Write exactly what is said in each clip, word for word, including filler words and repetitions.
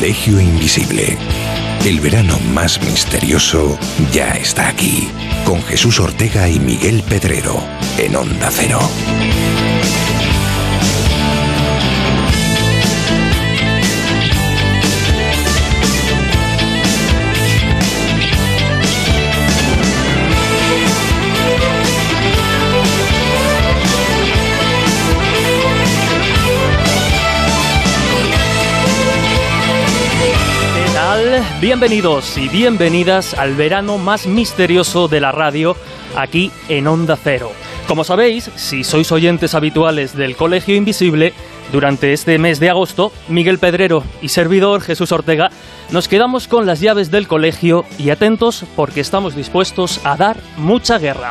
Colegio Invisible. El verano más misterioso ya está aquí, con Jesús Ortega y Miguel Pedrero, en Onda Cero. Bienvenidos y bienvenidas al verano más misterioso de la radio, aquí en Onda Cero. Como sabéis, si sois oyentes habituales del Colegio Invisible, durante este mes de agosto, Miguel Pedrero y servidor Jesús Ortega nos quedamos con las llaves del colegio y atentos porque estamos dispuestos a dar mucha guerra.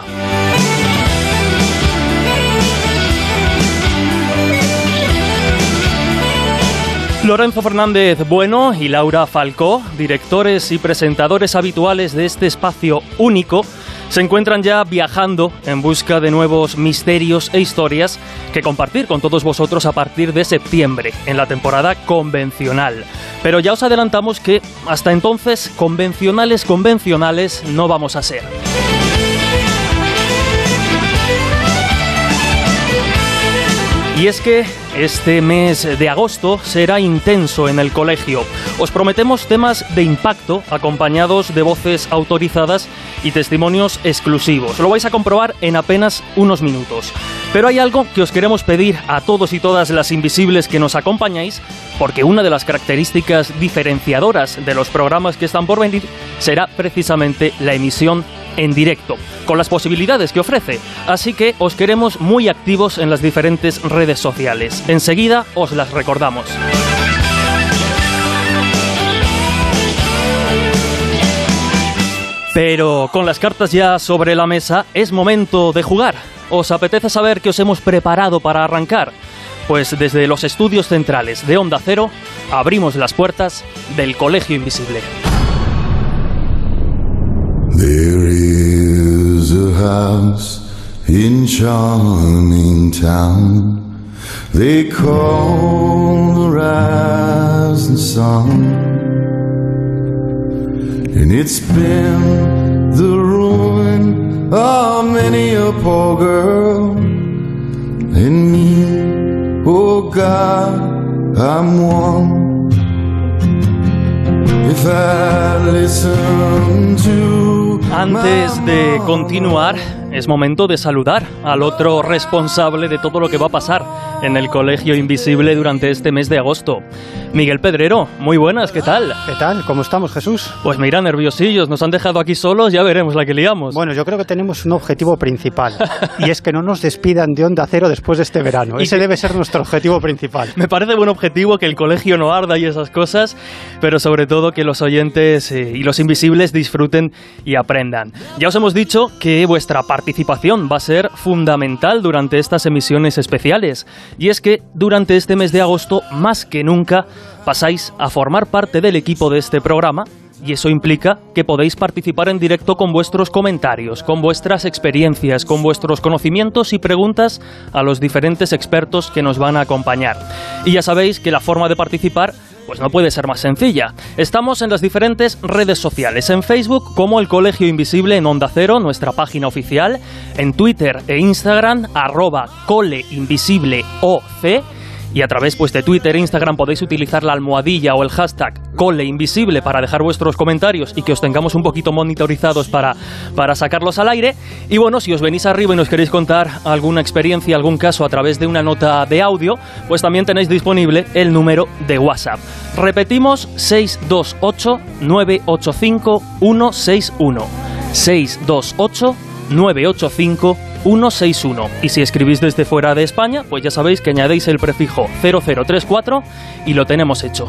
Lorenzo Fernández Bueno y Laura Falcó, directores y presentadores habituales de este espacio único, se encuentran ya viajando en busca de nuevos misterios e historias que compartir con todos vosotros a partir de septiembre, en la temporada convencional. Pero ya os adelantamos que hasta entonces convencionales convencionales no vamos a ser. Y es que este mes de agosto será intenso en el colegio. Os prometemos temas de impacto acompañados de voces autorizadas y testimonios exclusivos. Lo vais a comprobar en apenas unos minutos. Pero hay algo que os queremos pedir a todos y todas las invisibles que nos acompañáis, porque una de las características diferenciadoras de los programas que están por venir será precisamente la emisión en directo, con las posibilidades que ofrece. Así que os queremos muy activos en las diferentes redes sociales. Enseguida os las recordamos. Pero con las cartas ya sobre la mesa, es momento de jugar. ¿Os apetece saber qué os hemos preparado para arrancar? Pues desde los estudios centrales de Onda Cero, abrimos las puertas del Colegio Invisible. There is a house in charming town they call the rising sun, and it's been the ruin of many a poor girl, and me, oh God, I'm one. If I listen to Antes de continuar, es momento de saludar al otro responsable de todo lo que va a pasar en el Colegio Invisible durante este mes de agosto. Miguel Pedrero, muy buenas, ¿qué tal? ¿Qué tal? ¿Cómo estamos, Jesús? Pues mira, nerviosillos, nos han dejado aquí solos, ya veremos la que liamos. Bueno, yo creo que tenemos un objetivo principal, y es que no nos despidan de Onda Cero después de este verano. Ese debe ser nuestro objetivo principal. Me parece buen objetivo que el colegio no arda y esas cosas, pero sobre todo que los oyentes eh, y los invisibles disfruten y aprendan. Ya os hemos dicho que vuestra participación va a ser fundamental durante estas emisiones especiales, y es que durante este mes de agosto, más que nunca, pasáis a formar parte del equipo de este programa, y eso implica que podéis participar en directo con vuestros comentarios, con vuestras experiencias, con vuestros conocimientos y preguntas a los diferentes expertos que nos van a acompañar. Y ya sabéis que la forma de participar pues no puede ser más sencilla. Estamos en las diferentes redes sociales, en Facebook como el Colegio Invisible en Onda Cero, nuestra página oficial, en Twitter e Instagram, arroba coleinvisibleoc, y a través pues, de Twitter e Instagram podéis utilizar la almohadilla o el hashtag coleinvisible para dejar vuestros comentarios y que os tengamos un poquito monitorizados para, para sacarlos al aire. Y bueno, si os venís arriba y nos queréis contar alguna experiencia, algún caso a través de una nota de audio, pues también tenéis disponible el número de WhatsApp. Repetimos, seis dos ocho, nueve ocho cinco, uno seis uno. seis dos ocho, nueve ocho cinco, uno seis uno. Y si escribís desde fuera de España, pues ya sabéis que añadéis el prefijo cero cero tres cuatro y lo tenemos hecho.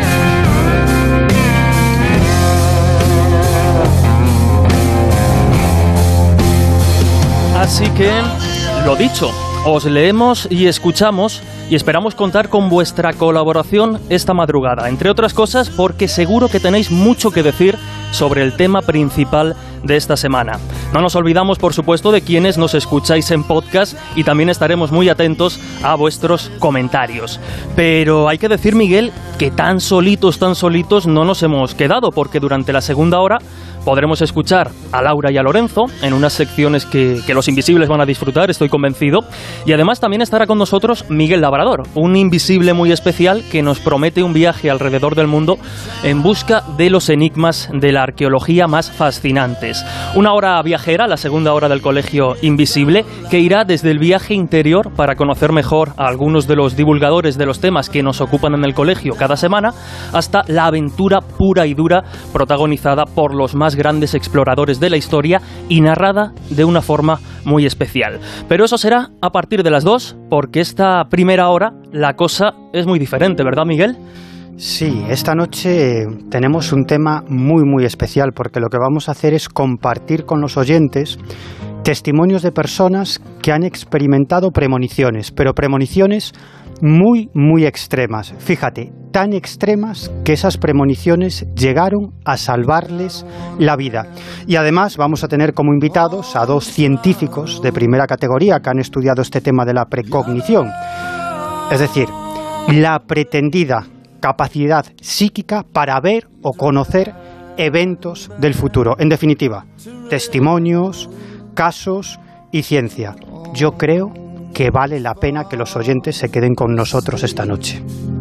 Así que, lo dicho, os leemos y escuchamos y esperamos contar con vuestra colaboración esta madrugada, entre otras cosas porque seguro que tenéis mucho que decir sobre el tema principal de esta semana. No nos olvidamos, por supuesto, de quienes nos escucháis en podcast y también estaremos muy atentos a vuestros comentarios. Pero hay que decir, Miguel, que tan solitos, tan solitos no nos hemos quedado, porque durante la segunda hora podremos escuchar a Laura y a Lorenzo en unas secciones que, que los invisibles van a disfrutar, estoy convencido. Y además también estará con nosotros Miguel Labrador, un invisible muy especial que nos promete un viaje alrededor del mundo en busca de los enigmas de la arqueología más fascinantes. Una hora viajera, la segunda hora del Colegio Invisible, que irá desde el viaje interior para conocer mejor a algunos de los divulgadores de los temas que nos ocupan en el colegio cada semana, hasta la aventura pura y dura protagonizada por los más grandes exploradores de la historia y narrada de una forma muy especial. Pero eso será a partir de las dos, porque esta primera hora la cosa es muy diferente, ¿verdad, Miguel? Sí, esta noche tenemos un tema muy muy especial, porque lo que vamos a hacer es compartir con los oyentes testimonios de personas que han experimentado premoniciones, pero premoniciones muy, muy extremas. Fíjate, tan extremas que esas premoniciones llegaron a salvarles la vida. Y además vamos a tener como invitados a dos científicos de primera categoría que han estudiado este tema de la precognición. Es decir, la pretendida capacidad psíquica para ver o conocer eventos del futuro. En definitiva, testimonios, casos y ciencia. Yo creo que vale la pena que los oyentes se queden con nosotros esta noche.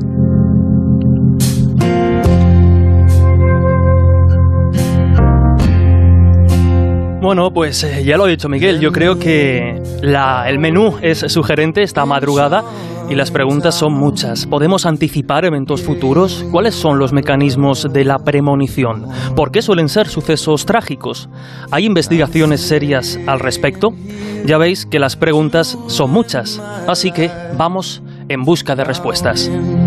Bueno, pues eh, ya lo ha dicho Miguel, yo creo que la, el menú es sugerente esta madrugada y las preguntas son muchas. ¿Podemos anticipar eventos futuros? ¿Cuáles son los mecanismos de la premonición? ¿Por qué suelen ser sucesos trágicos? ¿Hay investigaciones serias al respecto? Ya veis que las preguntas son muchas, así que vamos en busca de respuestas.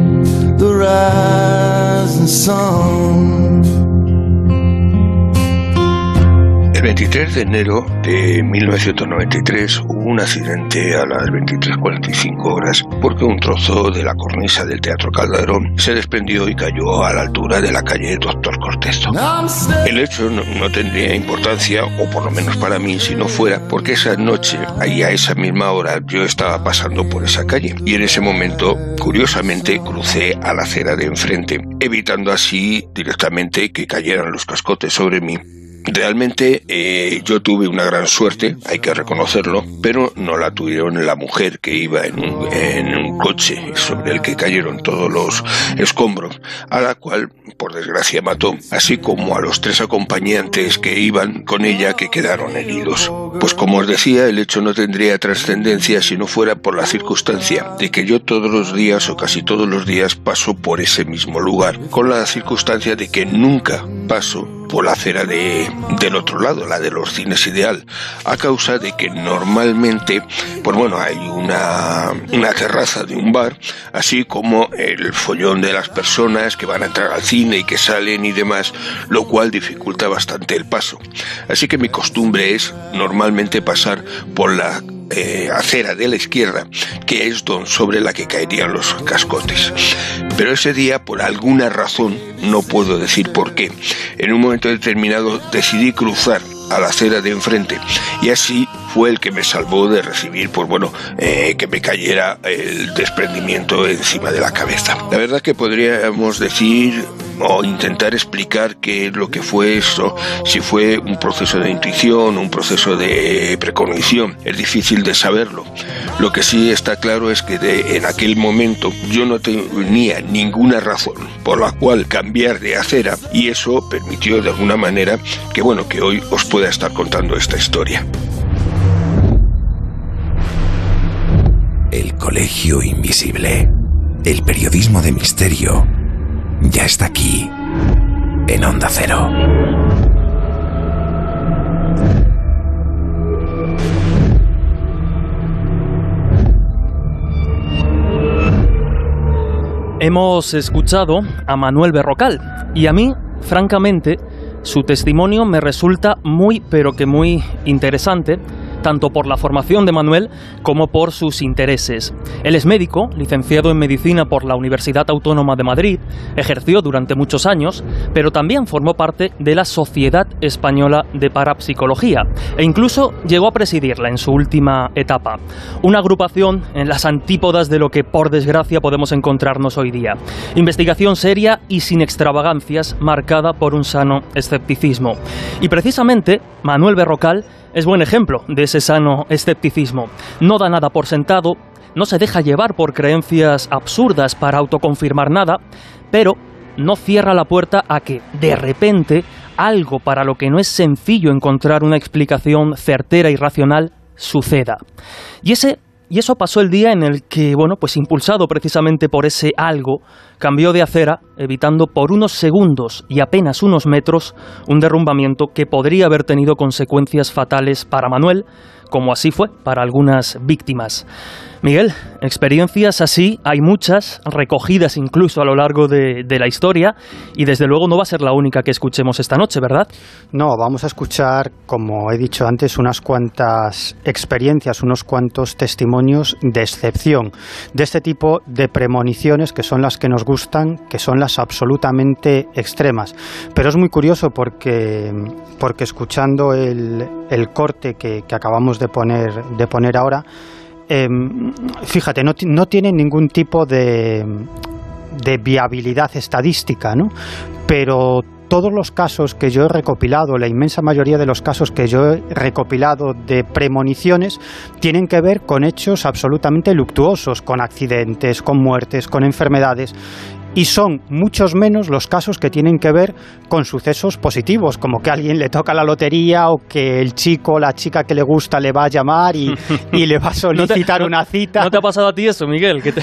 El veintitrés de enero de mil novecientos noventa y tres hubo un accidente a las veintitrés cuarenta y cinco horas porque un trozo de la cornisa del Teatro Calderón se desprendió y cayó a la altura de la calle Doctor Cortezo. El hecho no, no tendría importancia, o por lo menos para mí, si no fuera porque esa noche, ahí a esa misma hora, yo estaba pasando por esa calle y en ese momento, curiosamente, crucé a la acera de enfrente, evitando así directamente que cayeran los cascotes sobre mí. Realmente eh, yo tuve una gran suerte, hay que reconocerlo, pero no la tuvieron la mujer que iba en un, en un coche sobre el que cayeron todos los escombros, a la cual, por desgracia, mató, así como a los tres acompañantes que iban con ella que quedaron heridos. Pues como os decía, el hecho no tendría trascendencia si no fuera por la circunstancia de que yo todos los días o casi todos los días paso por ese mismo lugar, con la circunstancia de que nunca paso por la acera de, del otro lado, la de los cines Ideal, a causa de que normalmente, pues bueno, hay una, una terraza de un bar, así como el follón de las personas que van a entrar al cine y que salen y demás, lo cual dificulta bastante el paso. Así que mi costumbre es normalmente pasar por la Eh, acera de la izquierda, que es don sobre la que caerían los cascotes. Pero ese día, por alguna razón, no puedo decir por qué, en un momento determinado decidí cruzar a la acera de enfrente y así fue el que me salvó de recibir, pues bueno, eh, que me cayera el desprendimiento encima de la cabeza. La verdad que podríamos decir o intentar explicar qué es lo que fue eso, si fue un proceso de intuición, un proceso de precognición. Es difícil de saberlo. Lo que sí está claro es que de, en aquel momento yo no tenía ninguna razón por la cual cambiar de acera y eso permitió de alguna manera que bueno, que hoy os pueda estar contando esta historia. El Colegio Invisible, el periodismo de misterio, ya está aquí, en Onda Cero. Hemos escuchado a Manuel Berrocal y a mí, francamente, su testimonio me resulta muy, pero que muy interesante tanto por la formación de Manuel como por sus intereses. Él es médico, licenciado en Medicina por la Universidad Autónoma de Madrid, ejerció durante muchos años, pero también formó parte de la Sociedad Española de Parapsicología e incluso llegó a presidirla en su última etapa. Una agrupación en las antípodas de lo que, por desgracia, podemos encontrarnos hoy día. Investigación seria y sin extravagancias, marcada por un sano escepticismo. Y precisamente, Manuel Berrocal es buen ejemplo de ese sano escepticismo. No da nada por sentado, no se deja llevar por creencias absurdas para autoconfirmar nada, pero no cierra la puerta a que, de repente, algo para lo que no es sencillo encontrar una explicación certera y racional suceda. Y ese Y eso pasó el día en el que, bueno, pues impulsado precisamente por ese algo, cambió de acera, evitando por unos segundos y apenas unos metros un derrumbamiento que podría haber tenido consecuencias fatales para Manuel, como así fue para algunas víctimas. Miguel, experiencias así hay muchas, recogidas incluso a lo largo de, de la historia, y desde luego no va a ser la única que escuchemos esta noche, ¿verdad? No, vamos a escuchar, como he dicho antes, unas cuantas experiencias, unos cuantos testimonios de excepción, de este tipo de premoniciones que son las que nos gustan, que son las absolutamente extremas. Pero es muy curioso porque, porque escuchando el, el corte que, que acabamos de poner, de poner ahora, Eh, fíjate, no, no tiene ningún tipo de, de viabilidad estadística, ¿no? Pero todos los casos que yo he recopilado, la inmensa mayoría de los casos que yo he recopilado de premoniciones, tienen que ver con hechos absolutamente luctuosos, con accidentes, con muertes, con enfermedades. Y son muchos menos los casos que tienen que ver con sucesos positivos, como que a alguien le toca la lotería o que el chico o la chica que le gusta le va a llamar y, y le va a solicitar ¿No te, una cita. ¿No te ha pasado a ti eso, Miguel? ¿Qué te...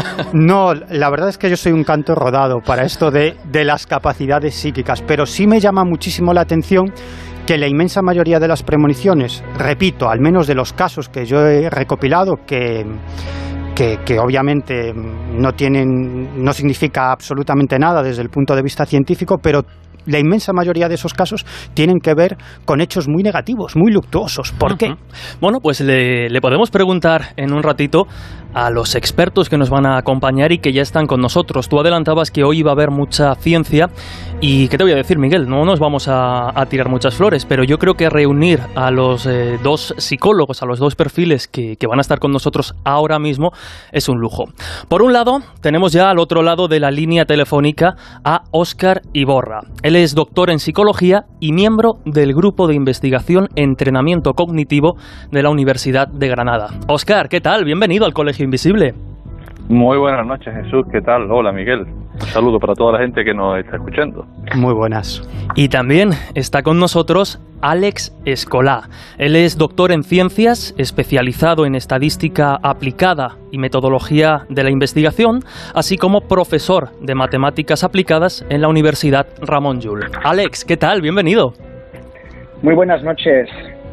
No, la verdad es que yo soy un canto rodado para esto de, de las capacidades psíquicas, pero sí me llama muchísimo la atención que la inmensa mayoría de las premoniciones, repito, al menos de los casos que yo he recopilado, que... Que, que obviamente no tienen, no significa absolutamente nada desde el punto de vista científico, pero la inmensa mayoría de esos casos tienen que ver con hechos muy negativos, muy luctuosos. ¿Por qué? Uh-huh. Bueno, pues le, le podemos preguntar en un ratito a los expertos que nos van a acompañar y que ya están con nosotros. Tú adelantabas que hoy iba a haber mucha ciencia y ¿qué te voy a decir, Miguel? No nos vamos a, a tirar muchas flores, pero yo creo que reunir a los eh, dos psicólogos, a los dos perfiles que, que van a estar con nosotros ahora mismo es un lujo. Por un lado, tenemos ya al otro lado de la línea telefónica a Óscar Iborra. Él es doctor en psicología y miembro del Grupo de Investigación Entrenamiento Cognitivo de la Universidad de Granada. Óscar, ¿qué tal? Bienvenido al Colegio Invisible. Muy buenas noches, Jesús. ¿Qué tal? Hola, Miguel. Un saludo para toda la gente que nos está escuchando. Muy buenas. Y también está con nosotros Àlex Escolà. Él es doctor en ciencias, especializado en estadística aplicada y metodología de la investigación, así como profesor de matemáticas aplicadas en la Universidad Ramon Llull. Àlex, ¿qué tal? Bienvenido. Muy buenas noches.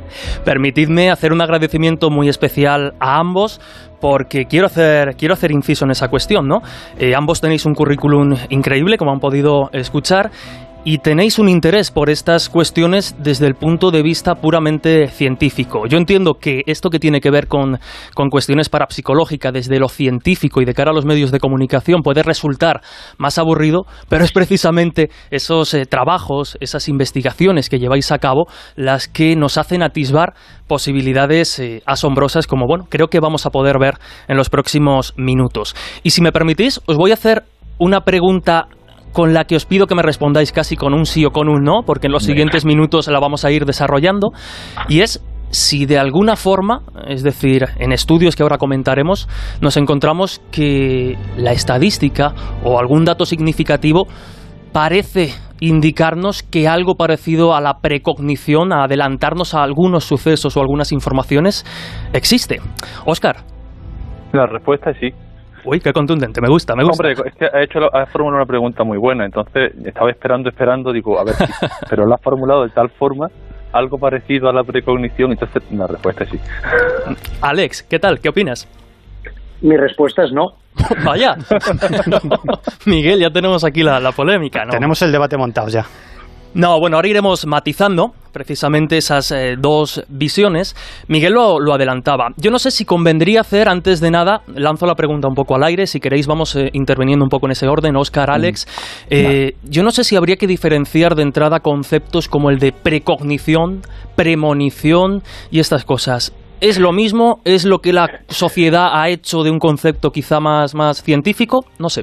Permitidme hacer un agradecimiento muy especial a ambos, porque quiero hacer, quiero hacer inciso en esa cuestión, ¿no? Eh, ambos tenéis un currículum increíble, como han podido escuchar, y tenéis un interés por estas cuestiones desde el punto de vista puramente científico. Yo entiendo que esto que tiene que ver con, con cuestiones parapsicológicas desde lo científico y de cara a los medios de comunicación puede resultar más aburrido, pero es precisamente esos eh, trabajos, esas investigaciones que lleváis a cabo las que nos hacen atisbar posibilidades eh, asombrosas como, bueno, creo que vamos a poder ver en los próximos minutos. Y si me permitís, os voy a hacer una pregunta con la que os pido que me respondáis casi con un sí o con un no, porque en los siguientes minutos la vamos a ir desarrollando, y es si de alguna forma, es decir, en estudios que ahora comentaremos, nos encontramos que la estadística o algún dato significativo parece indicarnos que algo parecido a la precognición, a adelantarnos a algunos sucesos o algunas informaciones, existe. Óscar. La respuesta es sí. Uy, qué contundente, me gusta, me gusta. Hombre, es que ha hecho, ha formulado una pregunta muy buena, entonces estaba esperando, esperando, digo, a ver si, pero la ha formulado de tal forma, algo parecido a la precognición, entonces la respuesta es sí. Àlex, ¿qué tal? ¿Qué opinas? Mi respuesta es no. Vaya. Miguel, ya tenemos aquí la, la polémica, ¿no? Tenemos el debate montado ya. No, bueno, ahora iremos matizando precisamente esas eh, dos visiones. Miguel lo, lo adelantaba. Yo no sé si convendría hacer, antes de nada, lanzo la pregunta un poco al aire, si queréis vamos eh, interviniendo un poco en ese orden, Óscar, Alex. Eh, yo no sé si habría que diferenciar de entrada conceptos como el de precognición, premonición y estas cosas. ¿Es lo mismo? ¿Es lo que la sociedad ha hecho de un concepto quizá más, más científico? No sé.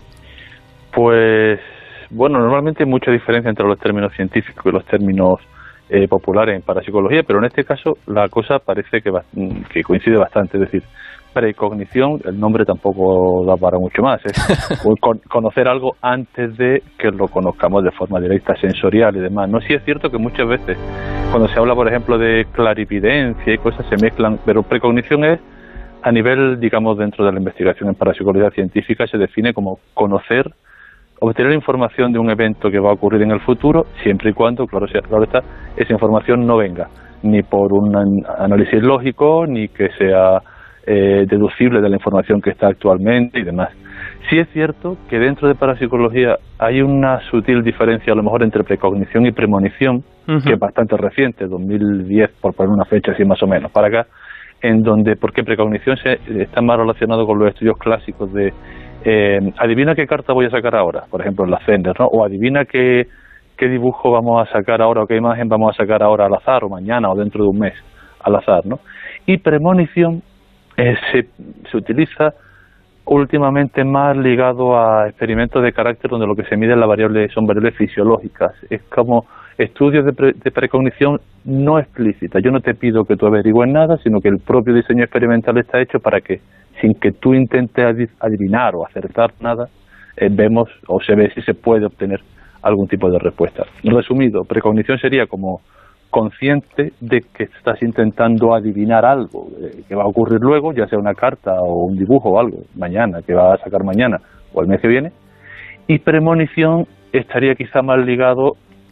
Pues... Bueno, normalmente hay mucha diferencia entre los términos científicos y los términos eh, populares en parapsicología, pero en este caso la cosa parece que, va, que coincide bastante. Es decir, precognición, el nombre tampoco da para mucho más. Es con, conocer algo antes de que lo conozcamos de forma directa, sensorial y demás. No, sí es cierto que muchas veces, cuando se habla, por ejemplo, de clarividencia y cosas, se mezclan, pero precognición es, a nivel, digamos, dentro de la investigación en parapsicología científica, se define como conocer, obtener información de un evento que va a ocurrir en el futuro, siempre y cuando, claro, claro está, esa información no venga ni por un análisis lógico, ni que sea eh, deducible de la información que está actualmente y demás. Sí es cierto que dentro de parapsicología hay una sutil diferencia, a lo mejor, entre precognición y premonición, uh-huh. que es bastante reciente, dos mil diez, por poner una fecha así más o menos, para acá, en donde, porque precognición se, está más relacionado con los estudios clásicos de Eh, adivina qué carta voy a sacar ahora, por ejemplo en la Zender, ¿no? O adivina qué, qué dibujo vamos a sacar ahora o qué imagen vamos a sacar ahora al azar, o mañana o dentro de un mes al azar, ¿no? Y premonición eh, se, se utiliza últimamente más ligado a experimentos de carácter donde lo que se mide la variable, son variables fisiológicas. Es como estudios de, pre, de precognición no explícita. Yo no te pido que tú averigües nada, sino que el propio diseño experimental está hecho para que, sin que tú intentes adivinar o acertar nada, eh, vemos o se ve si se puede obtener algún tipo de respuesta. Resumido, precognición sería como consciente de que estás intentando adivinar algo eh, que va a ocurrir luego, ya sea una carta o un dibujo o algo, mañana, que va a sacar mañana o el mes que viene. Y premonición estaría quizá más ligado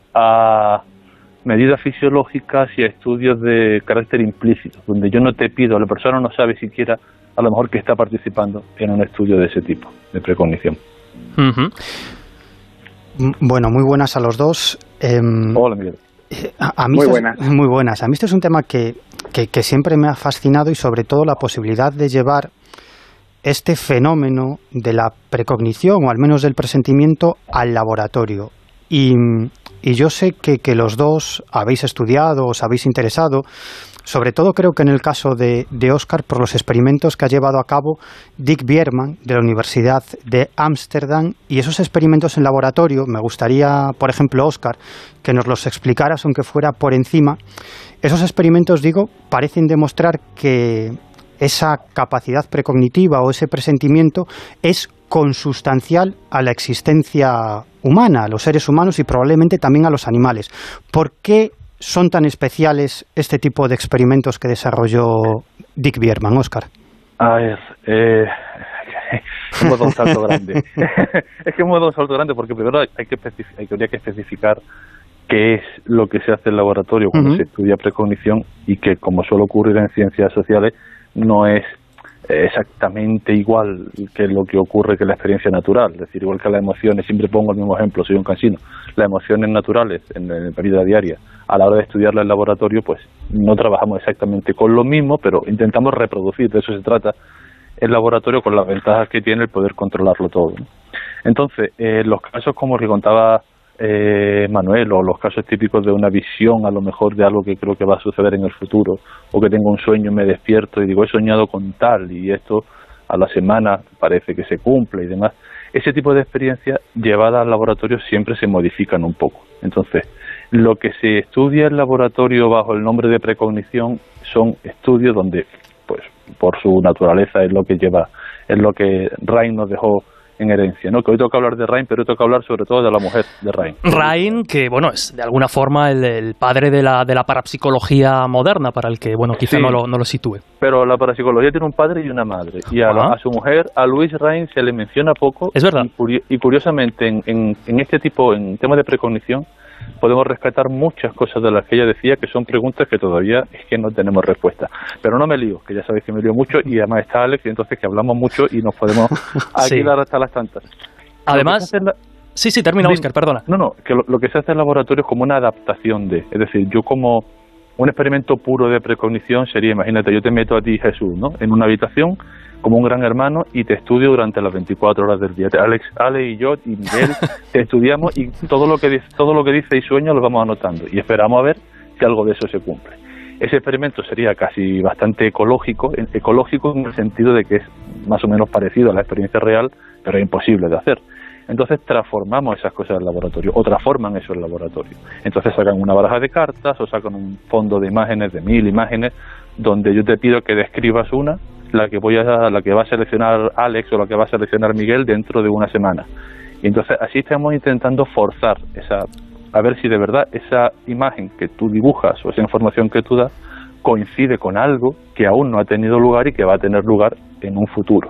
a medidas fisiológicas y a estudios de carácter implícito, donde yo no te pido, la persona no sabe siquiera a lo mejor que está participando en un estudio de ese tipo, de precognición. Uh-huh. Bueno, muy buenas a los dos. Eh, Hola, Miguel. A, a mí muy este buenas. Es, muy buenas. A mí este es un tema que, que, que siempre me ha fascinado, y sobre todo la posibilidad de llevar este fenómeno de la precognición, o al menos del presentimiento, al laboratorio. Y, y yo sé que, que los dos habéis estudiado, os habéis interesado. Sobre todo creo que en el caso de, de Óscar, por los experimentos que ha llevado a cabo Dick Bierman de la Universidad de Ámsterdam, y esos experimentos en laboratorio, me gustaría, por ejemplo, Óscar, que nos los explicaras, aunque fuera por encima. Esos experimentos, digo, parecen demostrar que esa capacidad precognitiva o ese presentimiento es consustancial a la existencia humana, a los seres humanos y probablemente también a los animales. ¿Por qué son tan especiales este tipo de experimentos que desarrolló Dick Bierman, Óscar? A ver, eh, hemos dado un salto grande. Es que hemos dado un salto grande porque primero hay que, hay, habría que especificar qué es lo que se hace en el laboratorio cuando uh-huh. se estudia precognición, y que, como suele ocurrir en ciencias sociales, no es exactamente igual que lo que ocurre que la experiencia natural. Es decir, igual que las emociones, siempre pongo el mismo ejemplo, soy un cansino, las emociones naturales en, en la vida diaria, a la hora de estudiarlas en el laboratorio, pues no trabajamos exactamente con lo mismo, pero intentamos reproducir, de eso se trata el laboratorio, con las ventajas que tiene el poder controlarlo todo, ¿no? Entonces, eh, los casos como el que contaba eh, Manuel, o los casos típicos de una visión a lo mejor de algo que creo que va a suceder en el futuro, o que tengo un sueño y me despierto y digo, he soñado con tal, y esto a la semana parece que se cumple y demás, ese tipo de experiencias llevadas al laboratorio siempre se modifican un poco. Entonces, lo que se estudia en laboratorio bajo el nombre de precognición son estudios donde, pues, por su naturaleza es lo que lleva, es lo que Rain nos dejó en herencia, ¿no? Que hoy toca hablar de Rain, pero hoy toca hablar sobre todo de la mujer de Rain. Rain, que bueno, es de alguna forma el, el padre de la, de la parapsicología moderna, para el que, bueno, quizá sí, no, lo, no lo sitúe. Pero la parapsicología tiene un padre y una madre, y a, la, a su mujer, a Louise Rain, se le menciona poco. Es verdad. Y, curio, y curiosamente, en, en, en este tipo, en temas de precognición, podemos rescatar muchas cosas de las que ella decía, que son preguntas que todavía es que no tenemos respuesta. Pero no me lío, que ya sabéis que me lío mucho, y además está Alex, y entonces que hablamos mucho y nos podemos aquí sí. dar hasta las tantas. Además, la... Sí, sí, termina, Óscar, perdona. No, no, que lo, lo que se hace en el laboratorio es como una adaptación de, es decir, yo como un experimento puro de precognición sería, imagínate, yo te meto a ti, Jesús, ¿no?, en una habitación como un gran hermano y te estudio durante las veinticuatro horas del día. Alex, Ale y yo y Miguel te estudiamos y todo lo que dice, todo lo que dice y sueña lo vamos anotando y esperamos a ver si algo de eso se cumple. Ese experimento sería casi bastante ecológico, ecológico en el sentido de que es más o menos parecido a la experiencia real, pero es imposible de hacer. Entonces transformamos esas cosas en el laboratorio, o transforman eso en el laboratorio. Entonces sacan una baraja de cartas o sacan un fondo de imágenes, de mil imágenes, donde yo te pido que describas una, la que voy a, la que va a seleccionar Alex o la que va a seleccionar Miguel dentro de una semana. Y entonces así estamos intentando forzar esa, a ver si de verdad esa imagen que tú dibujas o esa información que tú das coincide con algo que aún no ha tenido lugar y que va a tener lugar en un futuro.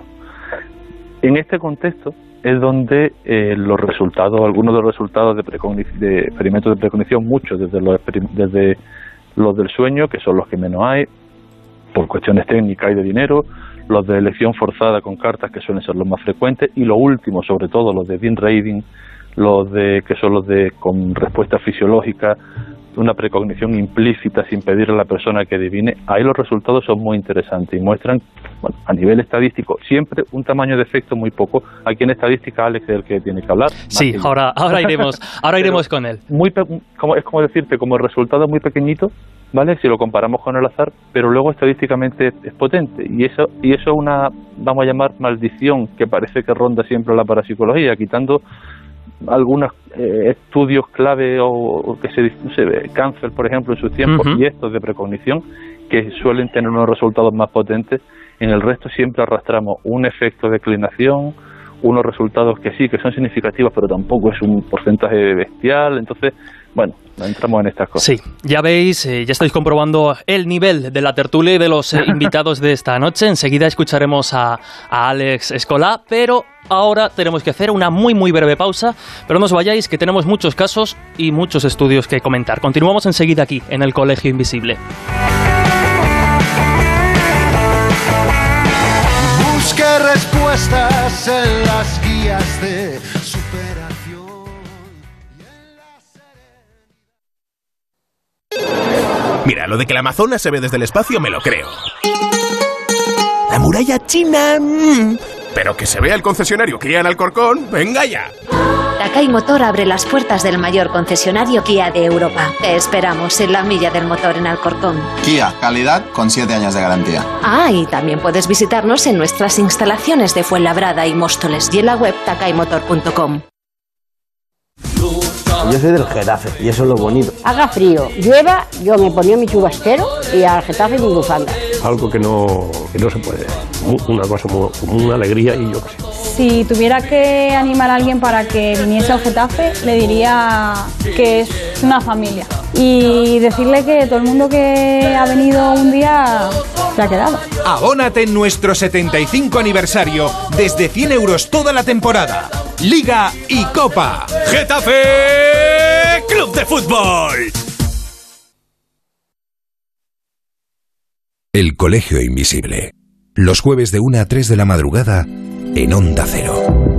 En este contexto es donde eh, los resultados, algunos de los resultados de, de experimentos de precognición, muchos desde los, desde los del sueño, que son los que menos hay, por cuestiones técnicas y de dinero, los de elección forzada con cartas, que suelen ser los más frecuentes, y los últimos, sobre todo los de beam reading, los de que son los de con respuesta fisiológica, una precognición implícita sin pedirle a la persona que adivine. Ahí los resultados son muy interesantes y muestran, bueno, a nivel estadístico, siempre un tamaño de efecto muy poco. Aquí en estadística Alex es el que tiene que hablar. Sí, ahora, ahora iremos, ahora iremos con él. Muy como, es como decirte, como el resultado es muy pequeñito, ¿vale?, si lo comparamos con el azar, pero luego estadísticamente es, es potente, y eso y eso es una, vamos a llamar, maldición que parece que ronda siempre la parapsicología, quitando algunos eh, estudios clave o, o que se, no sé, cáncer, por ejemplo, en sus tiempos, uh-huh. y estos de precognición, que suelen tener unos resultados más potentes. En el resto siempre arrastramos un efecto de declinación, unos resultados que sí, que son significativos, pero tampoco es un porcentaje bestial. Entonces, bueno, entramos en estas cosas. Sí, ya veis, eh, ya estáis comprobando el nivel de la tertulia y de los eh, invitados de esta noche. Enseguida escucharemos a, a Alex Escolà, pero ahora tenemos que hacer una muy muy breve pausa, pero no os vayáis, que tenemos muchos casos y muchos estudios que comentar. Continuamos enseguida aquí, en el Colegio Invisible. Busca respuestas en las guías de superación. Mira, lo de que el Amazonas se ve desde el espacio me lo creo. La muralla china... Mmm, pero que se vea el concesionario Kia en Alcorcón, venga ya. Takay Motor abre las puertas del mayor concesionario Kia de Europa. Te esperamos en la Milla del Motor en Alcorcón. Kia, calidad con siete años de garantía. Ah, y también puedes visitarnos en nuestras instalaciones de Fuenlabrada y Móstoles y en la web takay motor punto com. Yo soy del Getafe y eso es lo bonito. Haga frío, llueva, yo me ponía mi chubasquero y al Getafe mi bufanda. Algo que no, que no se puede. Una cosa como una alegría y yo qué sé. Si tuviera que animar a alguien para que viniese al Getafe, le diría que es una familia. Y decirle que todo el mundo que ha venido un día se ha quedado. Abónate en nuestro setenta y cinco aniversario desde cien euros toda la temporada. Liga y Copa. Getafe Club de Fútbol. El Colegio Invisible. Los jueves de una a tres de la madrugada en Onda Cero.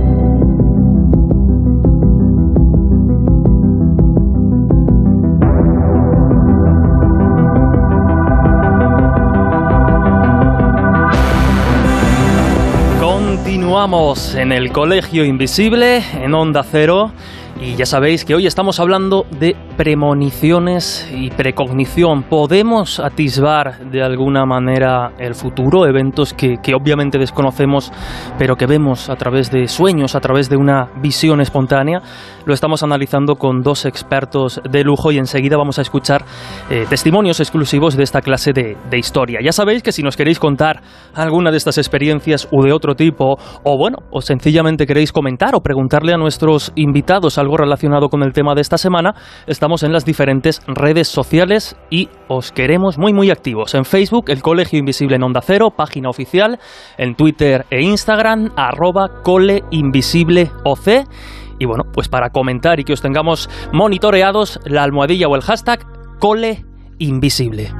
Continuamos en el Colegio Invisible, en Onda Cero, y ya sabéis que hoy estamos hablando de premoniciones y precognición. ¿Podemos atisbar de alguna manera el futuro? Eventos que, que obviamente desconocemos, pero que vemos a través de sueños, a través de una visión espontánea. Lo estamos analizando con dos expertos de lujo y enseguida vamos a escuchar eh, testimonios exclusivos de esta clase de, de historia. Ya sabéis que si nos queréis contar alguna de estas experiencias u de otro tipo, o bueno, o sencillamente queréis comentar o preguntarle a nuestros invitados algo relacionado con el tema de esta semana, estamos en las diferentes redes sociales y os queremos muy muy activos. En Facebook, el Colegio Invisible en Onda Cero, página oficial, en Twitter e Instagram, arroba coleinvisibleoc. Y bueno, pues para comentar y que os tengamos monitoreados, la almohadilla o el hashtag coleinvisible.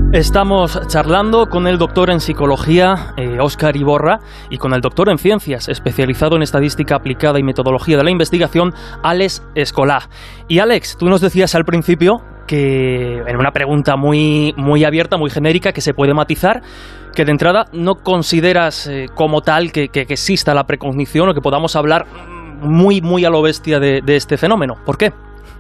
Estamos charlando con el doctor en psicología, eh, Óscar Iborra, y con el doctor en ciencias, especializado en estadística aplicada y metodología de la investigación, Alex Escolà. Y Alex, tú nos decías al principio que, en una pregunta muy, muy abierta, muy genérica, que se puede matizar, que de entrada no consideras eh, como tal que, que, que exista la precognición o que podamos hablar muy, muy a lo bestia de, de este fenómeno. ¿Por qué?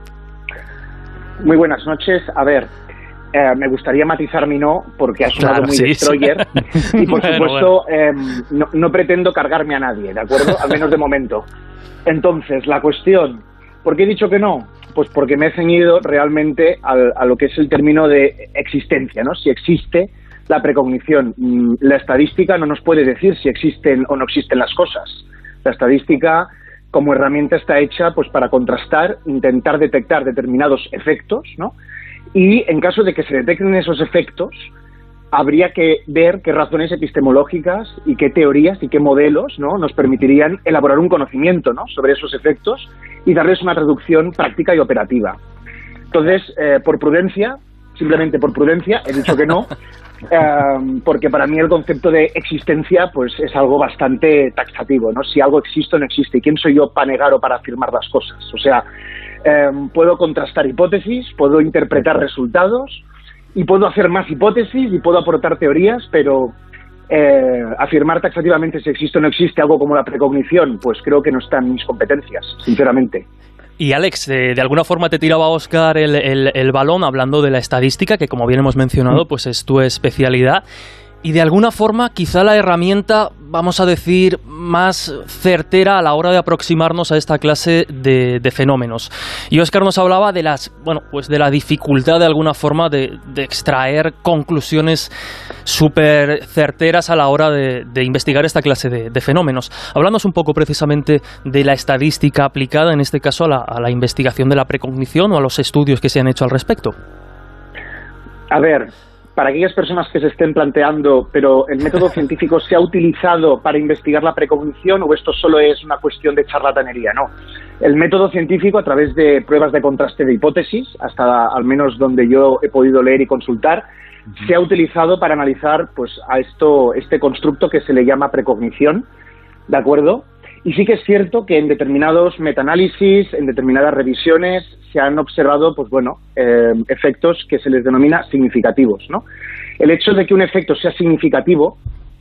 Muy buenas noches. A ver, eh, me gustaría matizar mi no, porque ha sonado claro, muy sí, destroyer. Sí. Y por bueno, supuesto, bueno. Eh, no, no pretendo cargarme a nadie, ¿de acuerdo? Al menos de momento. Entonces, la cuestión, ¿por qué he dicho que no? Pues porque me he ceñido realmente al, a lo que es el término de existencia, ¿no? Si existe la precognición. La estadística no nos puede decir si existen o no existen las cosas. La estadística, como herramienta, está hecha pues para contrastar, intentar detectar determinados efectos, ¿no? Y en caso de que se detecten esos efectos, habría que ver qué razones epistemológicas y qué teorías y qué modelos, ¿no?, nos permitirían elaborar un conocimiento, ¿no?, sobre esos efectos y darles una traducción práctica y operativa. Entonces, eh, por prudencia, simplemente por prudencia, he dicho que no, eh, porque para mí el concepto de existencia pues es algo bastante taxativo, ¿no? Si algo existe o no existe, ¿y quién soy yo para negar o para afirmar las cosas? O sea, eh, puedo contrastar hipótesis, puedo interpretar resultados y puedo hacer más hipótesis y puedo aportar teorías, pero eh, afirmar taxativamente si existe o no existe algo como la precognición, pues creo que no está en mis competencias, sinceramente. Y Alex, de, de alguna forma te tiraba Óscar el, el, el balón hablando de la estadística, que como bien hemos mencionado, pues es tu especialidad. Y de alguna forma, quizá la herramienta, vamos a decir, más certera a la hora de aproximarnos a esta clase de, de fenómenos. Y Óscar nos hablaba de las, bueno, pues de la dificultad de alguna forma de, de extraer conclusiones súper certeras a la hora de, de investigar esta clase de, de fenómenos. Hablándonos un poco precisamente de la estadística aplicada, en este caso a la, a la investigación de la precognición o a los estudios que se han hecho al respecto. A ver, para aquellas personas que se estén planteando, pero ¿el método científico se ha utilizado para investigar la precognición o esto solo es una cuestión de charlatanería? No. El método científico, a través de pruebas de contraste de hipótesis, hasta al menos donde yo he podido leer y consultar, uh-huh. se ha utilizado para analizar pues a esto este constructo que se le llama precognición, ¿de acuerdo? Y sí que es cierto que en determinados metaanálisis, en determinadas revisiones, se han observado, pues bueno, eh, efectos que se les denomina significativos, ¿no? El hecho de que un efecto sea significativo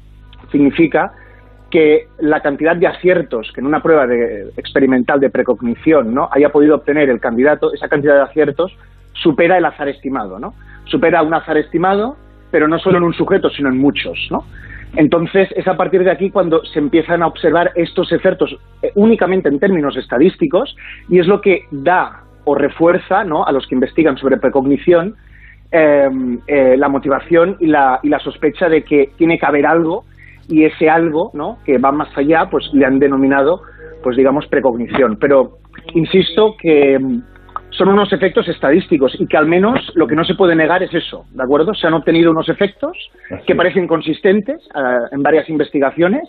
significa que la cantidad de aciertos que en una prueba de, experimental de precognición, ¿no?, haya podido obtener el candidato, esa cantidad de aciertos supera el azar estimado, ¿no? Supera un azar estimado, pero no solo en un sujeto, sino en muchos, ¿no? Entonces, es a partir de aquí cuando se empiezan a observar estos efectos eh, únicamente en términos estadísticos, y es lo que da o refuerza, ¿no?, a los que investigan sobre precognición eh, eh, la motivación y la, y la sospecha de que tiene que haber algo, y ese algo, ¿no?, que va más allá, pues le han denominado, pues digamos, precognición. Pero insisto que son unos efectos estadísticos y que al menos lo que no se puede negar es eso, ¿de acuerdo? Se han obtenido unos efectos que parecen consistentes uh, en varias investigaciones.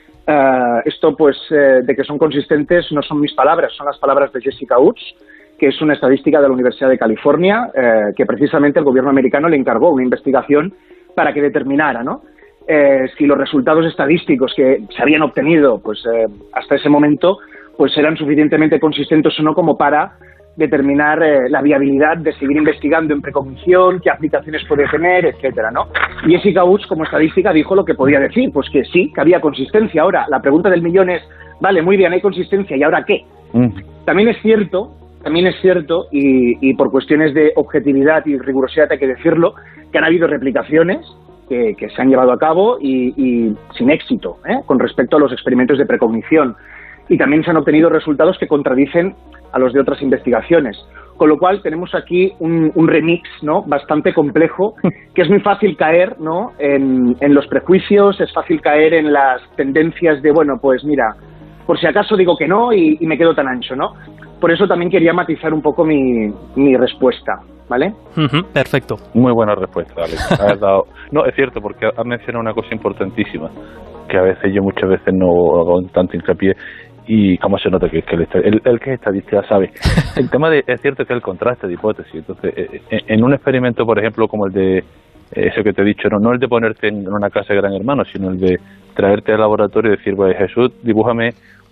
Uh, esto, pues, uh, de que son consistentes no son mis palabras, son las palabras de Jessica Utts, que es una estadística de la Universidad de California, uh, que precisamente el gobierno americano le encargó una investigación para que determinara, ¿no?, eh, si los resultados estadísticos que se habían obtenido, pues, eh, hasta ese momento, pues eran suficientemente consistentes o no como para determinar eh, la viabilidad de seguir investigando en precognición, qué aplicaciones puede tener, etcétera, ¿no? Y Jessica Utts, como estadística, dijo lo que podía decir, pues que sí, que había consistencia. Ahora, la pregunta del millón es, vale, muy bien, hay consistencia, ¿y ahora qué? Mm. También es cierto, también es cierto, y, y por cuestiones de objetividad y rigurosidad hay que decirlo, que han habido replicaciones que, que se han llevado a cabo y, y sin éxito, ¿eh?, con respecto a los experimentos de precognición. Y también se han obtenido resultados que contradicen a los de otras investigaciones. Con lo cual tenemos aquí un, un remix, ¿no?, bastante complejo, que es muy fácil caer, ¿no?, en, en los prejuicios, es fácil caer en las tendencias de, bueno, pues mira, por si acaso digo que no y, y me quedo tan ancho, ¿no? Por eso también quería matizar un poco mi, mi respuesta, ¿vale? Uh-huh, perfecto. Muy buena respuesta, Alex. Has dado... No, es cierto, porque has mencionado una cosa importantísima, que a veces yo muchas veces no hago tanto hincapié, y cómo se nota que, que el, el, el que es estadística sabe. El tema de, es cierto que el contraste de hipótesis, entonces, en un experimento, por ejemplo, como el de eso que te he dicho, no, no el de ponerte en una casa de Gran Hermano, sino el de traerte al laboratorio y decir, pues Jesús, dibújame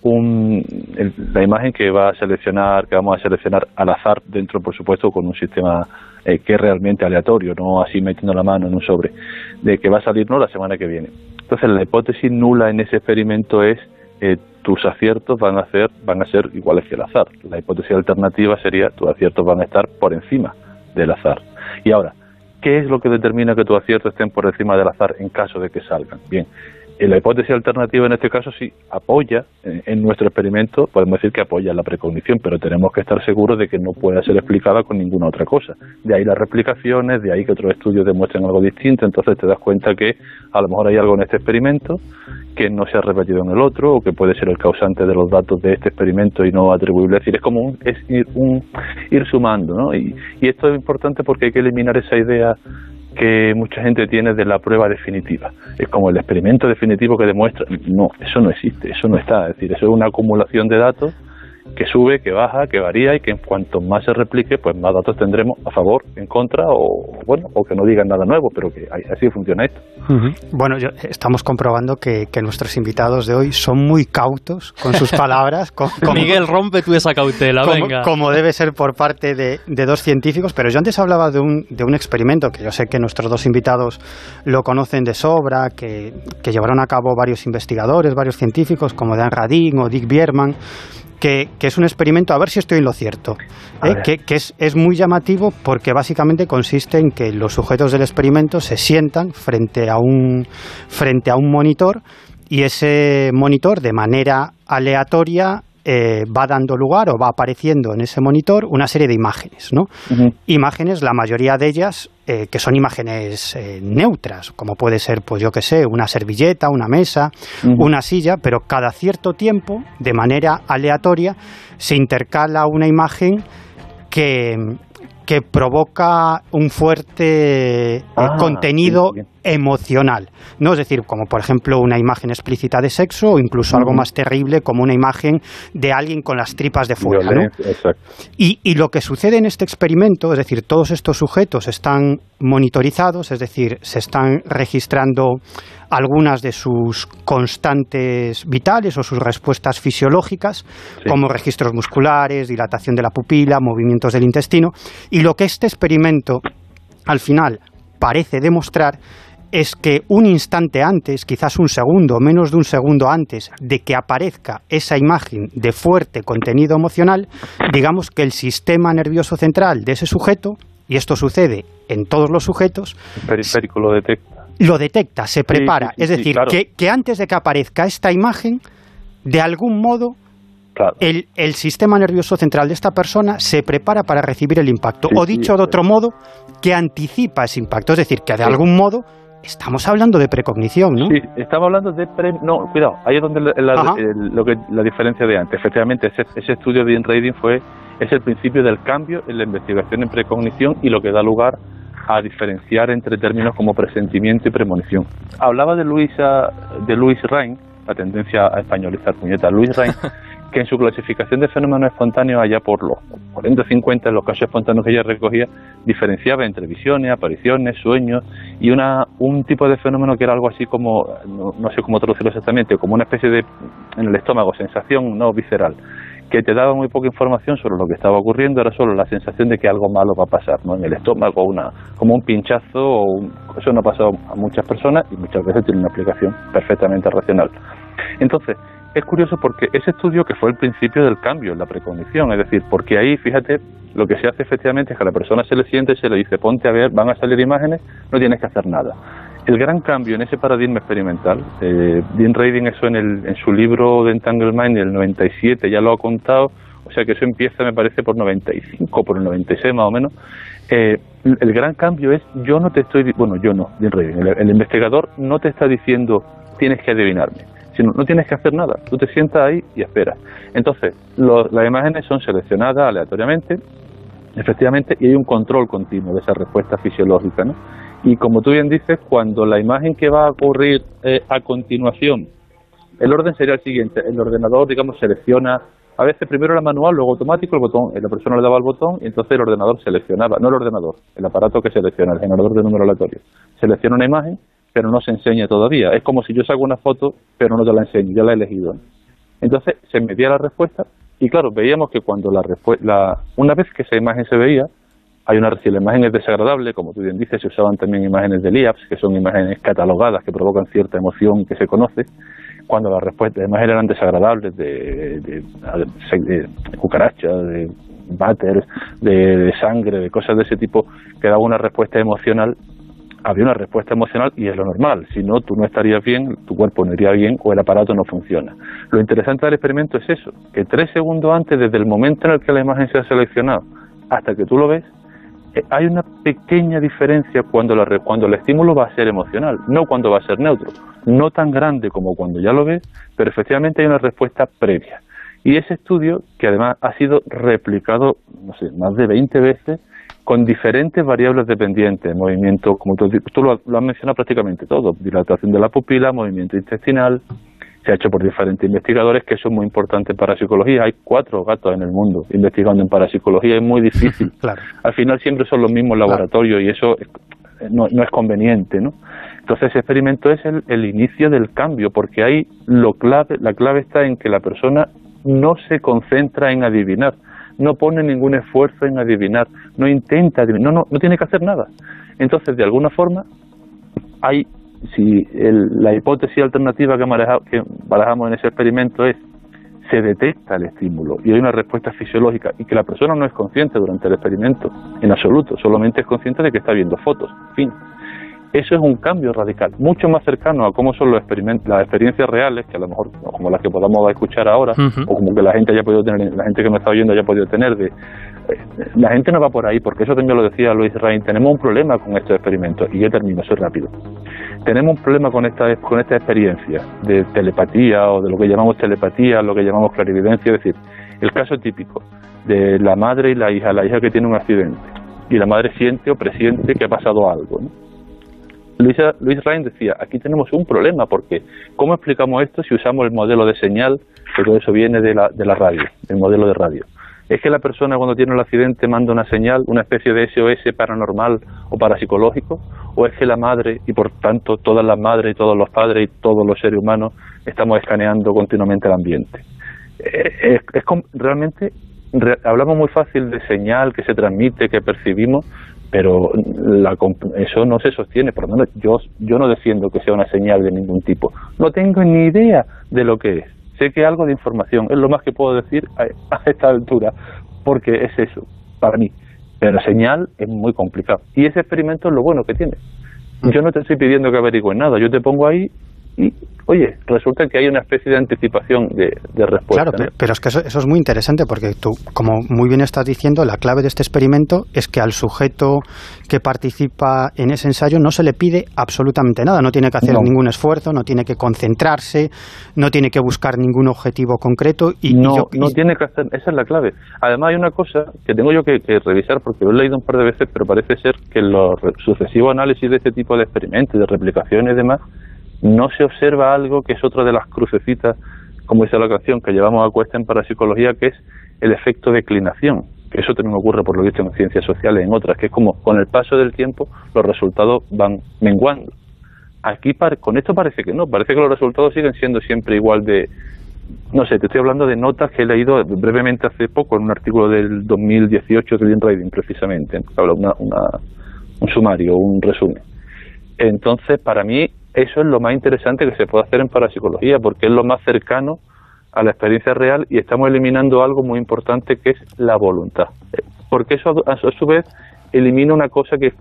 un, el, la imagen que va a seleccionar, que vamos a seleccionar al azar dentro, por supuesto, con un sistema eh, que es realmente aleatorio, no así metiendo la mano en un sobre, de que va a salirnos la semana que viene. Entonces, la hipótesis nula en ese experimento es eh, tus aciertos van a ser van a ser iguales que el azar. La hipótesis alternativa sería tus aciertos van a estar por encima del azar. Y ahora, ¿qué es lo que determina que tus aciertos estén por encima del azar en caso de que salgan? Bien, la hipótesis alternativa en este caso sí apoya, en, en nuestro experimento podemos decir que apoya la precognición, pero tenemos que estar seguros de que no pueda ser explicada con ninguna otra cosa. De ahí las replicaciones, de ahí que otros estudios demuestren algo distinto, entonces te das cuenta que a lo mejor hay algo en este experimento que no se ha repetido en el otro, o que puede ser el causante de los datos de este experimento y no atribuible. Es decir, es como un, es ir, un, ir sumando, ¿no? Y, y esto es importante porque hay que eliminar esa idea que mucha gente tiene de la prueba definitiva. Es como el experimento definitivo que demuestra. No, eso no existe, eso no está. Es decir, eso es una acumulación de datos que sube, que baja, que varía y que en cuanto más se replique, pues más datos tendremos a favor, en contra o bueno, o que no digan nada nuevo, pero que así funciona esto. Uh-huh. Bueno, yo, estamos comprobando que, que nuestros invitados de hoy son muy cautos con sus palabras. con, como, Miguel, rompe tú esa cautela, como, venga. Como debe ser por parte de, de dos científicos, pero yo antes hablaba de un, de un experimento que yo sé que nuestros dos invitados lo conocen de sobra, que, que llevaron a cabo varios investigadores, varios científicos como Dan Radin o Dick Bierman, Que, que es un experimento, a ver si estoy en lo cierto, ¿eh? que, que es, es muy llamativo porque básicamente consiste en que los sujetos del experimento se sientan frente a un, frente a un monitor y ese monitor de manera aleatoria eh, va dando lugar o va apareciendo en ese monitor una serie de imágenes, ¿no? Uh-huh. Imágenes, la mayoría de ellas eh, que son imágenes eh, neutras, como puede ser, pues yo qué sé, una servilleta, una mesa, uh-huh. una silla, pero cada cierto tiempo, de manera aleatoria, se intercala una imagen que, que provoca un fuerte eh, ah, contenido sí, sí. emocional, ¿no? Es decir, como por ejemplo una imagen explícita de sexo o incluso uh-huh. algo más terrible como una imagen de alguien con las tripas de fuera, ¿no? Exacto. Y, y lo que sucede en este experimento, es decir, todos estos sujetos están monitorizados, es decir, se están registrando algunas de sus constantes vitales o sus respuestas fisiológicas, sí. como registros musculares, dilatación de la pupila, movimientos del intestino, y lo que este experimento al final parece demostrar es que un instante antes, quizás un segundo, menos de un segundo antes de que aparezca esa imagen de fuerte contenido emocional, digamos que el sistema nervioso central de ese sujeto, y esto sucede en todos los sujetos, el periférico lo detecta. Lo detecta, se prepara. Sí, sí, sí, es decir, sí, claro. que, que antes de que aparezca esta imagen, de algún modo, claro. el, el sistema nervioso central de esta persona se prepara para recibir el impacto. Sí, o dicho sí, de otro sí. modo, que anticipa ese impacto. Es decir, que de sí. algún modo estamos hablando de precognición, ¿no? Sí, estamos hablando de... Pre... No, cuidado, ahí es donde la, la, el, lo que, la diferencia de antes. Efectivamente, ese, ese estudio de Radin fue es el principio del cambio en la investigación en precognición y lo que da lugar a diferenciar entre términos como presentimiento y premonición. Hablaba de Luisa, de Louis Rhine, la tendencia a españolizar puñeta, Louis Rhine, que en su clasificación de fenómenos espontáneos allá por los cuarenta cincuenta, en los casos espontáneos que ella recogía, diferenciaba entre visiones, apariciones, sueños y una un tipo de fenómeno que era algo así como, no, no sé cómo traducirlo exactamente, como una especie de, en el estómago, sensación no visceral, que te daba muy poca información sobre lo que estaba ocurriendo, era solo la sensación de que algo malo va a pasar, ¿no? En el estómago, una como un pinchazo, o un, eso no ha pasado a muchas personas y muchas veces tiene una aplicación perfectamente racional. Entonces, es curioso porque ese estudio que fue el principio del cambio en la precognición, es decir, porque ahí, fíjate, lo que se hace efectivamente es que a la persona se le siente, se le dice, ponte a ver, van a salir imágenes, no tienes que hacer nada. El gran cambio en ese paradigma experimental, eh, Dean Radin eso en, el, en su libro de Entangled Mind del noventa y siete ya lo ha contado, o sea que eso empieza me parece por noventa y cinco, por el noventa y seis más o menos. Eh, el gran cambio es, yo no te estoy, bueno yo no, Dean Radin, el, el investigador no te está diciendo tienes que adivinarme, sino no tienes que hacer nada, tú te sientas ahí y esperas. Entonces, lo, las imágenes son seleccionadas aleatoriamente, efectivamente, y hay un control continuo de esa respuesta fisiológica, ¿no? Y como tú bien dices, cuando la imagen que va a ocurrir eh, a continuación, el orden sería el siguiente, el ordenador, digamos, selecciona A veces primero era manual, luego automático, el botón, la persona le daba al botón y entonces el ordenador seleccionaba, no el ordenador, el aparato que selecciona, el generador de número aleatorio. Selecciona una imagen, pero no se enseña todavía. Es como si yo saco una foto, pero no te la enseño, ya la he elegido. Entonces se metía la respuesta y claro, veíamos que cuando la respuesta, una vez que esa imagen se veía, hay una, si la imagen es desagradable, como tú bien dices, se usaban también imágenes de L I A P S, que son imágenes catalogadas que provocan cierta emoción que se conoce. Cuando las respuestas además eran desagradables, de, de, de, de cucarachas, de váter, de, de sangre, de cosas de ese tipo, que daba una respuesta emocional, había una respuesta emocional y es lo normal. Si no, tú no estarías bien, tu cuerpo no iría bien o el aparato no funciona. Lo interesante del experimento es eso, que tres segundos antes, desde el momento en el que la imagen se ha seleccionado hasta que tú lo ves, hay una pequeña diferencia cuando, la, cuando el estímulo va a ser emocional, no cuando va a ser neutro. No tan grande como cuando ya lo ves, pero efectivamente hay una respuesta previa. Y ese estudio, que además ha sido replicado, no sé, más de veinte veces, con diferentes variables dependientes, movimiento, como tú, tú lo, lo has mencionado prácticamente todo, dilatación de la pupila, movimiento intestinal, se ha hecho por diferentes investigadores, que eso es muy importante para psicología. Hay cuatro gatos en el mundo investigando en parapsicología, es muy difícil. Claro. Al final siempre son los mismos laboratorios, claro, y eso no, no es conveniente, ¿no? Entonces ese experimento es el, el inicio del cambio, porque ahí lo clave, la clave está en que la persona no se concentra en adivinar, no pone ningún esfuerzo en adivinar, no intenta adivinar, no, no, no tiene que hacer nada. Entonces, de alguna forma, hay, si el, la hipótesis alternativa que, maneja, que barajamos en ese experimento es, se detecta el estímulo y hay una respuesta fisiológica y que la persona no es consciente durante el experimento, en absoluto, solamente es consciente de que está viendo fotos, en fin. Eso es un cambio radical, mucho más cercano a cómo son los experimentos, las experiencias reales, que a lo mejor como las que podamos escuchar ahora, uh-huh, o como que la gente haya podido tener, la gente que me está oyendo haya podido tener, de la gente no va por ahí, porque eso también lo decía Louise Rain, tenemos un problema con estos experimentos, y yo termino, soy rápido. Tenemos un problema con esta, con esta experiencia de telepatía, o de lo que llamamos telepatía, lo que llamamos clarividencia, es decir, el caso típico de la madre y la hija, la hija que tiene un accidente, y la madre siente o presiente que ha pasado algo, ¿no? Luisa, Louise Rain decía, aquí tenemos un problema, porque ¿cómo explicamos esto si usamos el modelo de señal, que todo eso viene de la, de la radio, del modelo de radio? ¿Es que la persona cuando tiene el accidente manda una señal, una especie de S O S paranormal o parapsicológico? ¿O es que la madre, y por tanto todas las madres y todos los padres y todos los seres humanos, estamos escaneando continuamente el ambiente? Es, es, es realmente, re, hablamos muy fácil de señal que se transmite, que percibimos, pero la, eso no se sostiene, por lo menos yo, yo no defiendo que sea una señal de ningún tipo. No tengo ni idea de lo que es. Sé que algo de información es lo más que puedo decir a, a esta altura, porque es eso, para mí. Pero señal es muy complicado. Y ese experimento es lo bueno que tiene. Yo no te estoy pidiendo que averigües nada, yo te pongo ahí y, oye, resulta que hay una especie de anticipación de, de respuesta. Claro, ¿no? pero, pero es que eso, eso es muy interesante, porque tú, como muy bien estás diciendo, la clave de este experimento es que al sujeto que participa en ese ensayo no se le pide absolutamente nada, no tiene que hacer no. ningún esfuerzo, no tiene que concentrarse, no tiene que buscar ningún objetivo concreto. Y, no, y yo, no y... tiene que hacer, esa es la clave. Además hay una cosa que tengo yo que, que revisar, porque lo he leído un par de veces, pero parece ser que en los sucesivos análisis de este tipo de experimentos, de replicaciones y demás, no se observa algo que es otra de las crucecitas, como dice la canción, que llevamos a cuesta en parapsicología, que es el efecto declinación, que eso también ocurre por lo visto en ciencias sociales, en otras, que es como con el paso del tiempo los resultados van menguando. Aquí con esto parece que no, parece que los resultados siguen siendo siempre igual de, no sé, te estoy hablando de notas que he leído brevemente hace poco en un artículo del dos mil dieciocho de Lynn Reading, precisamente, habla una, una, un sumario, un resumen. Entonces, para mí, eso es lo más interesante que se puede hacer en parapsicología, porque es lo más cercano a la experiencia real y estamos eliminando algo muy importante, que es la voluntad. Porque eso, a su vez, elimina una cosa que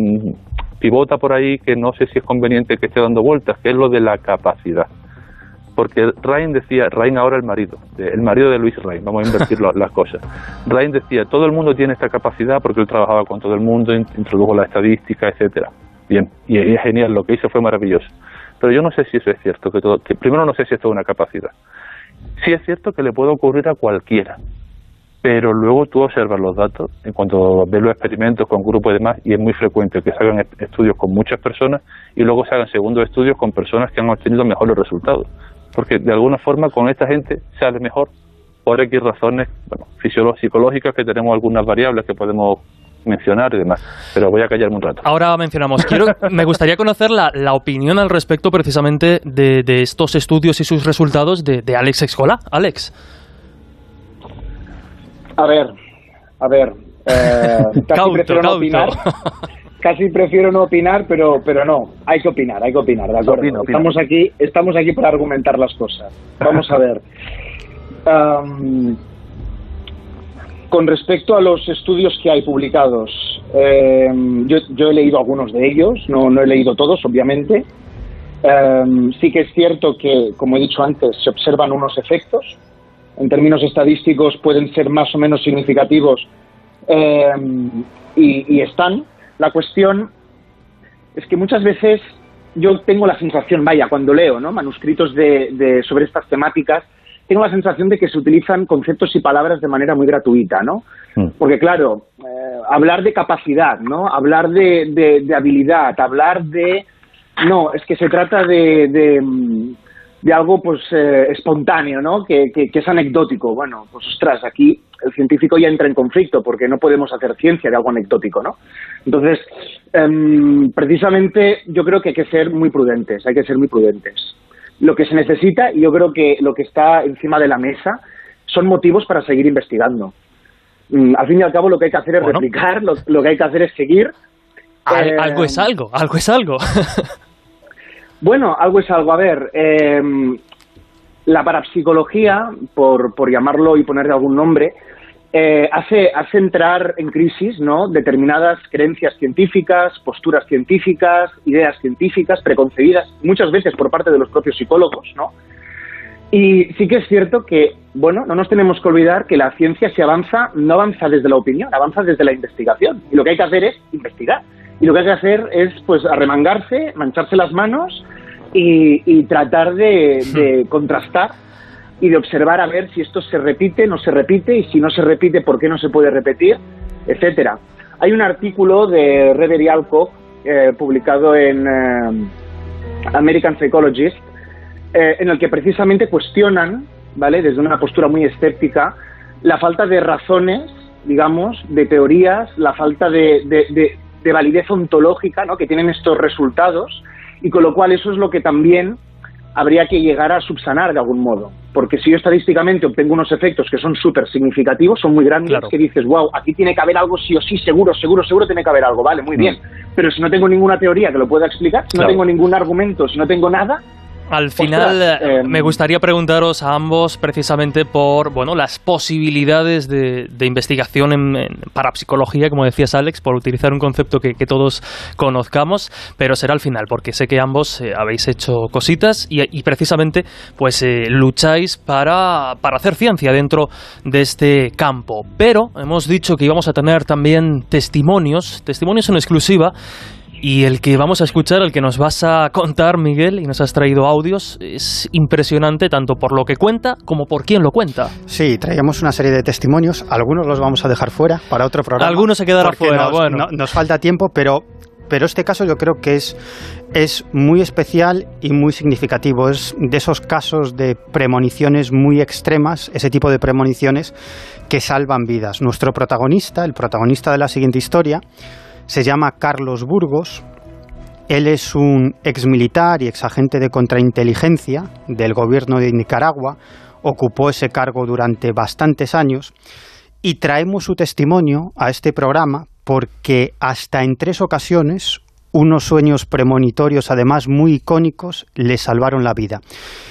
pivota por ahí, que no sé si es conveniente que esté dando vueltas, que es lo de la capacidad. Porque Rain decía, Rain ahora el marido, el marido de Louise Rain, vamos a invertir las cosas. Rain decía, todo el mundo tiene esta capacidad porque él trabajaba con todo el mundo, introdujo la estadística, etcétera. Bien, y es genial, lo que hizo fue maravilloso. Pero yo no sé si eso es cierto, que, todo, que primero no sé si esto es una capacidad. Sí es cierto que le puede ocurrir a cualquiera, pero luego tú observas los datos, en cuanto ves los experimentos con grupos y demás, y es muy frecuente que se hagan estudios con muchas personas y luego se hagan segundos estudios con personas que han obtenido mejores resultados. Porque de alguna forma con esta gente sale mejor por X razones, bueno, fisiológicas, psicológicas, que tenemos algunas variables que podemos mencionar y demás, pero voy a callarme un rato. Ahora mencionamos. Quiero, me gustaría conocer la, la opinión al respecto precisamente de, de estos estudios y sus resultados de, de Alex Escola. Alex. A ver, a ver, eh, casi cauto, prefiero no cauto. opinar, casi prefiero no opinar, pero pero no, hay que opinar, hay que opinar, de acuerdo. Opina, opina. Estamos aquí, estamos aquí para argumentar las cosas. Vamos a ver. Um, con respecto a los estudios que hay publicados, eh, yo, yo he leído algunos de ellos, no, no he leído todos, obviamente. Um, sí que es cierto que, como he dicho antes, se observan unos efectos. En términos estadísticos pueden ser más o menos significativos eh, y, y están. La cuestión es que muchas veces yo tengo la sensación, vaya, cuando leo, ¿no?, manuscritos de, de, sobre estas temáticas, tengo la sensación de que se utilizan conceptos y palabras de manera muy gratuita, ¿no? Mm. Porque, claro, eh, hablar de capacidad, ¿no?, hablar de, de, de habilidad, hablar de... No, es que se trata de... de de algo pues eh, espontáneo, ¿no?, que, que, que es anecdótico. Bueno, pues ostras, aquí el científico ya entra en conflicto porque no podemos hacer ciencia de algo anecdótico, ¿no? Entonces, eh, precisamente yo creo que hay que ser muy prudentes, hay que ser muy prudentes. Lo que se necesita, y yo creo que lo que está encima de la mesa, son motivos para seguir investigando. Mm, al fin y al cabo lo que hay que hacer es bueno. replicar, lo, lo que hay que hacer es seguir. Al, eh, algo es algo, algo es algo. Bueno, algo es algo. A ver, eh, la parapsicología, por, por llamarlo y ponerle algún nombre, eh, hace, hace entrar en crisis, ¿no?, determinadas creencias científicas, posturas científicas, ideas científicas preconcebidas, muchas veces por parte de los propios psicólogos, ¿no? Y sí que es cierto que, bueno, no nos tenemos que olvidar que la ciencia, si avanza, no avanza desde la opinión, avanza desde la investigación. Y lo que hay que hacer es investigar. Y lo que hay que hacer es, pues, arremangarse, mancharse las manos y, y tratar de, de contrastar y de observar a ver si esto se repite, no se repite, y si no se repite, por qué no se puede repetir, etcétera. Hay un artículo de Rever y Alcock, eh, publicado en eh, American Psychologist, eh, en el que precisamente cuestionan, ¿vale?, desde una postura muy escéptica, la falta de razones, digamos, de teorías, la falta de... de, de de validez ontológica, ¿no?, que tienen estos resultados, y con lo cual eso es lo que también habría que llegar a subsanar de algún modo, porque si yo estadísticamente obtengo unos efectos que son súper significativos, son muy grandes, claro, que dices, wow, aquí tiene que haber algo sí o sí, seguro, seguro, seguro tiene que haber algo, vale, muy mm. bien, pero si no tengo ninguna teoría que lo pueda explicar, si claro. no tengo ningún argumento, si no tengo nada... Al final, Ostras, eh, me gustaría preguntaros a ambos precisamente por, bueno, las posibilidades de, de investigación en, en parapsicología, como decías, Alex, por utilizar un concepto que, que todos conozcamos, pero será al final, porque sé que ambos eh, habéis hecho cositas y, y precisamente pues eh, lucháis para, para hacer ciencia dentro de este campo. Pero hemos dicho que íbamos a tener también testimonios, testimonios en exclusiva. Y el que vamos a escuchar, el que nos vas a contar, Miguel, y nos has traído audios, es impresionante tanto por lo que cuenta como por quién lo cuenta. Sí, traíamos una serie de testimonios, algunos los vamos a dejar fuera para otro programa. Algunos se quedará fuera, nos, bueno. No, nos falta tiempo, pero, pero este caso yo creo que es, es muy especial y muy significativo. Es de esos casos de premoniciones muy extremas, ese tipo de premoniciones que salvan vidas. Nuestro protagonista, el protagonista de la siguiente historia, se llama Carlos Burgos. Él es un exmilitar y exagente de contrainteligencia del gobierno de Nicaragua. Ocupó ese cargo durante bastantes años y traemos su testimonio a este programa porque hasta en tres ocasiones unos sueños premonitorios, además muy icónicos, le salvaron la vida.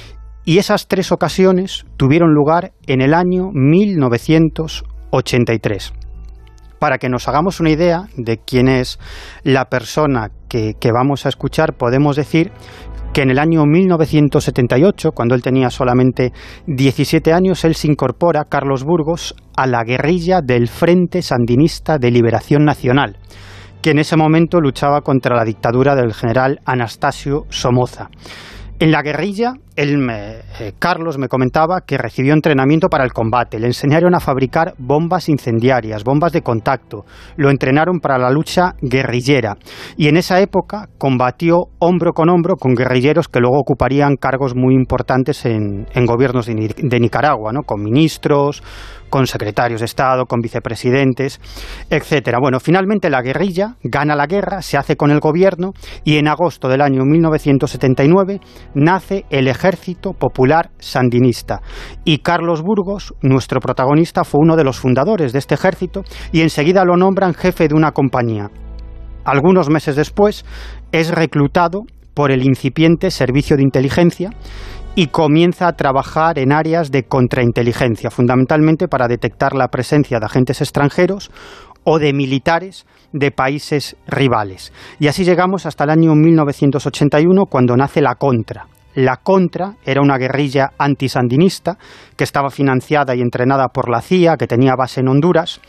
Y esas tres ocasiones tuvieron lugar en el año mil novecientos ochenta y tres. Para que nos hagamos una idea de quién es la persona que, que vamos a escuchar, podemos decir que en el año mil novecientos setenta y ocho, cuando él tenía solamente diecisiete años, él se incorpora, Carlos Burgos, a la guerrilla del Frente Sandinista de Liberación Nacional, que en ese momento luchaba contra la dictadura del general Anastasio Somoza. En la guerrilla él me, eh, Carlos me comentaba que recibió entrenamiento para el combate, le enseñaron a fabricar bombas incendiarias, bombas de contacto, lo entrenaron para la lucha guerrillera y en esa época combatió hombro con hombro con guerrilleros que luego ocuparían cargos muy importantes en, en gobiernos de, de Nicaragua, ¿no? Con ministros, con secretarios de Estado, con vicepresidentes, etcétera. Bueno, finalmente la guerrilla gana la guerra, se hace con el gobierno y en agosto del año mil novecientos setenta y nueve nace el Ejército Popular Sandinista. Y Carlos Burgos, nuestro protagonista, fue uno de los fundadores de este ejército y enseguida lo nombran jefe de una compañía. Algunos meses después es reclutado por el incipiente Servicio de Inteligencia y comienza a trabajar en áreas de contrainteligencia, fundamentalmente para detectar la presencia de agentes extranjeros o de militares de países rivales. Y así llegamos hasta el año mil novecientos ochenta y uno, cuando nace la Contra. La Contra era una guerrilla antisandinista que estaba financiada y entrenada por la C I A, que tenía base en Honduras,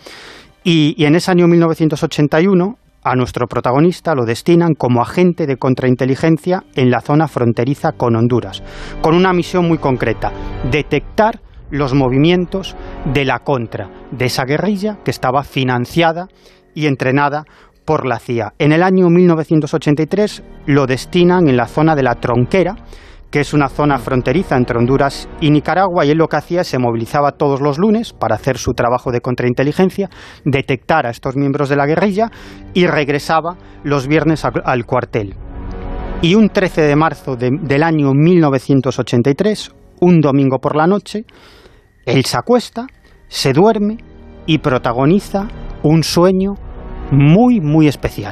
y, y en ese año mil novecientos ochenta y uno a nuestro protagonista lo destinan como agente de contrainteligencia en la zona fronteriza con Honduras, con una misión muy concreta: detectar los movimientos de la Contra, de esa guerrilla que estaba financiada y entrenada por la C I A. En el año mil novecientos ochenta y tres lo destinan en la zona de la Tronquera, que es una zona fronteriza entre Honduras y Nicaragua, y él lo que hacía es se movilizaba todos los lunes para hacer su trabajo de contrainteligencia, detectar a estos miembros de la guerrilla y regresaba los viernes al, al cuartel. Y un trece de marzo de, del año mil novecientos ochenta y tres, un domingo por la noche, él se acuesta, se duerme y protagoniza un sueño muy, muy especial.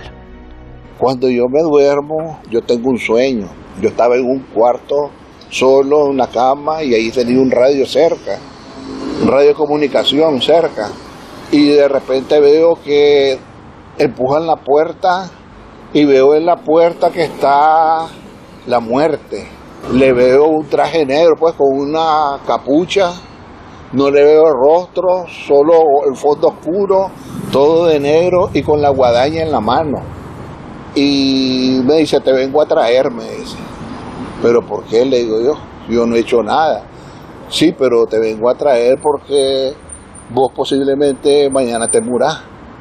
Cuando yo me duermo, yo tengo un sueño. Yo estaba en un cuarto solo, en una cama, y ahí tenía un radio cerca, un radio de comunicación cerca. Y de repente veo que empujan la puerta y veo en la puerta que está la muerte. Le veo un traje negro, pues con una capucha, no le veo el rostro, solo el fondo oscuro, todo de negro y con la guadaña en la mano. Y me dice, te vengo a traer, me dice. ¿Pero por qué? Le digo yo, yo no he hecho nada. Sí, pero te vengo a traer porque vos posiblemente mañana te murás.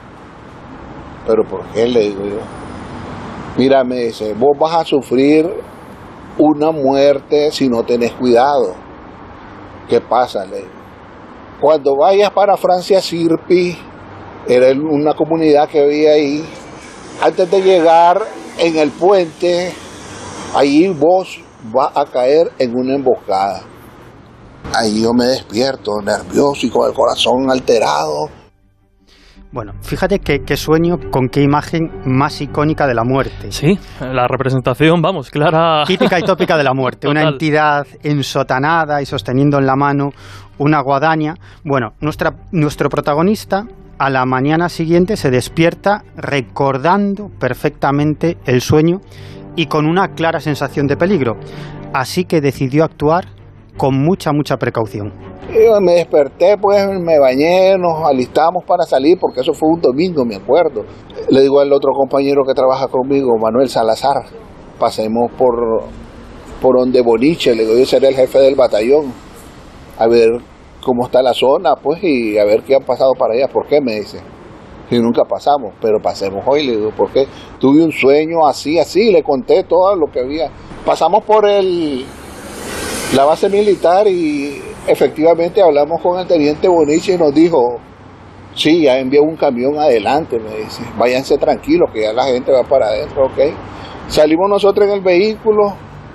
¿Pero por qué? Le digo yo. Mira, me dice, vos vas a sufrir una muerte si no tenés cuidado. ¿Qué pasa? Le digo. Cuando vayas para Francia Sirpi, era una comunidad que había ahí, antes de llegar en el puente, ahí vos vas a caer en una emboscada. Ahí yo me despierto, nervioso y con el corazón alterado. Bueno, fíjate qué, qué sueño, con qué imagen más icónica de la muerte. Sí, la representación, vamos, clara. Típica y tópica de la muerte. Total. Una entidad ensotanada y sosteniendo en la mano una guadaña. Bueno, nuestra, nuestro protagonista a la mañana siguiente se despierta recordando perfectamente el sueño y con una clara sensación de peligro. Así que decidió actuar con mucha, mucha precaución. Yo me desperté, pues me bañé, nos alistamos para salir, porque eso fue un domingo, me acuerdo. Le digo al otro compañero que trabaja conmigo, Manuel Salazar, pasemos por, por donde Boliche, le digo, yo seré el jefe del batallón, a ver cómo está la zona, pues, y a ver qué han pasado para allá. ¿Por qué? Me dice. Y nunca pasamos, pero pasemos hoy, le digo, porque tuve un sueño así, así, le conté todo lo que había. Pasamos por el la base militar y efectivamente hablamos con el teniente Boniche y nos dijo, sí, ya envió un camión adelante, me dice, váyanse tranquilos que ya la gente va para adentro, ok. Salimos nosotros en el vehículo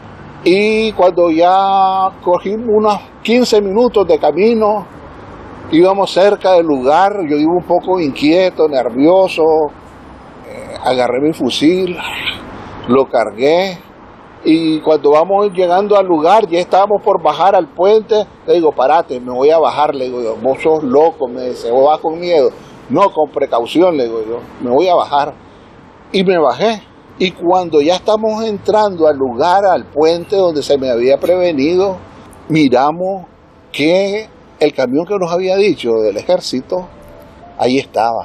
y cuando ya cogimos unos quince minutos de camino, íbamos cerca del lugar, yo iba un poco inquieto, nervioso, eh, agarré mi fusil, lo cargué, y cuando vamos llegando al lugar, ya estábamos por bajar al puente, le digo, parate, me voy a bajar, le digo yo, vos sos loco, me dice, vos vas con miedo, no, con precaución, le digo yo, me voy a bajar, y me bajé, y cuando ya estamos entrando al lugar, al puente donde se me había prevenido, miramos que el camión que nos había dicho del ejército, ahí estaba,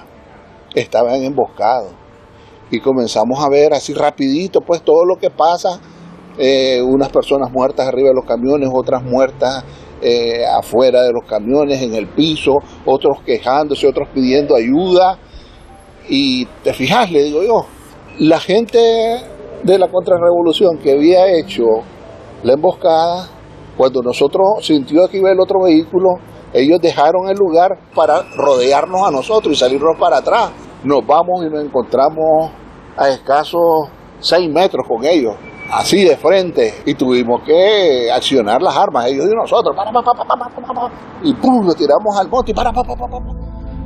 estaban emboscados. Y comenzamos a ver así rapidito, pues todo lo que pasa eh, unas personas muertas arriba de los camiones, otras muertas eh, afuera de los camiones, en el piso, otros quejándose, otros pidiendo ayuda. Y te fijas, le digo yo, la gente de la contrarrevolución que había hecho la emboscada, cuando nosotros sintió que iba el otro vehículo, ellos dejaron el lugar para rodearnos a nosotros y salirnos para atrás. Nos vamos y nos encontramos a escasos seis metros con ellos, así de frente, y tuvimos que accionar las armas, ellos y nosotros, para, para, para, para, para, para, y pum, lo tiramos al monte y para, para, para, para.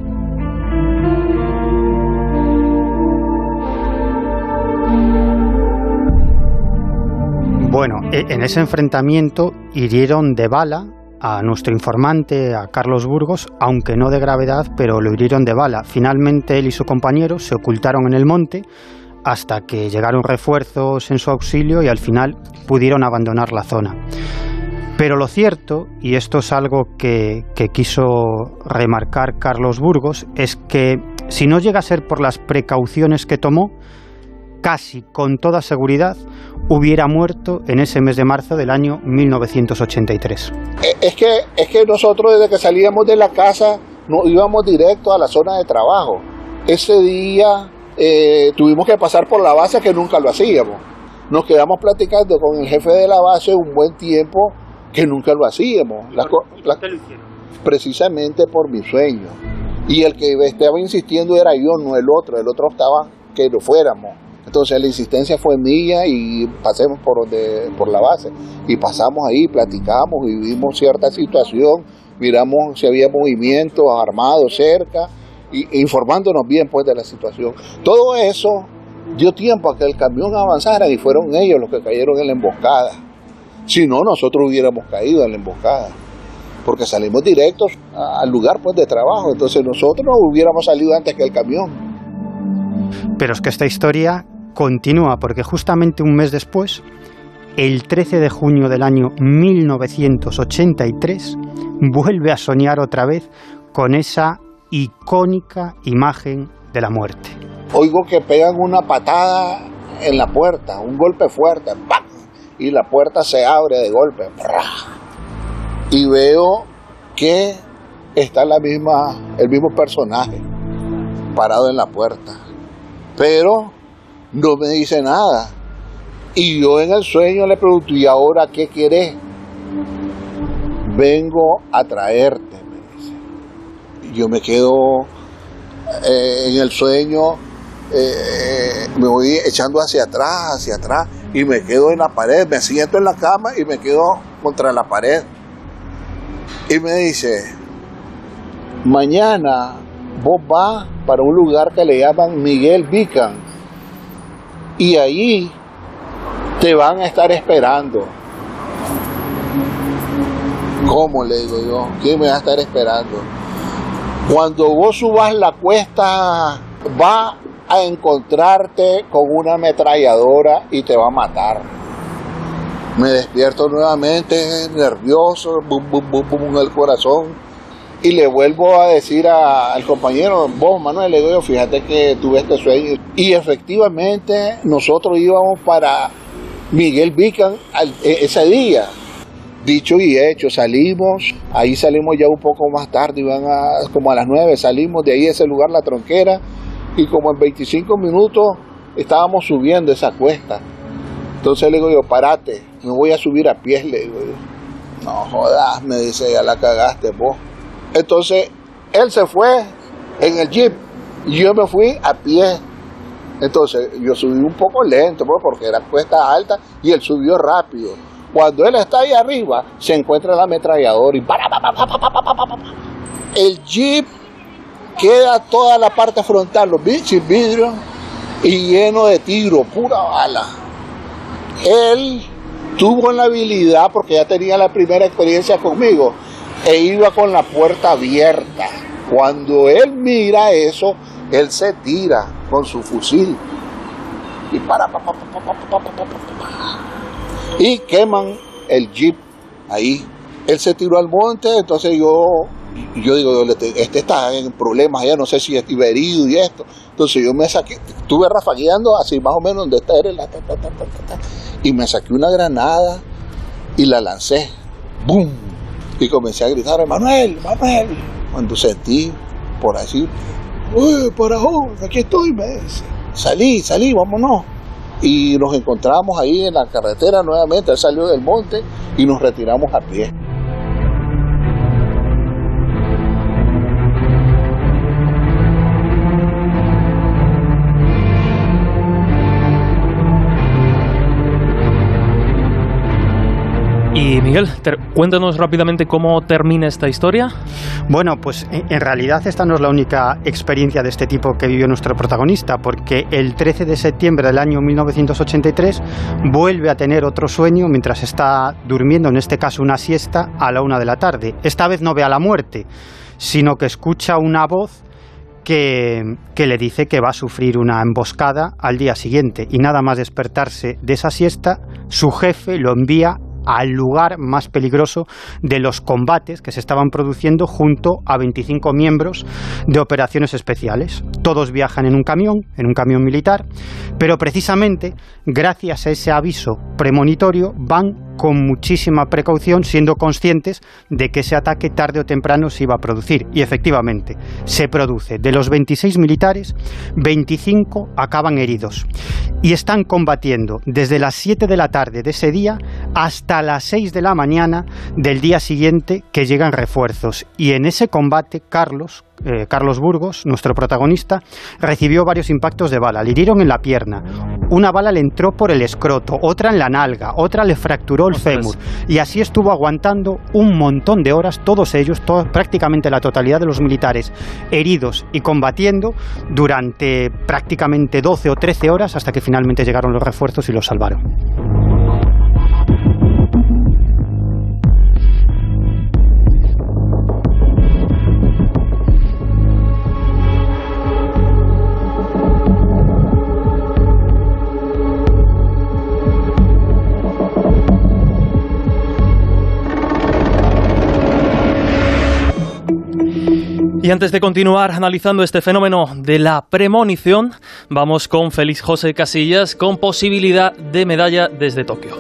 Bueno, en ese enfrentamiento hirieron de bala a nuestro informante, a Carlos Burgos, aunque no de gravedad, pero lo hirieron de bala. Finalmente él y su compañero se ocultaron en el monte hasta que llegaron refuerzos en su auxilio y al final pudieron abandonar la zona. Pero lo cierto, y esto es algo que, que quiso remarcar Carlos Burgos, es que si no llega a ser por las precauciones que tomó, casi con toda seguridad hubiera muerto en ese mes de marzo del año mil novecientos ochenta y tres. Es que, es que nosotros desde que salíamos de la casa nos íbamos directo a la zona de trabajo. Ese día eh, tuvimos que pasar por la base, que nunca lo hacíamos. Nos quedamos platicando con el jefe de la base un buen tiempo, que nunca lo hacíamos. La, la, precisamente por mi sueño. Y el que estaba insistiendo era yo, no el otro. El otro estaba que lo fuéramos. Entonces la insistencia fue mía y pasemos por donde, por la base. Y pasamos ahí, platicamos, vivimos cierta situación, miramos si había movimientos armados cerca, y, informándonos bien pues de la situación. Todo eso dio tiempo a que el camión avanzara y fueron ellos los que cayeron en la emboscada. Si no, nosotros hubiéramos caído en la emboscada, porque salimos directos al lugar pues de trabajo. Entonces nosotros no hubiéramos salido antes que el camión. Pero es que esta historia continúa, porque justamente un mes después, el trece de junio del año mil novecientos ochenta y tres, vuelve a soñar otra vez con esa icónica imagen de la muerte. Oigo que pegan una patada en la puerta, un golpe fuerte, ¡pam!, y la puerta se abre de golpe, ¡prah!, y veo que está la misma, el mismo personaje parado en la puerta, pero no me dice nada. Y yo en el sueño le pregunto, ¿y ahora qué querés? Vengo a traerte, me dice. Y yo me quedo eh, en el sueño, eh, me voy echando hacia atrás, hacia atrás, y me quedo en la pared, me siento en la cama y me quedo contra la pared. Y me dice, mañana vos vas para un lugar que le llaman Miguel Vican, y allí te van a estar esperando. ¿Cómo? Le digo yo, ¿quién me va a estar esperando? Cuando vos subas la cuesta, va a encontrarte con una ametralladora y te va a matar. Me despierto nuevamente, nervioso, bum, bum, bum, bum, en el corazón. Y le vuelvo a decir a, al compañero, vos, Manuel, le digo yo, fíjate que tuve este sueño. Y efectivamente nosotros íbamos para Miguel Vican al, ese día. Dicho y hecho, salimos, ahí salimos ya un poco más tarde, iban a, como a las nueve, salimos de ahí a ese lugar, La Tronquera, y como en veinticinco minutos estábamos subiendo esa cuesta. Entonces le digo yo, parate, me voy a subir a pie, le digo yo. No jodas, me dice, ya la cagaste vos. Entonces, él se fue en el jeep y yo me fui a pie. Entonces, yo subí un poco lento, pues, porque era cuesta alta, y él subió rápido. Cuando él está ahí arriba, se encuentra el ametrallador y para, para, para, para, para, para, para. El jeep queda toda la parte frontal, los sin vidrio, y lleno de tiro, pura bala. Él tuvo la habilidad, porque ya tenía la primera experiencia conmigo, e iba con la puerta abierta. Cuando él mira eso, él se tira con su fusil y para pa, pa, pa, pa, pa, pa, pa, pa, y queman el jeep ahí. Él se tiró al monte. Entonces yo yo digo, este está en problemas allá, no sé si está herido y esto. Entonces yo me saqué, estuve rafagueando así más o menos donde está él, y me saqué una granada y la lancé. ¡Bum! Y comencé a gritar, Manuel, Manuel. Cuando sentí por así, ¡uy, Parajón, aquí estoy! Me dice. Salí, salí, vámonos. Y nos encontramos ahí en la carretera nuevamente, él salió del monte y nos retiramos a pie. Y Miguel, cuéntanos rápidamente cómo termina esta historia. Bueno, pues en realidad esta no es la única experiencia de este tipo que vivió nuestro protagonista, porque el trece de septiembre del año mil novecientos ochenta y tres vuelve a tener otro sueño mientras está durmiendo, en este caso una siesta, a la una de la tarde. Esta vez no ve a la muerte, sino que escucha una voz que, que le dice que va a sufrir una emboscada al día siguiente, y nada más despertarse de esa siesta, su jefe lo envía al lugar más peligroso de los combates que se estaban produciendo junto a veinticinco miembros de operaciones especiales. Todos viajan en un camión, en un camión militar, pero precisamente gracias a ese aviso premonitorio van con muchísima precaución, siendo conscientes de que ese ataque tarde o temprano se iba a producir. Y efectivamente, se produce. De los veintiséis militares, veinticinco acaban heridos. Y están combatiendo desde las siete de la tarde de ese día hasta las seis de la mañana del día siguiente, que llegan refuerzos. Y en ese combate, Carlos, eh, Carlos Burgos, nuestro protagonista, recibió varios impactos de bala. Le hirieron en la pierna. Una bala le entró por el escroto, otra en la nalga, otra le fracturó el fémur, y así estuvo aguantando un montón de horas, todos ellos, todo, prácticamente la totalidad de los militares heridos y combatiendo durante prácticamente doce o trece horas, hasta que finalmente llegaron los refuerzos y los salvaron. Y antes de continuar analizando este fenómeno de la premonición, vamos con Félix José Casillas con posibilidad de medalla desde Tokio.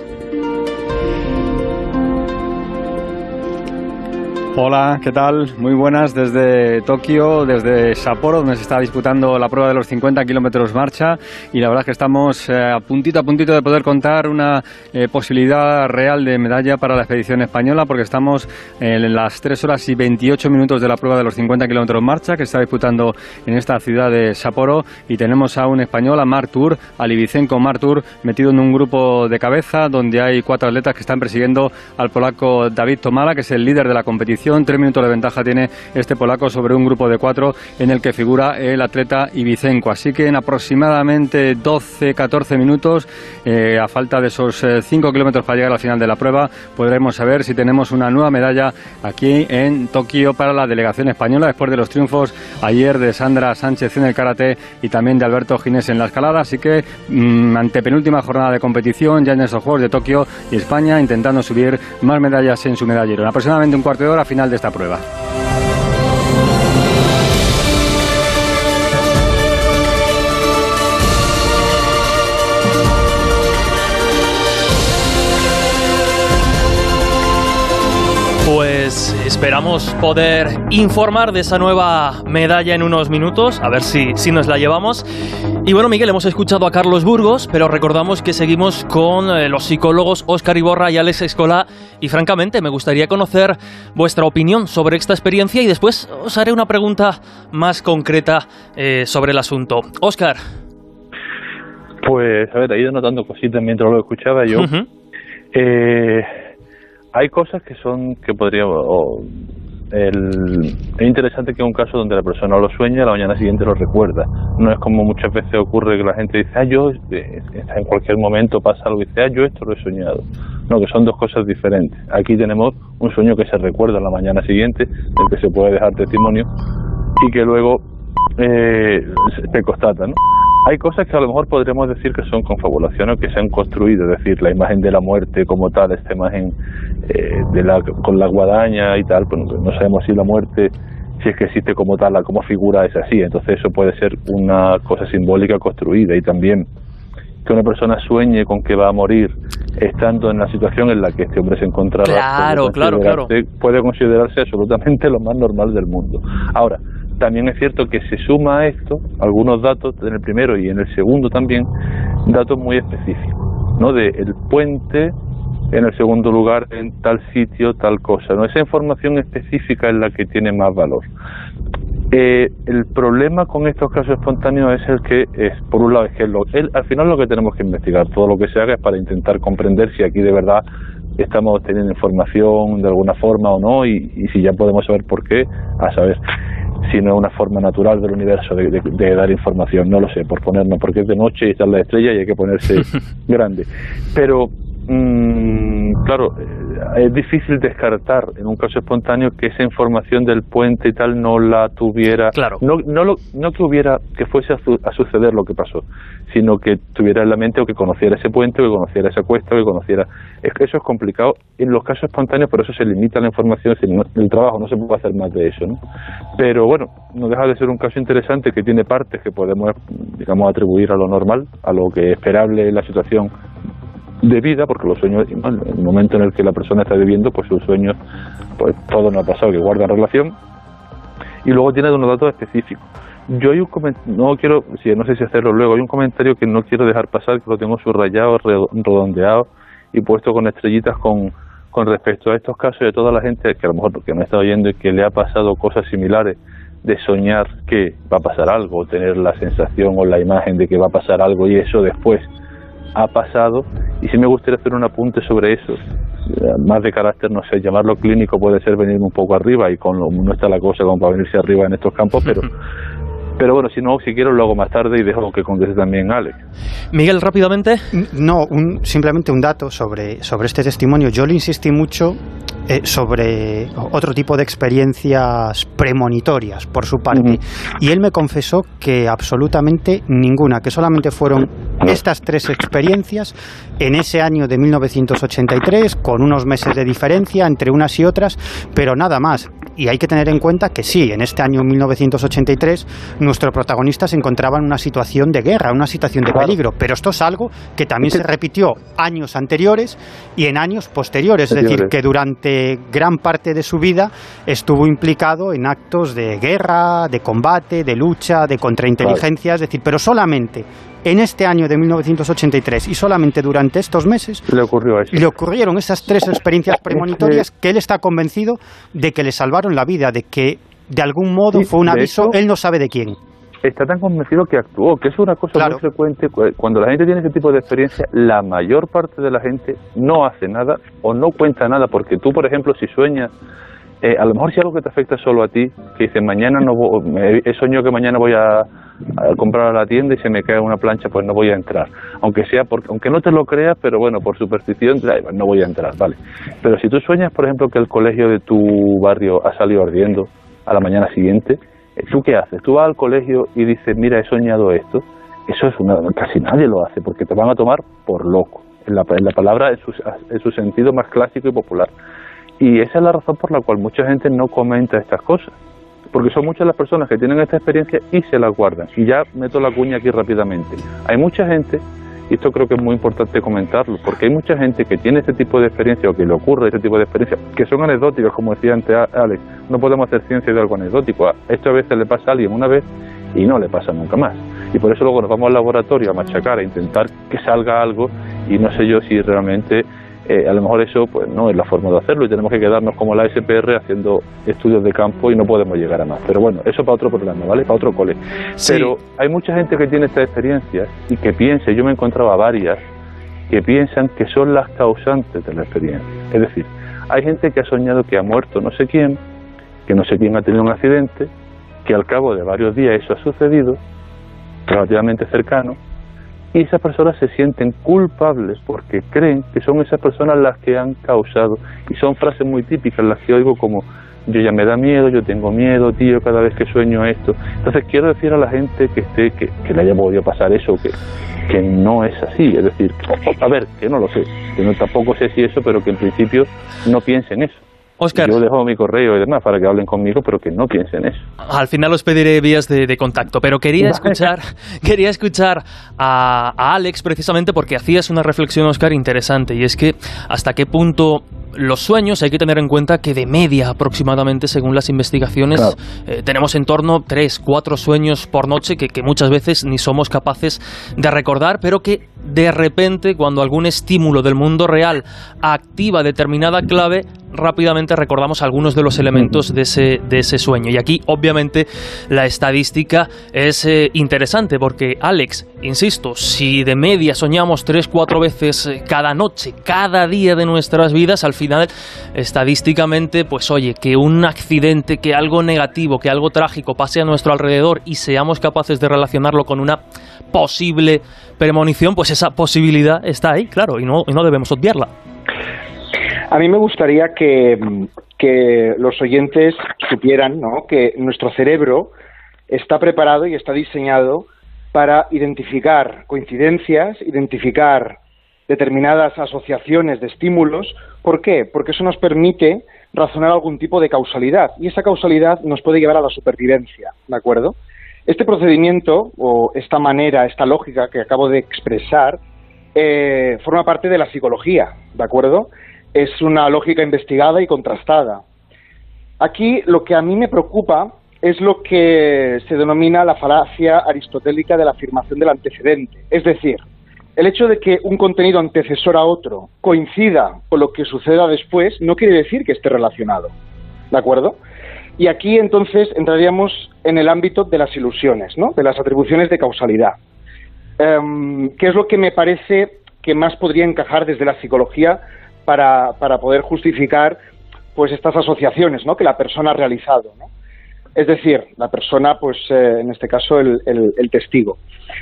Hola, ¿qué tal? Muy buenas desde Tokio, desde Sapporo, donde se está disputando la prueba de los cincuenta kilómetros marcha, y la verdad es que estamos eh, a puntito a puntito de poder contar una eh, posibilidad real de medalla para la expedición española, porque estamos en las tres horas y veintiocho minutos de la prueba de los cincuenta kilómetros marcha que se está disputando en esta ciudad de Sapporo, y tenemos a un español, a Marc Tour, a Livicenko Marc Tour, metido en un grupo de cabeza donde hay cuatro atletas que están persiguiendo al polaco David Tomala, que es el líder de la competición. Tres minutos de ventaja tiene este polaco sobre un grupo de cuatro en el que figura el atleta Livicenko. Así que en aproximadamente doce catorce minutos, eh, a falta de esos cinco kilómetros para llegar al final de la prueba, podremos saber si tenemos una nueva medalla aquí en Tokio para la delegación española, después de los triunfos ayer de Sandra Sánchez en el karate y también de Alberto Ginés en la escalada. Así que mmm, antepenúltima jornada de competición ya en esos Juegos de Tokio, y España intentando subir más medallas en su medallero. En aproximadamente un cuarto de hora final de esta prueba. Pues esperamos poder informar de esa nueva medalla en unos minutos, a ver si, si nos la llevamos. Y bueno, Miguel, hemos escuchado a Carlos Burgos, pero recordamos que seguimos con eh, los psicólogos Óscar Iborra y Alex Escolá, y francamente me gustaría conocer vuestra opinión sobre esta experiencia, y después os haré una pregunta más concreta eh, sobre el asunto. Óscar. Pues, a ver, he ido notando cositas mientras lo escuchaba yo. Uh-huh. Eh... Hay cosas que son, que podríamos, oh, el, es interesante que es un caso donde la persona lo sueña y la mañana siguiente lo recuerda. No es como muchas veces ocurre que la gente dice, ah, yo, eh, en cualquier momento pasa algo y dice, ah, yo esto lo he soñado. No, que son dos cosas diferentes. Aquí tenemos un sueño que se recuerda a la mañana siguiente, del que se puede dejar testimonio, y que luego eh, se constata, ¿no? Hay cosas que a lo mejor podríamos decir que son confabulaciones que se han construido, es decir, la imagen de la muerte como tal, esta imagen eh, de la con la guadaña y tal, pues no sabemos si la muerte, si es que existe como tal, como figura es así, entonces eso puede ser una cosa simbólica construida. Y también que una persona sueñe con que va a morir estando en la situación en la que este hombre se encontraba. Claro, claro, claro. Puede considerarse absolutamente lo más normal del mundo. Ahora, también es cierto que se suma a esto algunos datos en el primero y en el segundo también, datos muy específicos, ¿no? De el puente, en el segundo lugar, en tal sitio, tal cosa, ¿no? Esa información específica es la que tiene más valor. Eh, el problema con estos casos espontáneos es el que es, por un lado, es que lo, el, al final lo que tenemos que investigar, todo lo que se haga es para intentar comprender si aquí de verdad estamos teniendo información de alguna forma o no, y, y si ya podemos saber por qué, a saber si no es una forma natural del universo de, de, de dar información, no lo sé, por ponernos, porque es de noche y están las estrellas y hay que ponerse grande. Pero mmm, claro, es difícil descartar en un caso espontáneo que esa información del puente y tal no la tuviera, claro. no, no, lo, no que hubiera, que fuese a, su, a suceder lo que pasó, sino que tuviera en la mente o que conociera ese puente, o que conociera esa cuesta, o que conociera. Es que eso es complicado en los casos espontáneos, por eso se limita la información, el trabajo no se puede hacer más de eso, ¿no? Pero bueno, no deja de ser un caso interesante que tiene partes que podemos, digamos, atribuir a lo normal, a lo que es esperable en la situación de vida, porque los sueños, bueno, en el momento en el que la persona está viviendo, pues sus sueños, pues todo nos ha pasado, que guardan relación. Y luego tiene unos datos específicos. Yo hay un comentario, no quiero, sí, no sé si hacerlo luego, hay un comentario que no quiero dejar pasar, que lo tengo subrayado, redondeado y puesto con estrellitas con, con respecto a estos casos de toda la gente que a lo mejor que me está oyendo y que le ha pasado cosas similares, de soñar que va a pasar algo, o tener la sensación o la imagen de que va a pasar algo y eso después ha pasado. Y sí me gustaría hacer un apunte sobre eso, más de carácter, no sé, llamarlo clínico puede ser venirme un poco arriba, y con lo, no está la cosa como para venirse arriba en estos campos, pero pero bueno, si no, si quiero lo hago más tarde y dejo que conteste también Alex. Miguel, rápidamente. No, un, simplemente un dato sobre, sobre este testimonio. Yo le insistí mucho eh, sobre otro tipo de experiencias premonitorias por su parte, uh-huh. y él me confesó que absolutamente ninguna, que solamente fueron estas tres experiencias en ese año de mil novecientos ochenta y tres, con unos meses de diferencia entre unas y otras, pero nada más. Y hay que tener en cuenta que sí, en este año mil novecientos ochenta y tres nuestro protagonista se encontraba en una situación de guerra, una situación de peligro, pero esto es algo que también se repitió años anteriores y en años posteriores, es decir, que durante gran parte de su vida estuvo implicado en actos de guerra, de combate, de lucha, de contrainteligencia, es decir, pero solamente en este año de mil novecientos ochenta y tres y solamente durante estos meses le, ocurrió eso. le ocurrieron esas tres experiencias premonitorias que él está convencido de que le salvaron la vida, de que de algún modo sí, fue un aviso, hecho, él no sabe de quién. Está tan convencido que actuó, que es una cosa claro. muy frecuente. Cuando la gente tiene ese tipo de experiencia, la mayor parte de la gente no hace nada o no cuenta nada, porque tú, por ejemplo, si sueñas, eh, a lo mejor si algo que te afecta solo a ti, que dices, mañana no voy, he soñado que mañana voy a, a comprar a la tienda y se me cae una plancha, pues no voy a entrar, aunque sea porque, aunque no te lo creas, pero bueno, por superstición, no voy a entrar, vale. Pero si tú sueñas, por ejemplo, que el colegio de tu barrio ha salido ardiendo a la mañana siguiente, ¿tú qué haces? Tú vas al colegio y dices, mira, he soñado esto. Eso es una, casi nadie lo hace, porque te van a tomar por loco, en la, en la palabra en su, en su sentido más clásico y popular. Y esa es la razón por la cual mucha gente no comenta estas cosas, porque son muchas las personas que tienen esta experiencia y se las guardan. Y ya meto la cuña aquí rápidamente. Hay mucha gente, y esto creo que es muy importante comentarlo, porque hay mucha gente que tiene este tipo de experiencia o que le ocurre este tipo de experiencia, que son anecdóticas, como decía antes Alex. No podemos hacer ciencia de algo anecdótico. Esto a veces le pasa a alguien una vez y no le pasa nunca más. Y por eso luego nos vamos al laboratorio a machacar, a intentar que salga algo, y no sé yo si realmente eh, a lo mejor eso pues no es la forma de hacerlo, y tenemos que quedarnos como la S P R haciendo estudios de campo y no podemos llegar a más. Pero bueno, eso para otro programa, ¿vale? Para otro cole. Sí. Pero hay mucha gente que tiene estas experiencias y que piensa, yo me encontraba varias, que piensan que son las causantes de la experiencia. Es decir, hay gente que ha soñado que ha muerto no sé quién, que no sé quién ha tenido un accidente, que al cabo de varios días eso ha sucedido, relativamente cercano, y esas personas se sienten culpables porque creen que son esas personas las que han causado, y son frases muy típicas las que oigo como, yo ya me da miedo, yo tengo miedo, tío, cada vez que sueño esto. Entonces quiero decir a la gente que esté que, que le haya podido pasar eso, que, que no es así, es decir, a ver, que no lo sé, que no tampoco sé si eso, pero que en principio no piensen eso. Óscar. Yo dejo mi correo y demás para que hablen conmigo, pero que no piensen eso. Al final os pediré vías de, de contacto, pero quería escuchar, quería escuchar a, a Alex precisamente porque hacías una reflexión, Óscar, interesante, y es que hasta qué punto los sueños, hay que tener en cuenta que de media aproximadamente, según las investigaciones, claro. eh, tenemos en torno tres, cuatro sueños por noche que, que muchas veces ni somos capaces de recordar, pero que de repente, cuando algún estímulo del mundo real activa determinada clave, rápidamente recordamos algunos de los elementos de ese, de ese sueño. Y aquí, obviamente, la estadística es eh, interesante porque, Alex, insisto, si de media soñamos tres, cuatro veces cada noche, cada día de nuestras vidas, al final, estadísticamente, pues oye, que un accidente, que algo negativo, que algo trágico pase a nuestro alrededor y seamos capaces de relacionarlo con una posible premonición, pues esa posibilidad está ahí, claro, y no, y no debemos obviarla. A mí me gustaría que, que los oyentes supieran, ¿no?, que nuestro cerebro está preparado y está diseñado para identificar coincidencias, identificar determinadas asociaciones de estímulos. ¿Por qué? Porque eso nos permite razonar algún tipo de causalidad, y esa causalidad nos puede llevar a la supervivencia, ¿de acuerdo? Este procedimiento, o esta manera, esta lógica que acabo de expresar, eh, forma parte de la psicología, ¿de acuerdo? Es una lógica investigada y contrastada. Aquí lo que a mí me preocupa es lo que se denomina la falacia aristotélica de la afirmación del antecedente. Es decir, el hecho de que un contenido antecesor a otro coincida con lo que suceda después no quiere decir que esté relacionado, ¿de acuerdo? Y aquí entonces entraríamos en el ámbito de las ilusiones, ¿no?, de las atribuciones de causalidad, um, que es lo que me parece que más podría encajar desde la psicología para, para poder justificar pues estas asociaciones, ¿no?, que la persona ha realizado, ¿no? Es decir, la persona, pues eh, en este caso el, el, el testigo.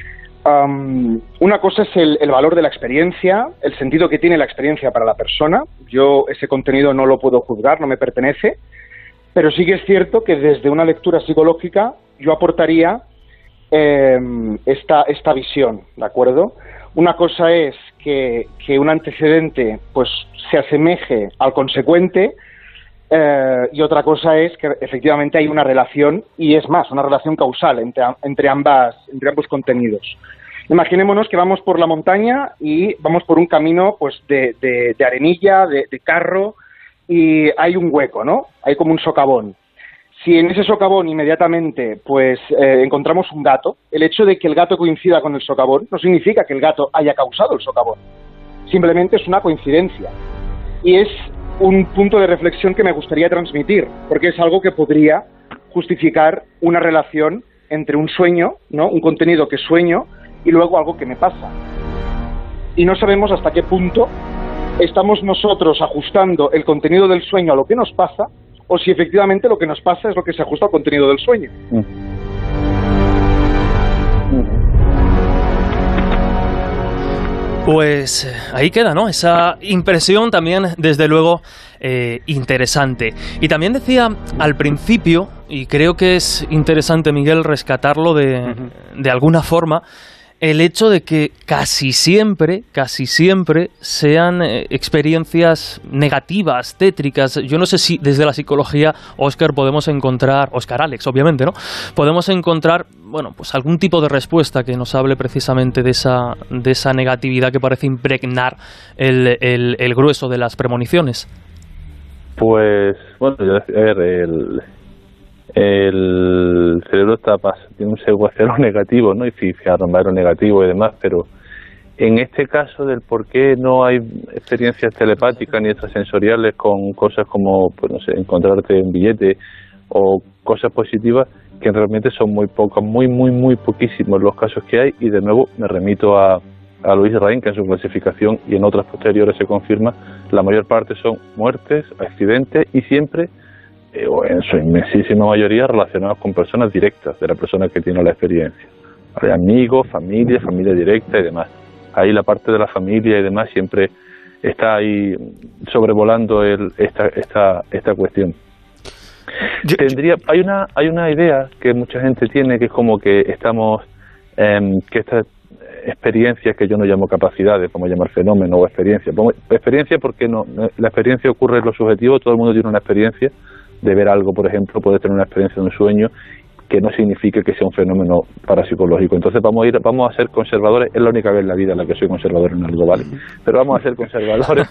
Um, una cosa es el, el valor de la experiencia, el sentido que tiene la experiencia para la persona. Yo ese contenido no lo puedo juzgar, no me pertenece, pero sí que es cierto que desde una lectura psicológica yo aportaría eh, esta, esta visión, ¿de acuerdo? Una cosa es que, que un antecedente pues se asemeje al consecuente, eh, y otra cosa es que efectivamente hay una relación, y es más, una relación causal entre, entre, ambas, entre ambos contenidos. Imaginémonos que vamos por la montaña y vamos por un camino pues de, de, de arenilla, de, de carro, y hay un hueco, ¿no? Hay como un socavón. Si en ese socavón inmediatamente pues eh, encontramos un gato, el hecho de que el gato coincida con el socavón no significa que el gato haya causado el socavón. Simplemente es una coincidencia. Y es un punto de reflexión que me gustaría transmitir, porque es algo que podría justificar una relación entre un sueño, ¿no?, un contenido que sueño, y luego algo que me pasa. Y no sabemos hasta qué punto estamos nosotros ajustando el contenido del sueño a lo que nos pasa, o si efectivamente lo que nos pasa es lo que se ajusta al contenido del sueño. Mm. Pues ahí queda, ¿no?, esa impresión también, desde luego, eh, interesante. Y también decía al principio, y creo que es interesante, Miguel, rescatarlo de, uh-huh. de alguna forma, el hecho de que casi siempre, casi siempre sean eh, experiencias negativas, tétricas. Yo no sé si desde la psicología, Óscar, podemos encontrar, Óscar Alex, obviamente, ¿no?, podemos encontrar, bueno, pues algún tipo de respuesta que nos hable precisamente de esa, de esa negatividad que parece impregnar el, el, el grueso de las premoniciones. Pues, bueno, a ver, el... el cerebro está tiene un secuacero negativo, ¿no?, y fijarrombaero negativo y demás, pero en este caso del por qué no hay experiencias telepáticas ni extrasensoriales con cosas como, pues no sé, encontrarte un billete o cosas positivas, que realmente son muy pocas, muy, muy, muy poquísimos los casos que hay, y de nuevo me remito a, a Luis Rain, que en su clasificación y en otras posteriores se confirma, la mayor parte son muertes, accidentes, y siempre o en su inmensísima mayoría relacionados con personas directas de la persona que tiene la experiencia, ¿vale? Amigos, familia, familia directa y demás. Ahí la parte de la familia y demás siempre está ahí sobrevolando el, esta, esta, esta cuestión. Yo, Tendría, hay una, hay una idea que mucha gente tiene, que es como que estamos, eh, que esta, experiencias que yo no llamo capacidades, como llamar fenómeno o experiencia. Experiencia porque no, la experiencia ocurre en lo subjetivo, todo el mundo tiene una experiencia de ver algo, por ejemplo, puede tener una experiencia de un sueño, que no signifique que sea un fenómeno parapsicológico. Entonces vamos a ir, vamos a ser conservadores, es la única vez en la vida en la que soy conservador en algo, ¿vale? Pero vamos a ser conservadores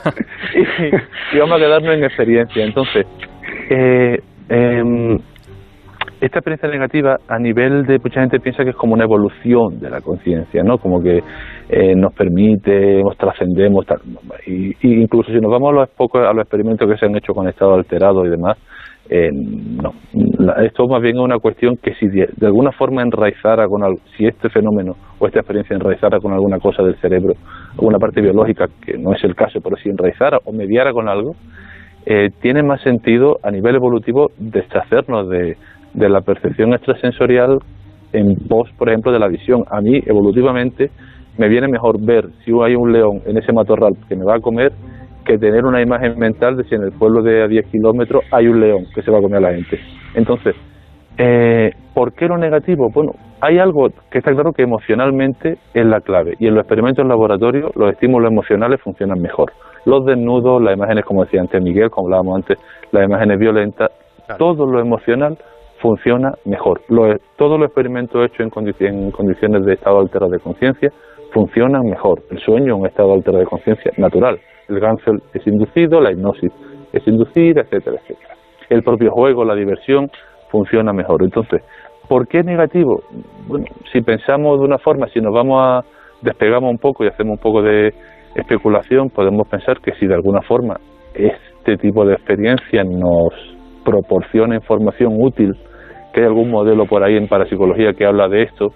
y, y vamos a quedarnos en experiencia. Entonces, eh, eh, esta experiencia negativa, a nivel de mucha gente piensa que es como una evolución de la conciencia, ¿no? Como que eh, nos permite, nos trascendemos, tal, y, y incluso si nos vamos a los pocos, a los experimentos que se han hecho con estado alterado y demás, eh, no. Esto más bien es una cuestión que si de, de alguna forma enraizara con algo, si este fenómeno o esta experiencia enraizara con alguna cosa del cerebro, alguna parte biológica, que no es el caso, pero si enraizara o mediara con algo, eh, tiene más sentido a nivel evolutivo deshacernos de de la percepción extrasensorial en pos, por ejemplo, de la visión. A mí, evolutivamente, me viene mejor ver si hay un león en ese matorral que me va a comer que tener una imagen mental de si en el pueblo de a diez kilómetros hay un león que se va a comer a la gente. Entonces, eh, ¿por qué lo negativo? Bueno, hay algo que está claro que emocionalmente es la clave, y en los experimentos en laboratorio los estímulos emocionales funcionan mejor. Los desnudos, las imágenes, como decía antes Miguel, como hablábamos antes, las imágenes violentas, claro. Todo lo emocional funciona mejor. Lo, todos los experimentos hechos en, condici en condiciones de estado alterado de conciencia funcionan mejor. El sueño es un estado alterado de conciencia natural. El Gansel es inducido, la hipnosis es inducida, etcétera, etcétera. El propio juego, la diversión, funciona mejor. Entonces, ¿por qué negativo? Bueno, si pensamos de una forma, si nos vamos a despegamos un poco y hacemos un poco de especulación, podemos pensar que si de alguna forma este tipo de experiencia nos proporciona información útil, que hay algún modelo por ahí en parapsicología que habla de esto,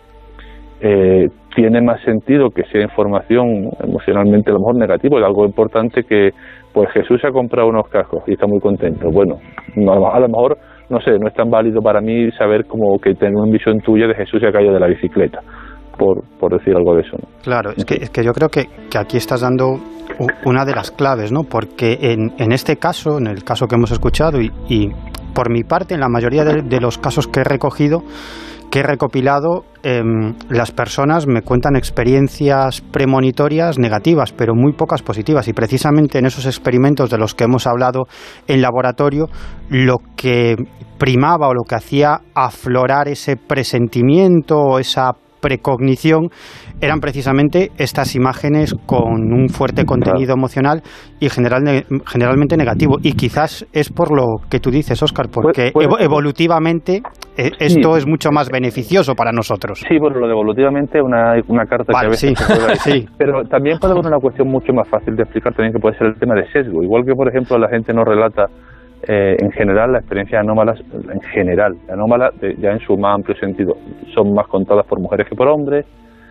eh, tiene más sentido que sea información emocionalmente a lo mejor negativa. Es algo importante que, pues Jesús se ha comprado unos cascos y está muy contento. Bueno, no, a lo mejor, no sé, no es tan válido para mí saber como que tengo una visión tuya de Jesús se ha caído de la bicicleta, por, por decir algo de eso, ¿no? Claro, es que, es que yo creo que, que aquí estás dando una de las claves, ¿no? Porque en, en este caso, en el caso que hemos escuchado y, y por mi parte, en la mayoría de, de los casos que he recogido, que he recopilado, eh, las personas me cuentan experiencias premonitorias negativas, pero muy pocas positivas. Y precisamente en esos experimentos de los que hemos hablado en laboratorio, lo que primaba o lo que hacía aflorar ese presentimiento o esa precognición eran precisamente estas imágenes con un fuerte contenido emocional y general, generalmente negativo. Y quizás es por lo que tú dices, Óscar, porque pues, pues, evolutivamente eh, esto sí. es mucho más beneficioso para nosotros. Sí, bueno, lo de evolutivamente es una, una carta vale, que a veces sí. se puede sí. Pero también puede haber una cuestión mucho más fácil de explicar también, que puede ser el tema de sesgo. Igual que, por ejemplo, la gente nos relata Eh, en general, las experiencias anómalas, en general, anómalas, de, ya en su más amplio sentido, son más contadas por mujeres que por hombres,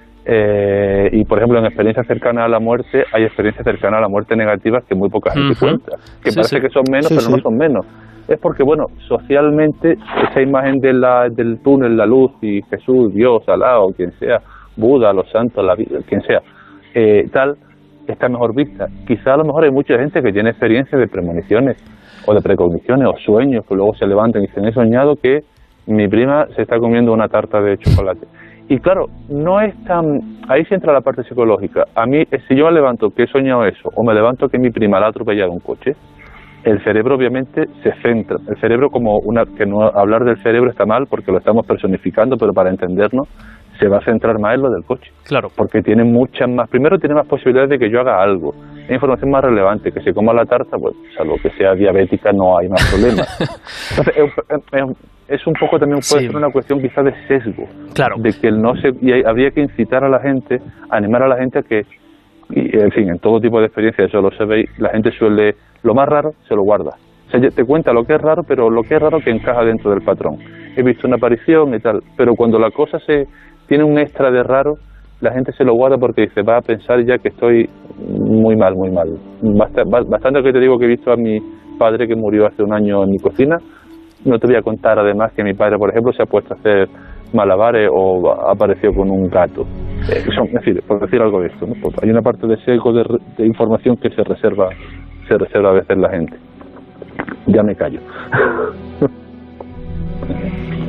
eh, y por ejemplo, en experiencias cercanas a la muerte, hay experiencias cercanas a la muerte negativas que muy poca gente uh-huh. cuenta, que sí, parece sí. que son menos, sí, pero sí. no son menos. Es porque, bueno, socialmente, esa imagen de la, del túnel, la luz, y Jesús, Dios, Alá, o quien sea, Buda, los santos, la vida, quien sea, eh, tal, está mejor vista. Quizá a lo mejor hay mucha gente que tiene experiencias de premoniciones, o de precogniciones o sueños que luego se levantan y dicen, he soñado que mi prima se está comiendo una tarta de chocolate. Y claro, no es tan... Ahí sí entra la parte psicológica. A mí, si yo me levanto que he soñado eso, o me levanto que mi prima la ha atropellado un coche, el cerebro obviamente se centra. El cerebro como una... que no hablar del cerebro está mal porque lo estamos personificando, pero para entendernos se va a centrar más en lo del coche. Claro. Porque tiene muchas más... Primero tiene más posibilidades de que yo haga algo. Hay información más relevante, que se coma la tarta, pues salvo que sea diabética no hay más problema. Entonces es, es un poco también puede sí. ser una cuestión quizás de sesgo. Claro. De que el no se... Y hay, habría que incitar a la gente, animar a la gente a que, y, en fin, en todo tipo de experiencias, eso lo sabéis, la gente suele... Lo más raro se lo guarda. O sea, te cuenta lo que es raro, pero lo que es raro que encaja dentro del patrón. He visto una aparición y tal, pero cuando la cosa se tiene un extra de raro, la gente se lo guarda porque dice, va a pensar ya que estoy muy mal, muy mal. Bastante que te digo que he visto a mi padre que murió hace un año en mi cocina. No te voy a contar además que mi padre, por ejemplo, se ha puesto a hacer malabares o ha aparecido con un gato. Eh, son, es decir, por decir algo de esto, ¿no? Pues hay una parte de sesgo de, de información que se reserva, se reserva a veces la gente. Ya me callo.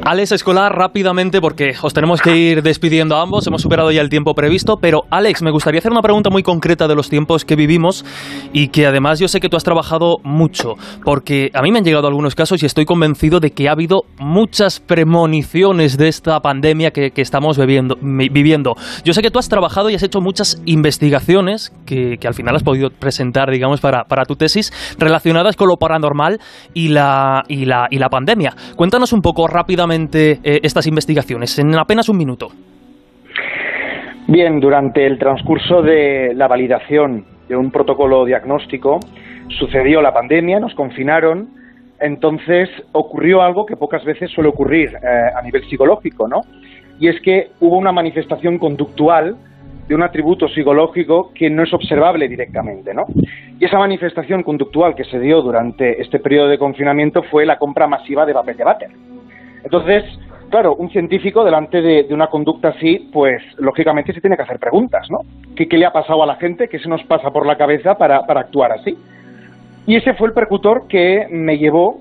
Alex Escolar, rápidamente, porque os tenemos que ir despidiendo a ambos, hemos superado ya el tiempo previsto, pero Alex, me gustaría hacer una pregunta muy concreta de los tiempos que vivimos y que además yo sé que tú has trabajado mucho, porque a mí me han llegado algunos casos y estoy convencido de que ha habido muchas premoniciones de esta pandemia que, que estamos viviendo, viviendo. Yo sé que tú has trabajado y has hecho muchas investigaciones que, que al final has podido presentar, digamos, para, para tu tesis, relacionadas con lo paranormal y la, y la, y la pandemia. Cuéntanos un poco rápidamente Eh, estas investigaciones, en apenas un minuto. Bien, durante el transcurso de la validación de un protocolo diagnóstico sucedió la pandemia, nos confinaron, entonces ocurrió algo que pocas veces suele ocurrir eh, a nivel psicológico, ¿no? Y es que hubo una manifestación conductual de un atributo psicológico que no es observable directamente, ¿no? Y esa manifestación conductual que se dio durante este periodo de confinamiento fue la compra masiva de papel de váter. Entonces, claro, un científico delante de, de una conducta así, pues lógicamente se tiene que hacer preguntas, ¿no? ¿Qué, qué le ha pasado a la gente? ¿Qué se nos pasa por la cabeza para, para actuar así? Y ese fue el percutor que me llevó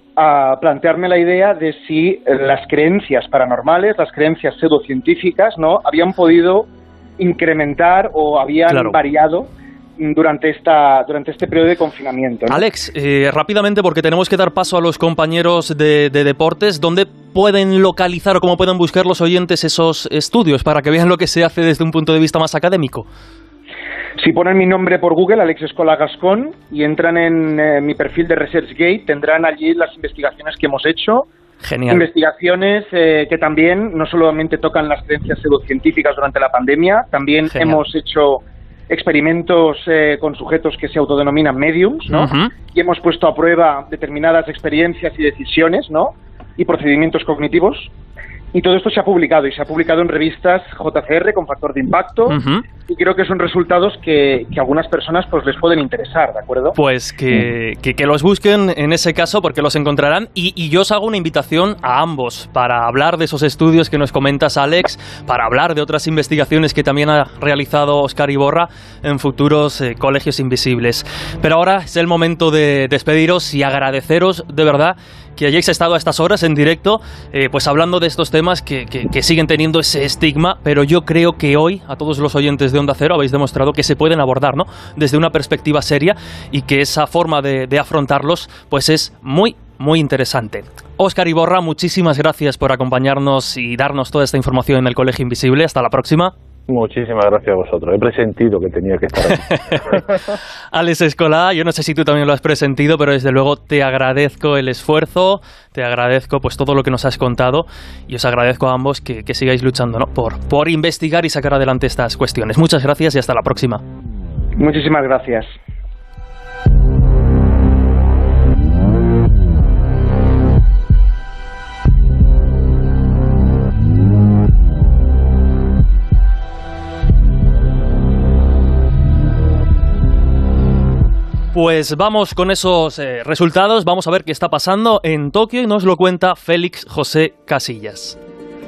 a plantearme la idea de si las creencias paranormales, las creencias pseudocientíficas, ¿no?, habían podido incrementar o habían claro. variado durante esta durante este periodo de confinamiento, ¿no? Alex, eh, rápidamente, porque tenemos que dar paso a los compañeros de, de deportes, ¿dónde pueden localizar o cómo pueden buscar los oyentes esos estudios para que vean lo que se hace desde un punto de vista más académico? Si ponen mi nombre por Google, Alex Escolar Gascón, y entran en eh, mi perfil de ResearchGate, tendrán allí las investigaciones que hemos hecho. Genial. Investigaciones eh, que también no solamente tocan las creencias pseudocientíficas durante la pandemia, también Genial. hemos hecho experimentos eh, con sujetos que se autodenominan mediums, ¿no? Uh-huh. Y hemos puesto a prueba determinadas experiencias y decisiones, ¿no?, y procedimientos cognitivos. Y todo esto se ha publicado, y se ha publicado en revistas J C R con factor de impacto, uh-huh. y creo que son resultados que, que a algunas personas pues les pueden interesar, ¿de acuerdo? Pues que, que, que los busquen en ese caso, porque los encontrarán, y, y yo os hago una invitación a ambos para hablar de esos estudios que nos comentas, Alex, para hablar de otras investigaciones que también ha realizado Óscar Iborra en futuros eh, colegios invisibles. Pero ahora es el momento de despediros y agradeceros de verdad que hayáis estado a estas horas en directo, eh, pues hablando de estos temas que, que, que siguen teniendo ese estigma, pero yo creo que hoy a todos los oyentes de Onda Cero habéis demostrado que se pueden abordar, ¿no?, desde una perspectiva seria, y que esa forma de, de afrontarlos pues es muy, muy interesante. Óscar Iborra, muchísimas gracias por acompañarnos y darnos toda esta información en el Colegio Invisible. Hasta la próxima. Muchísimas gracias a vosotros. He presentido que tenía que estar aquí. Alex Escolar, yo no sé si tú también lo has presentido, pero desde luego te agradezco el esfuerzo, te agradezco pues todo lo que nos has contado, y os agradezco a ambos que, que sigáis luchando, ¿no?, por, por investigar y sacar adelante estas cuestiones. Muchas gracias y hasta la próxima. Muchísimas gracias. Pues vamos con esos eh, resultados, vamos a ver qué está pasando en Tokio, y nos lo cuenta Félix José Casillas.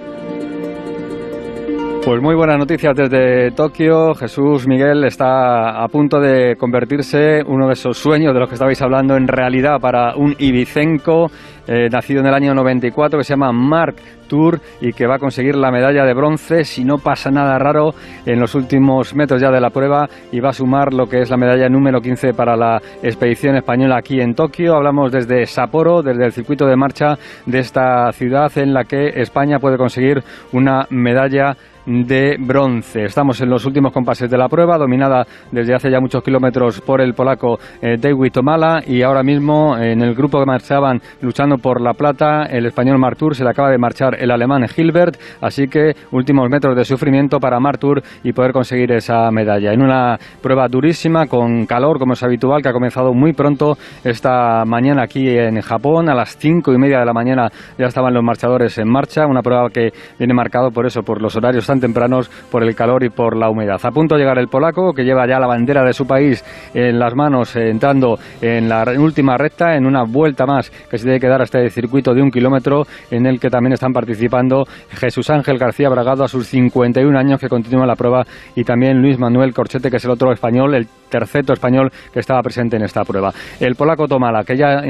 Pues muy buenas noticias desde Tokio. Jesús Miguel está a punto de convertirse, uno de esos sueños de los que estabais hablando, en realidad para un ibicenco eh, nacido en el año noventa y cuatro, que se llama Mark Tour, y que va a conseguir la medalla de bronce si no pasa nada raro en los últimos metros ya de la prueba, y va a sumar lo que es la medalla número quince para la expedición española aquí en Tokio. Hablamos desde Sapporo, desde el circuito de marcha de esta ciudad, en la que España puede conseguir una medalla de bronce. Estamos en los últimos compases de la prueba, dominada desde hace ya muchos kilómetros por el polaco eh, David Tomala, y ahora mismo en el grupo que marchaban luchando por la plata, el español Mark Tour, se le acaba de marchar el alemán Hilbert, así que últimos metros de sufrimiento para Mark Tour y poder conseguir esa medalla. En una prueba durísima, con calor como es habitual, que ha comenzado muy pronto esta mañana aquí en Japón. A las cinco y media de la mañana ya estaban los marchadores en marcha, una prueba que viene marcado por eso, por los horarios tan tempranos, por el calor y por la humedad. A punto de llegar el polaco, que lleva ya la bandera de su país en las manos, eh, entrando en la última recta, en una vuelta más que se tiene que dar a este circuito de un kilómetro, en el que también están participando Jesús Ángel García Bragado a sus cincuenta y un años, que continúa la prueba, y también Luis Manuel Corchete, que es el otro español, el terceto español que estaba presente en esta prueba. El polaco Tomala, que ya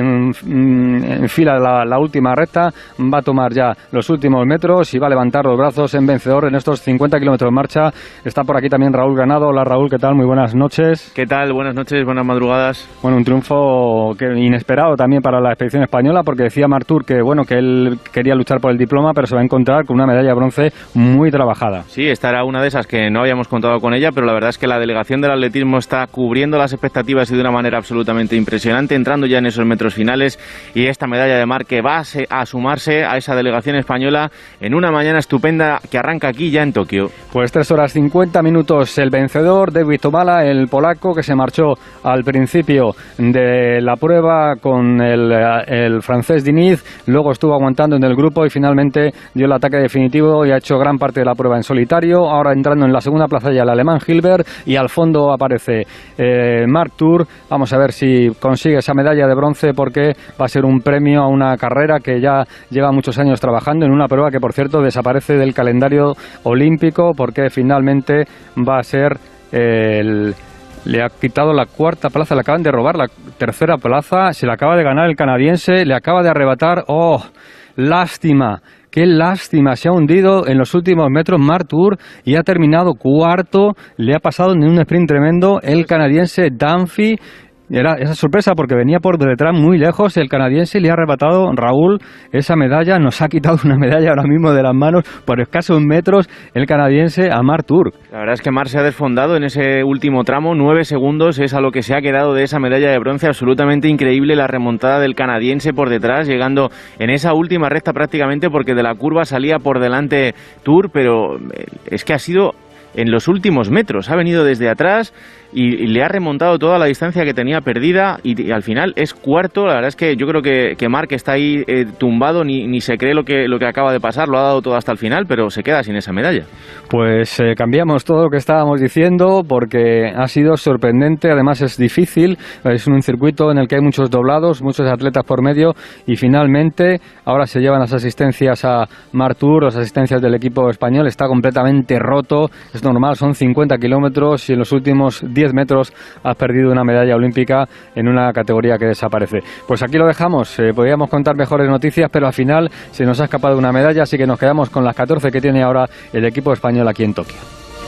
enfila la, la última recta, va a tomar ya los últimos metros y va a levantar los brazos en vencedor en estos cincuenta kilómetros de marcha. Está por aquí también Raúl Granado. Hola Raúl, ¿qué tal? Muy buenas noches. ¿Qué tal? Buenas noches, buenas madrugadas. Bueno, un triunfo que, inesperado también para la expedición española, porque decía Martur que bueno que él quería luchar por el diploma, pero se va a encontrar con una medalla de bronce muy trabajada. Sí, esta era una de esas que no habíamos contado con ella, pero la verdad es que la delegación del atletismo está cubriendo las expectativas y de una manera absolutamente impresionante, entrando ya en esos metros finales, y esta medalla de mar que va a, a sumarse a esa delegación española en una mañana estupenda que arranca aquí ya en Tokio. Pues tres horas cincuenta minutos el vencedor, David Tomala, el polaco, que se marchó al principio de la prueba con el, el francés Diniz, luego estuvo aguantando en el grupo y finalmente dio el ataque definitivo y ha hecho gran parte de la prueba en solitario. Ahora entrando en la segunda plaza ya el alemán Hilbert, y al fondo aparece eh, Marc Tour. Vamos a ver si consigue esa medalla de bronce, porque va a ser un premio a una carrera que ya lleva muchos años trabajando en una prueba que, por cierto, desaparece del calendario olímpico, porque finalmente va a ser eh, el... Le ha quitado la cuarta plaza, le acaban de robar la tercera plaza, se la acaba de ganar el canadiense, le acaba de arrebatar. ¡Oh! ¡Lástima! ¡Qué lástima! Se ha hundido en los últimos metros Marc Tour y ha terminado cuarto. Le ha pasado en un sprint tremendo el canadiense Dunphy. Era esa sorpresa porque venía por detrás muy lejos el canadiense y le ha arrebatado Raúl esa medalla. Nos ha quitado una medalla ahora mismo de las manos por escasos metros el canadiense a Marc Tour. La verdad es que Marc se ha desfondado en ese último tramo, nueve segundos es a lo que se ha quedado de esa medalla de bronce. Absolutamente increíble la remontada del canadiense por detrás, llegando en esa última recta prácticamente, porque de la curva salía por delante Tour, pero es que ha sido en los últimos metros, ha venido desde atrás y, y le ha remontado toda la distancia que tenía perdida y, y al final es cuarto. La verdad es que yo creo que, que Marc está ahí eh, tumbado, ni, ni se cree lo que, lo que acaba de pasar, lo ha dado todo hasta el final, pero se queda sin esa medalla. Pues eh, cambiamos todo lo que estábamos diciendo, porque ha sido sorprendente, además es difícil, es un circuito en el que hay muchos doblados, muchos atletas por medio, y finalmente ahora se llevan las asistencias a Marc Tour, las asistencias del equipo español. Está completamente roto, es normal, son cincuenta kilómetros y en los últimos diez metros has perdido una medalla olímpica en una categoría que desaparece. Pues aquí lo dejamos, eh, podríamos contar mejores noticias, pero al final se nos ha escapado una medalla, así que nos quedamos con las catorce que tiene ahora el equipo español aquí en Tokio.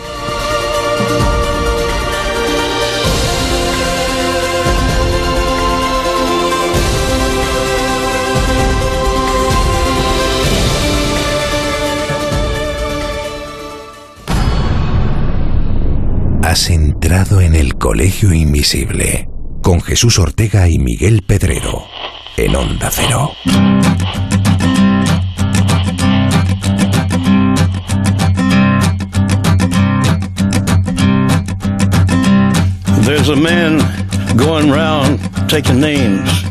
Has entrado en el Colegio Invisible con Jesús Ortega y Miguel Pedrero en Onda Cero. There's a man going round taking names.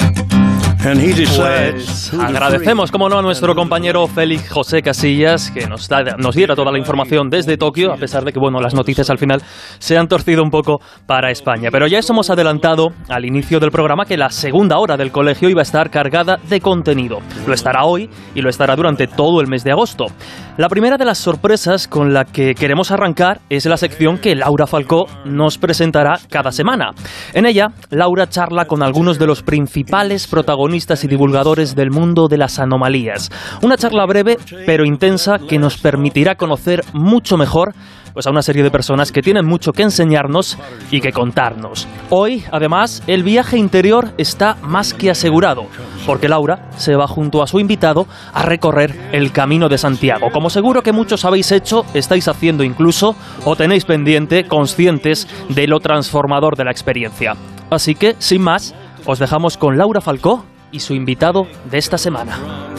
Pues agradecemos, como no, a nuestro compañero Félix José Casillas, que nos, da, nos diera toda la información desde Tokio, a pesar de que, bueno, las noticias al final se han torcido un poco para España. Pero ya eso hemos adelantado al inicio del programa que la segunda hora del colegio iba a estar cargada de contenido. Lo estará hoy y lo estará durante todo el mes de agosto. La primera de las sorpresas con la que queremos arrancar es la sección que Laura Falcó nos presentará cada semana. En ella, Laura charla con algunos de los principales protagonistas y divulgadores del mundo de las anomalías. Una charla breve pero intensa que nos permitirá conocer mucho mejor pues a una serie de personas que tienen mucho que enseñarnos y que contarnos. Hoy, además, el viaje interior está más que asegurado, porque Laura se va junto a su invitado a recorrer el Camino de Santiago, como seguro que muchos habéis hecho, estáis haciendo incluso, o tenéis pendiente, conscientes de lo transformador de la experiencia. Así que, sin más, os dejamos con Laura Falcó y su invitado de esta semana.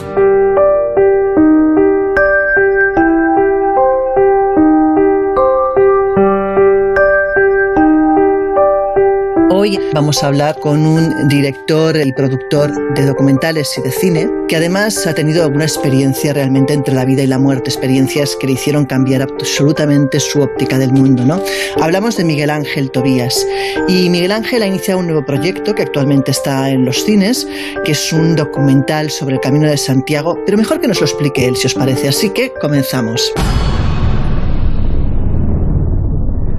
Hoy vamos a hablar con un director y productor de documentales y de cine que además ha tenido una experiencia realmente entre la vida y la muerte, experiencias que le hicieron cambiar absolutamente su óptica del mundo, ¿no? Hablamos de Miguel Ángel Tobías y Miguel Ángel ha iniciado un nuevo proyecto que actualmente está en los cines, que es un documental sobre el Camino de Santiago, pero mejor que nos lo explique él, si os parece, así que comenzamos.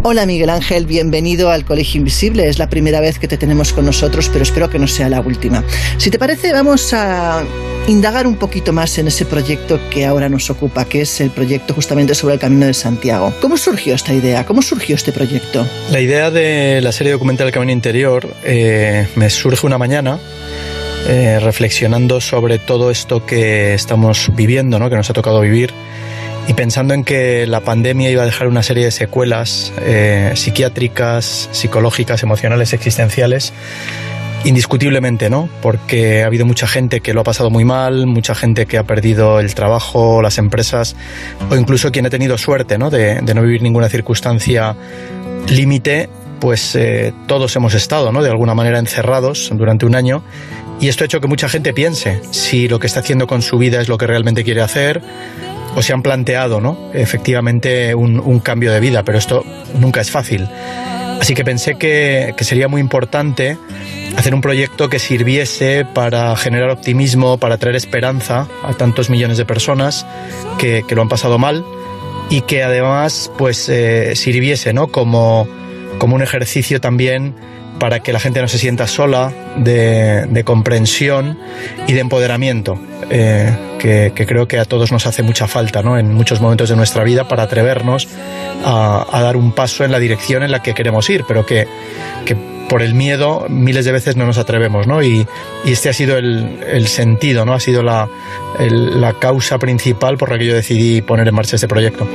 Hola Miguel Ángel, bienvenido al Colegio Invisible. Es la primera vez que te tenemos con nosotros, pero espero que no sea la última. Si te parece, vamos a indagar un poquito más en ese proyecto que ahora nos ocupa, que es el proyecto justamente sobre el Camino de Santiago. ¿Cómo surgió esta idea? ¿Cómo surgió este proyecto? La idea de la serie documental El Camino Interior eh, me surge una mañana eh, reflexionando sobre todo esto que estamos viviendo, ¿no? Que nos ha tocado vivir. Y pensando en que la pandemia iba a dejar una serie de secuelas eh, psiquiátricas, psicológicas, emocionales, existenciales, indiscutiblemente, ¿no? Porque ha habido mucha gente que lo ha pasado muy mal, mucha gente que ha perdido el trabajo, las empresas, o incluso quien ha tenido suerte, ¿no? De, de no vivir ninguna circunstancia límite, pues eh, todos hemos estado, ¿no? De alguna manera encerrados durante un año. Y esto ha hecho que mucha gente piense si lo que está haciendo con su vida es lo que realmente quiere hacer, o se han planteado, ¿no? Efectivamente un, un cambio de vida, pero esto nunca es fácil. Así que pensé que, que sería muy importante hacer un proyecto que sirviese para generar optimismo, para traer esperanza a tantos millones de personas que, que lo han pasado mal, y que además pues eh, sirviese, ¿no? como, como un ejercicio también para que la gente no se sienta sola, de, de comprensión y de empoderamiento, eh, que, que creo que a todos nos hace mucha falta, ¿no? En muchos momentos de nuestra vida, para atrevernos a, a dar un paso en la dirección en la que queremos ir, pero que, que por el miedo miles de veces no nos atrevemos, ¿no? Y, y este ha sido el, el sentido, ¿no? Ha sido la, el, la causa principal por la que yo decidí poner en marcha este proyecto.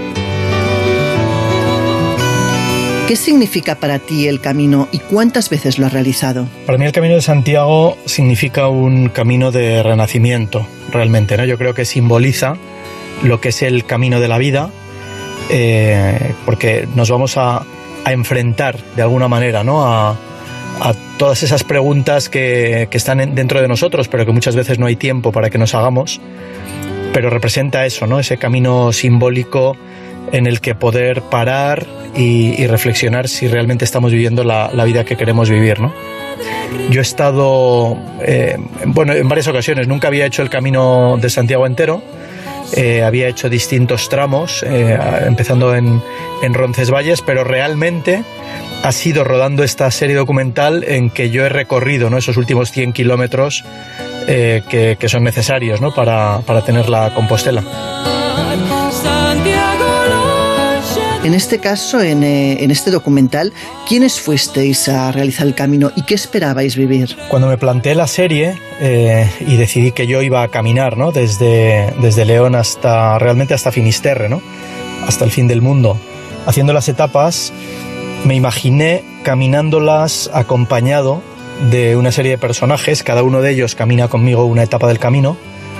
¿Qué significa para ti el camino y cuántas veces lo has realizado? Para mí el Camino de Santiago significa un camino de renacimiento, realmente, ¿no? Yo creo que simboliza lo que es el camino de la vida, eh, porque nos vamos a, a enfrentar de alguna manera, ¿no? a, a todas esas preguntas que, que están en, dentro de nosotros, pero que muchas veces no hay tiempo para que nos hagamos. Pero representa eso, ¿no? Ese camino simbólico en el que poder parar y, y reflexionar si realmente estamos viviendo la, la vida que queremos vivir, ¿no? Yo he estado, eh, bueno, en varias ocasiones. Nunca había hecho el Camino de Santiago entero. Eh, había hecho distintos tramos, eh, empezando en, en Roncesvalles, pero realmente ha sido rodando esta serie documental en que yo he recorrido, ¿no? Esos últimos cien kilómetros eh, que, que son necesarios, ¿no? para, para tener la Compostela. En este caso, en, eh, en este documental, ¿quiénes fuisteis a realizar el camino y qué esperabais vivir? Cuando me planteé la serie eh, y decidí que yo iba a caminar, ¿no? desde, desde León hasta realmente hasta Finisterre, ¿no? Hasta el fin del mundo, haciendo las etapas, me imaginé caminándolas acompañado de una serie de personajes. Cada uno de ellos camina conmigo una etapa del camino.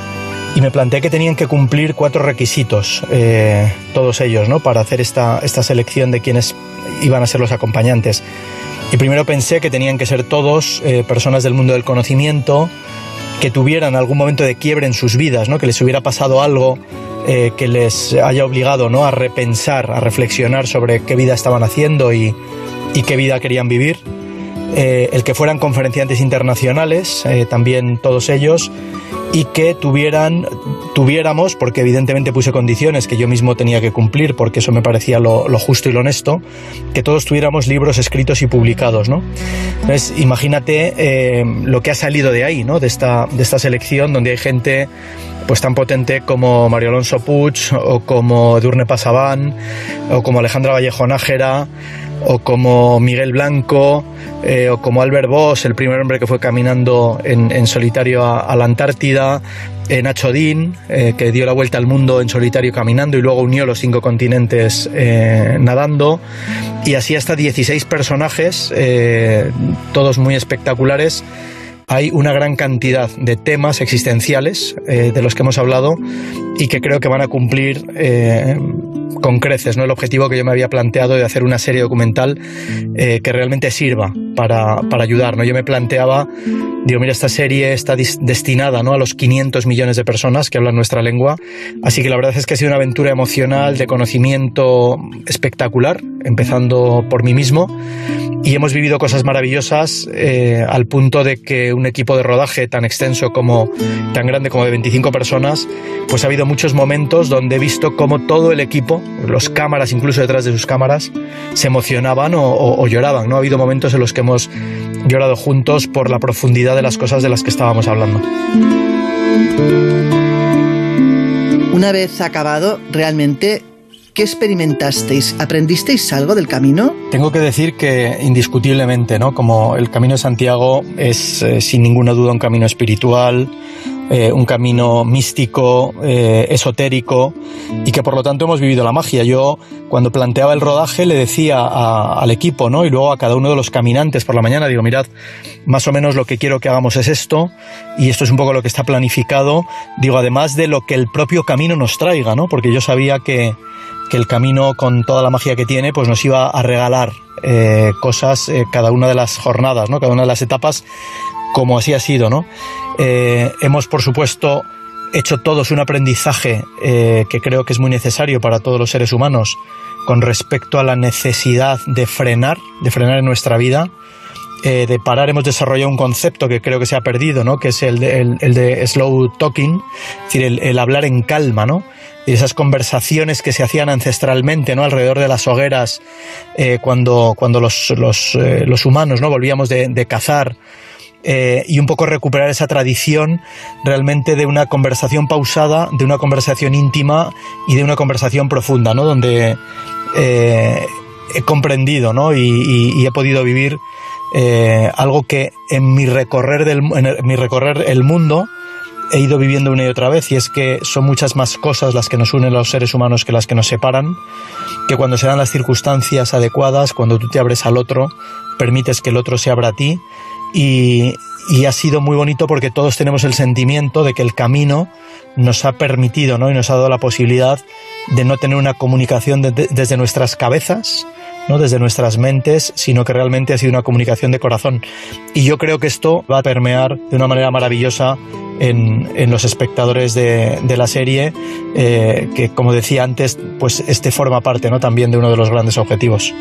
Y me planteé que tenían que cumplir cuatro requisitos, eh, todos ellos, ¿no? Para hacer esta, esta selección de quienes iban a ser los acompañantes. Y primero pensé que tenían que ser todos eh, personas del mundo del conocimiento, que tuvieran algún momento de quiebre en sus vidas, ¿no? Que les hubiera pasado algo eh, que les haya obligado, ¿no? A repensar, a reflexionar sobre qué vida estaban haciendo y, y qué vida querían vivir. Eh, el que fueran conferenciantes internacionales, eh, también todos ellos, y que tuvieran, tuviéramos, porque evidentemente puse condiciones que yo mismo tenía que cumplir, porque eso me parecía lo, lo justo y lo honesto, que todos tuviéramos libros escritos y publicados, ¿no? Entonces, imagínate eh, lo que ha salido de ahí, ¿no? De esta, de esta selección, donde hay gente pues tan potente como Mario Alonso Puig, o como Edurne Pasaban, o como Alejandra Vallejo Nájera, o como Miguel Blanco, eh, o como Albert Bosch, el primer hombre que fue caminando en, en solitario a, a la Antártida, eh, Nacho Dean, eh, que dio la vuelta al mundo en solitario caminando y luego unió los cinco continentes eh, nadando, y así hasta dieciséis personajes, eh, todos muy espectaculares. Hay una gran cantidad de temas existenciales eh, de los que hemos hablado y que creo que van a cumplir eh, con creces, ¿no? El objetivo que yo me había planteado de hacer una serie documental eh, que realmente sirva para, para ayudar, ¿no? Yo me planteaba, digo, mira, esta serie está destinada, ¿no? A los quinientos millones de personas que hablan nuestra lengua, así que la verdad es que ha sido una aventura emocional, de conocimiento espectacular, empezando por mí mismo, y hemos vivido cosas maravillosas eh, al punto de que un equipo de rodaje tan extenso como, tan grande como de veinticinco personas, pues ha habido muchos momentos donde he visto cómo todo el equipo, los cámaras incluso detrás de sus cámaras, se emocionaban o, o, o lloraban, ¿no? Ha habido momentos en los que hemos llorado juntos por la profundidad de las cosas de las que estábamos hablando. Una vez acabado, realmente, ¿qué experimentasteis? ¿Aprendisteis algo del camino? Tengo que decir que indiscutiblemente, ¿no? Como el Camino de Santiago es eh, sin ninguna duda un camino espiritual, eh, un camino místico, eh, esotérico, y que por lo tanto hemos vivido la magia. Yo cuando planteaba el rodaje le decía a, al equipo, ¿no? Y luego a cada uno de los caminantes por la mañana, digo, mirad, más o menos lo que quiero que hagamos es esto, y esto es un poco lo que está planificado, digo, además de lo que el propio camino nos traiga, ¿no? Porque yo sabía que que el camino, con toda la magia que tiene, pues nos iba a regalar eh, cosas eh, cada una de las jornadas, ¿no? Cada una de las etapas, como así ha sido, ¿no? Eh, hemos, por supuesto, hecho todos un aprendizaje eh, que creo que es muy necesario para todos los seres humanos con respecto a la necesidad de frenar, de frenar en nuestra vida. Eh, de parar. Hemos desarrollado un concepto que creo que se ha perdido, ¿no? Que es el de, el, el de slow talking, es decir, el, el hablar en calma, ¿no? Y esas conversaciones que se hacían ancestralmente, ¿no? Alrededor de las hogueras, eh, cuando, cuando los, los, eh, los humanos, ¿no? Volvíamos de, de cazar, eh, y un poco recuperar esa tradición realmente de una conversación pausada, de una conversación íntima y de una conversación profunda, ¿no? Donde eh, he comprendido, ¿no? Y, y, y he podido vivir Eh, algo que en mi recorrer del, en el, mi recorrer el mundo he ido viviendo una y otra vez, y es que son muchas más cosas las que nos unen a los seres humanos que las que nos separan, que cuando se dan las circunstancias adecuadas, cuando tú te abres al otro, permites que el otro se abra a ti, y, y ha sido muy bonito porque todos tenemos el sentimiento de que el camino nos ha permitido, ¿no? Y nos ha dado la posibilidad de no tener una comunicación de, de, desde nuestras cabezas, no desde nuestras mentes, sino que realmente ha sido una comunicación de corazón. Y yo creo que esto va a permear de una manera maravillosa en, en los espectadores de, de la serie, eh, que, como decía antes, pues este forma parte, ¿no? También de uno de los grandes objetivos.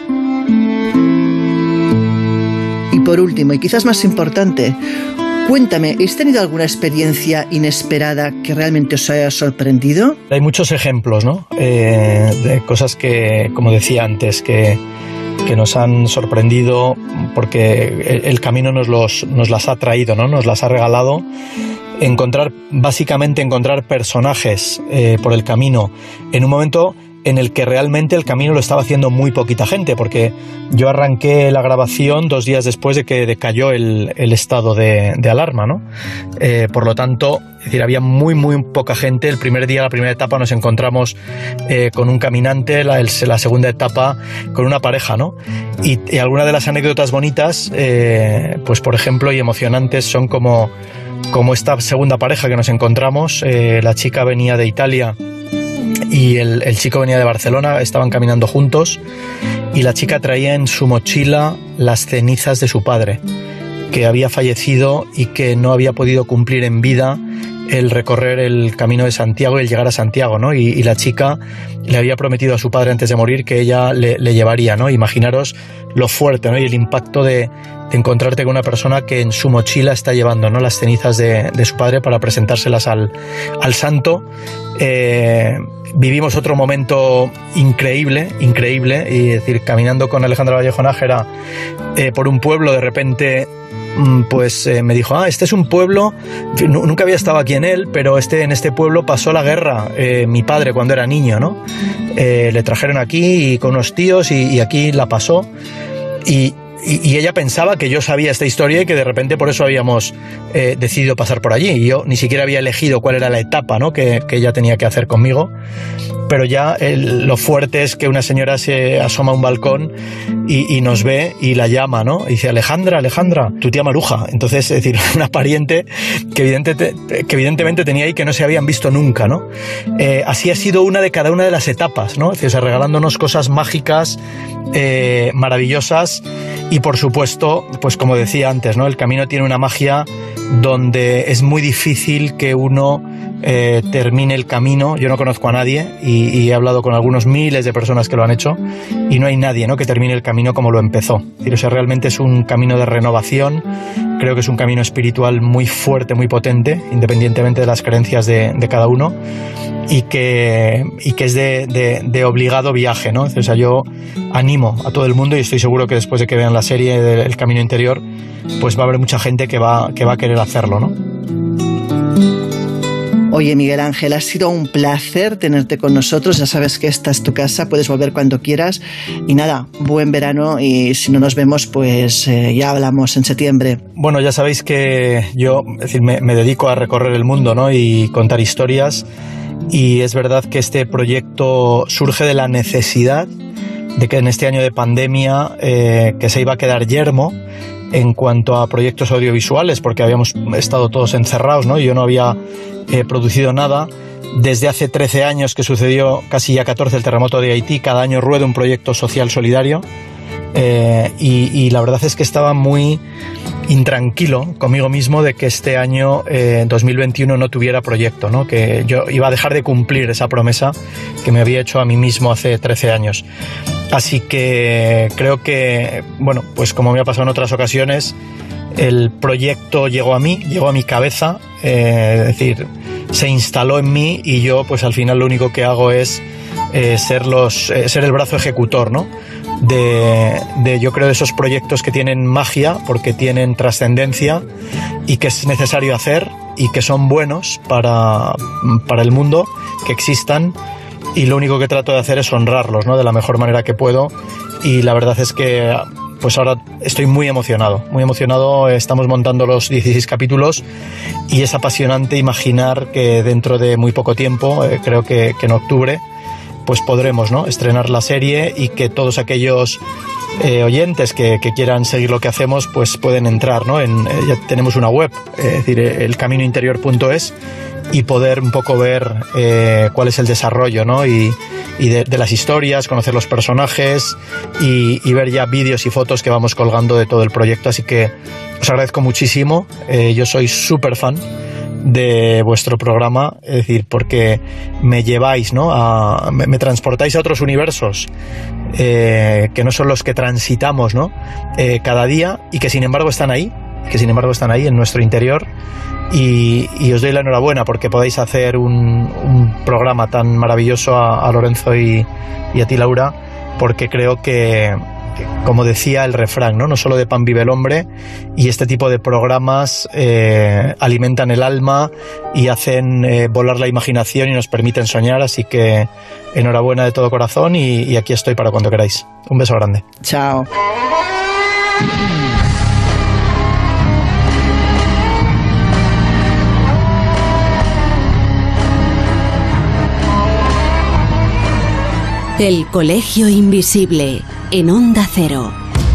Y por último, y quizás más importante, cuéntame, ¿habéis tenido alguna experiencia inesperada que realmente os haya sorprendido? Hay muchos ejemplos, ¿no? Eh, de cosas que, como decía antes, que, que nos han sorprendido porque el, el camino nos, los, nos las ha traído, ¿no? Nos las ha regalado. Encontrar, básicamente encontrar personajes eh, por el camino en un momento en el que realmente el camino lo estaba haciendo muy poquita gente, porque yo arranqué la grabación dos días después de que decayó el, el estado de, de alarma, ¿no? Eh, por lo tanto, es decir, había muy, muy poca gente. El primer día, la primera etapa, nos encontramos eh, con un caminante, la, el, la segunda etapa con una pareja, ¿no? Y, y algunas de las anécdotas bonitas, eh, pues por ejemplo, y emocionantes, son como, como esta segunda pareja que nos encontramos. Eh, la chica venía de Italia y el, el chico venía de Barcelona, estaban caminando juntos, y la chica traía en su mochila las cenizas de su padre, que había fallecido y que no había podido cumplir en vida el recorrer el camino de Santiago y el llegar a Santiago, ¿no? Y, y la chica le había prometido a su padre antes de morir que ella le, le llevaría, ¿no? Imaginaros lo fuerte, ¿no? Y el impacto de, de encontrarte con una persona que en su mochila está llevando, ¿no? Las cenizas de, de su padre para presentárselas al, al santo. Eh, vivimos otro momento increíble, increíble, y es decir, caminando con Alejandra Vallejo Nájera eh, por un pueblo, de repente pues eh, me dijo, ah, este es un pueblo, nunca había estado aquí en él, pero este, en este pueblo pasó la guerra, eh, mi padre cuando era niño, ¿no? Eh, le trajeron aquí y con unos tíos y, y aquí la pasó, y, y, y ella pensaba que yo sabía esta historia y que de repente por eso habíamos eh, decidido pasar por allí, y yo ni siquiera había elegido cuál era la etapa, ¿no? que, que ella tenía que hacer conmigo. Pero ya el, lo fuerte es que una señora se asoma a un balcón y, y nos ve y la llama, ¿no? Y dice, Alejandra, Alejandra, tu tía Maruja. Entonces, es decir, una pariente que, evidente, que evidentemente tenía ahí que no se habían visto nunca, ¿no? Eh, así ha sido una de cada una de las etapas, ¿no? Es decir, regalándonos cosas mágicas, eh, maravillosas, y por supuesto, pues como decía antes, ¿no? El camino tiene una magia donde es muy difícil que uno eh, termine el camino. Yo no conozco a nadie y, y he hablado con algunos miles de personas que lo han hecho y no hay nadie, ¿no? que termine el camino como lo empezó. Es decir, o sea, realmente es un camino de renovación creo que es un camino espiritual muy fuerte, muy potente, independientemente de las creencias de, de cada uno, y que, y que es de, de, de obligado viaje, ¿no? O sea, yo animo a todo el mundo, y estoy seguro que después de que vean la serie del Camino Interior, pues va a haber mucha gente que va, que va a querer hacerlo, ¿no? Oye, Miguel Ángel, ha sido un placer tenerte con nosotros. Ya sabes que esta es tu casa, puedes volver cuando quieras. Y nada, buen verano, y si no nos vemos, pues eh, ya hablamos en septiembre. Bueno, ya sabéis que yo, es decir, me, me dedico a recorrer el mundo, ¿no? Y contar historias. Y es verdad que este proyecto surge de la necesidad de que en este año de pandemia eh, que se iba a quedar yermo en cuanto a proyectos audiovisuales, porque habíamos estado todos encerrados, ¿no? Y yo no había eh, producido nada. Desde hace trece años que sucedió, casi ya catorce, el terremoto de Haití, cada año ruedo un proyecto social solidario. Eh, y, y la verdad es que estaba muy intranquilo conmigo mismo de que este año eh, dos mil veintiuno no tuviera proyecto, ¿no? Que yo iba a dejar de cumplir esa promesa que me había hecho a mí mismo hace trece años. Así que creo que, bueno, pues como me ha pasado en otras ocasiones, el proyecto llegó a mí, llegó a mi cabeza, eh, es decir, se instaló en mí, y yo pues al final lo único que hago es eh, ser, los, eh, ser el brazo ejecutor, ¿no? De, de, yo creo, de esos proyectos que tienen magia, porque tienen trascendencia y que es necesario hacer y que son buenos para, para el mundo, que existan, y lo único que trato de hacer es honrarlos, ¿no? De la mejor manera que puedo. Y la verdad es que pues ahora estoy muy emocionado, muy emocionado. Estamos montando los dieciséis capítulos y es apasionante imaginar que dentro de muy poco tiempo, eh, creo que, que en octubre, pues podremos, ¿no? estrenar la serie, y que todos aquellos eh, oyentes que, que quieran seguir lo que hacemos, pues pueden entrar, ¿no? En, eh, ya tenemos una web, es decir, el camino interior punto es, y poder un poco ver eh, cuál es el desarrollo, ¿no? y, y de, de las historias, conocer los personajes, y, y ver ya vídeos y fotos que vamos colgando de todo el proyecto. Así que os agradezco muchísimo. Eh, yo soy súper fan de vuestro programa, es decir, porque me lleváis, ¿no? a, me, me transportáis a otros universos eh, que no son los que transitamos, ¿no? Eh, cada día, y que sin embargo están ahí, que sin embargo están ahí en nuestro interior. Y, y os doy la enhorabuena porque podáis hacer un, un programa tan maravilloso a, a Lorenzo y, y a ti, Laura, porque creo que, como decía el refrán, ¿no? No solo de pan vive el hombre, y este tipo de programas eh, alimentan el alma y hacen eh, volar la imaginación y nos permiten soñar. Así que enhorabuena de todo corazón, y, y aquí estoy para cuando queráis. Un beso grande. Chao. El Colegio Invisible, en Onda Cero.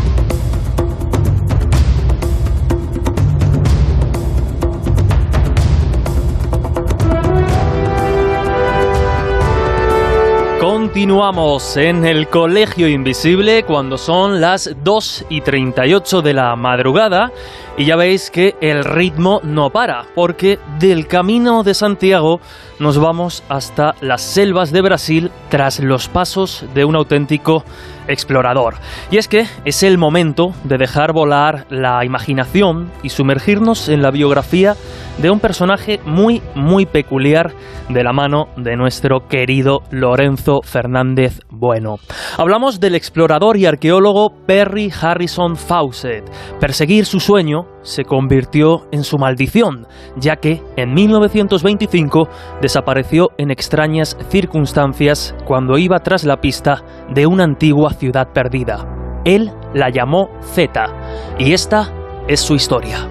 Continuamos en el Colegio Invisible cuando son las dos y treinta y ocho de la madrugada, y ya veis que el ritmo no para, porque del Camino de Santiago nos vamos hasta las selvas de Brasil tras los pasos de un auténtico explorador. Y es que es el momento de dejar volar la imaginación y sumergirnos en la biografía de un personaje muy, muy peculiar de la mano de nuestro querido Lorenzo Fernández Bueno. Hablamos del explorador y arqueólogo Perry Harrison Fawcett. Perseguir su sueño se convirtió en su maldición, ya que en mil novecientos veinticinco desapareció en extrañas circunstancias cuando iba tras la pista de una antigua ciudad perdida. Él la llamó Zeta, y esta es su historia.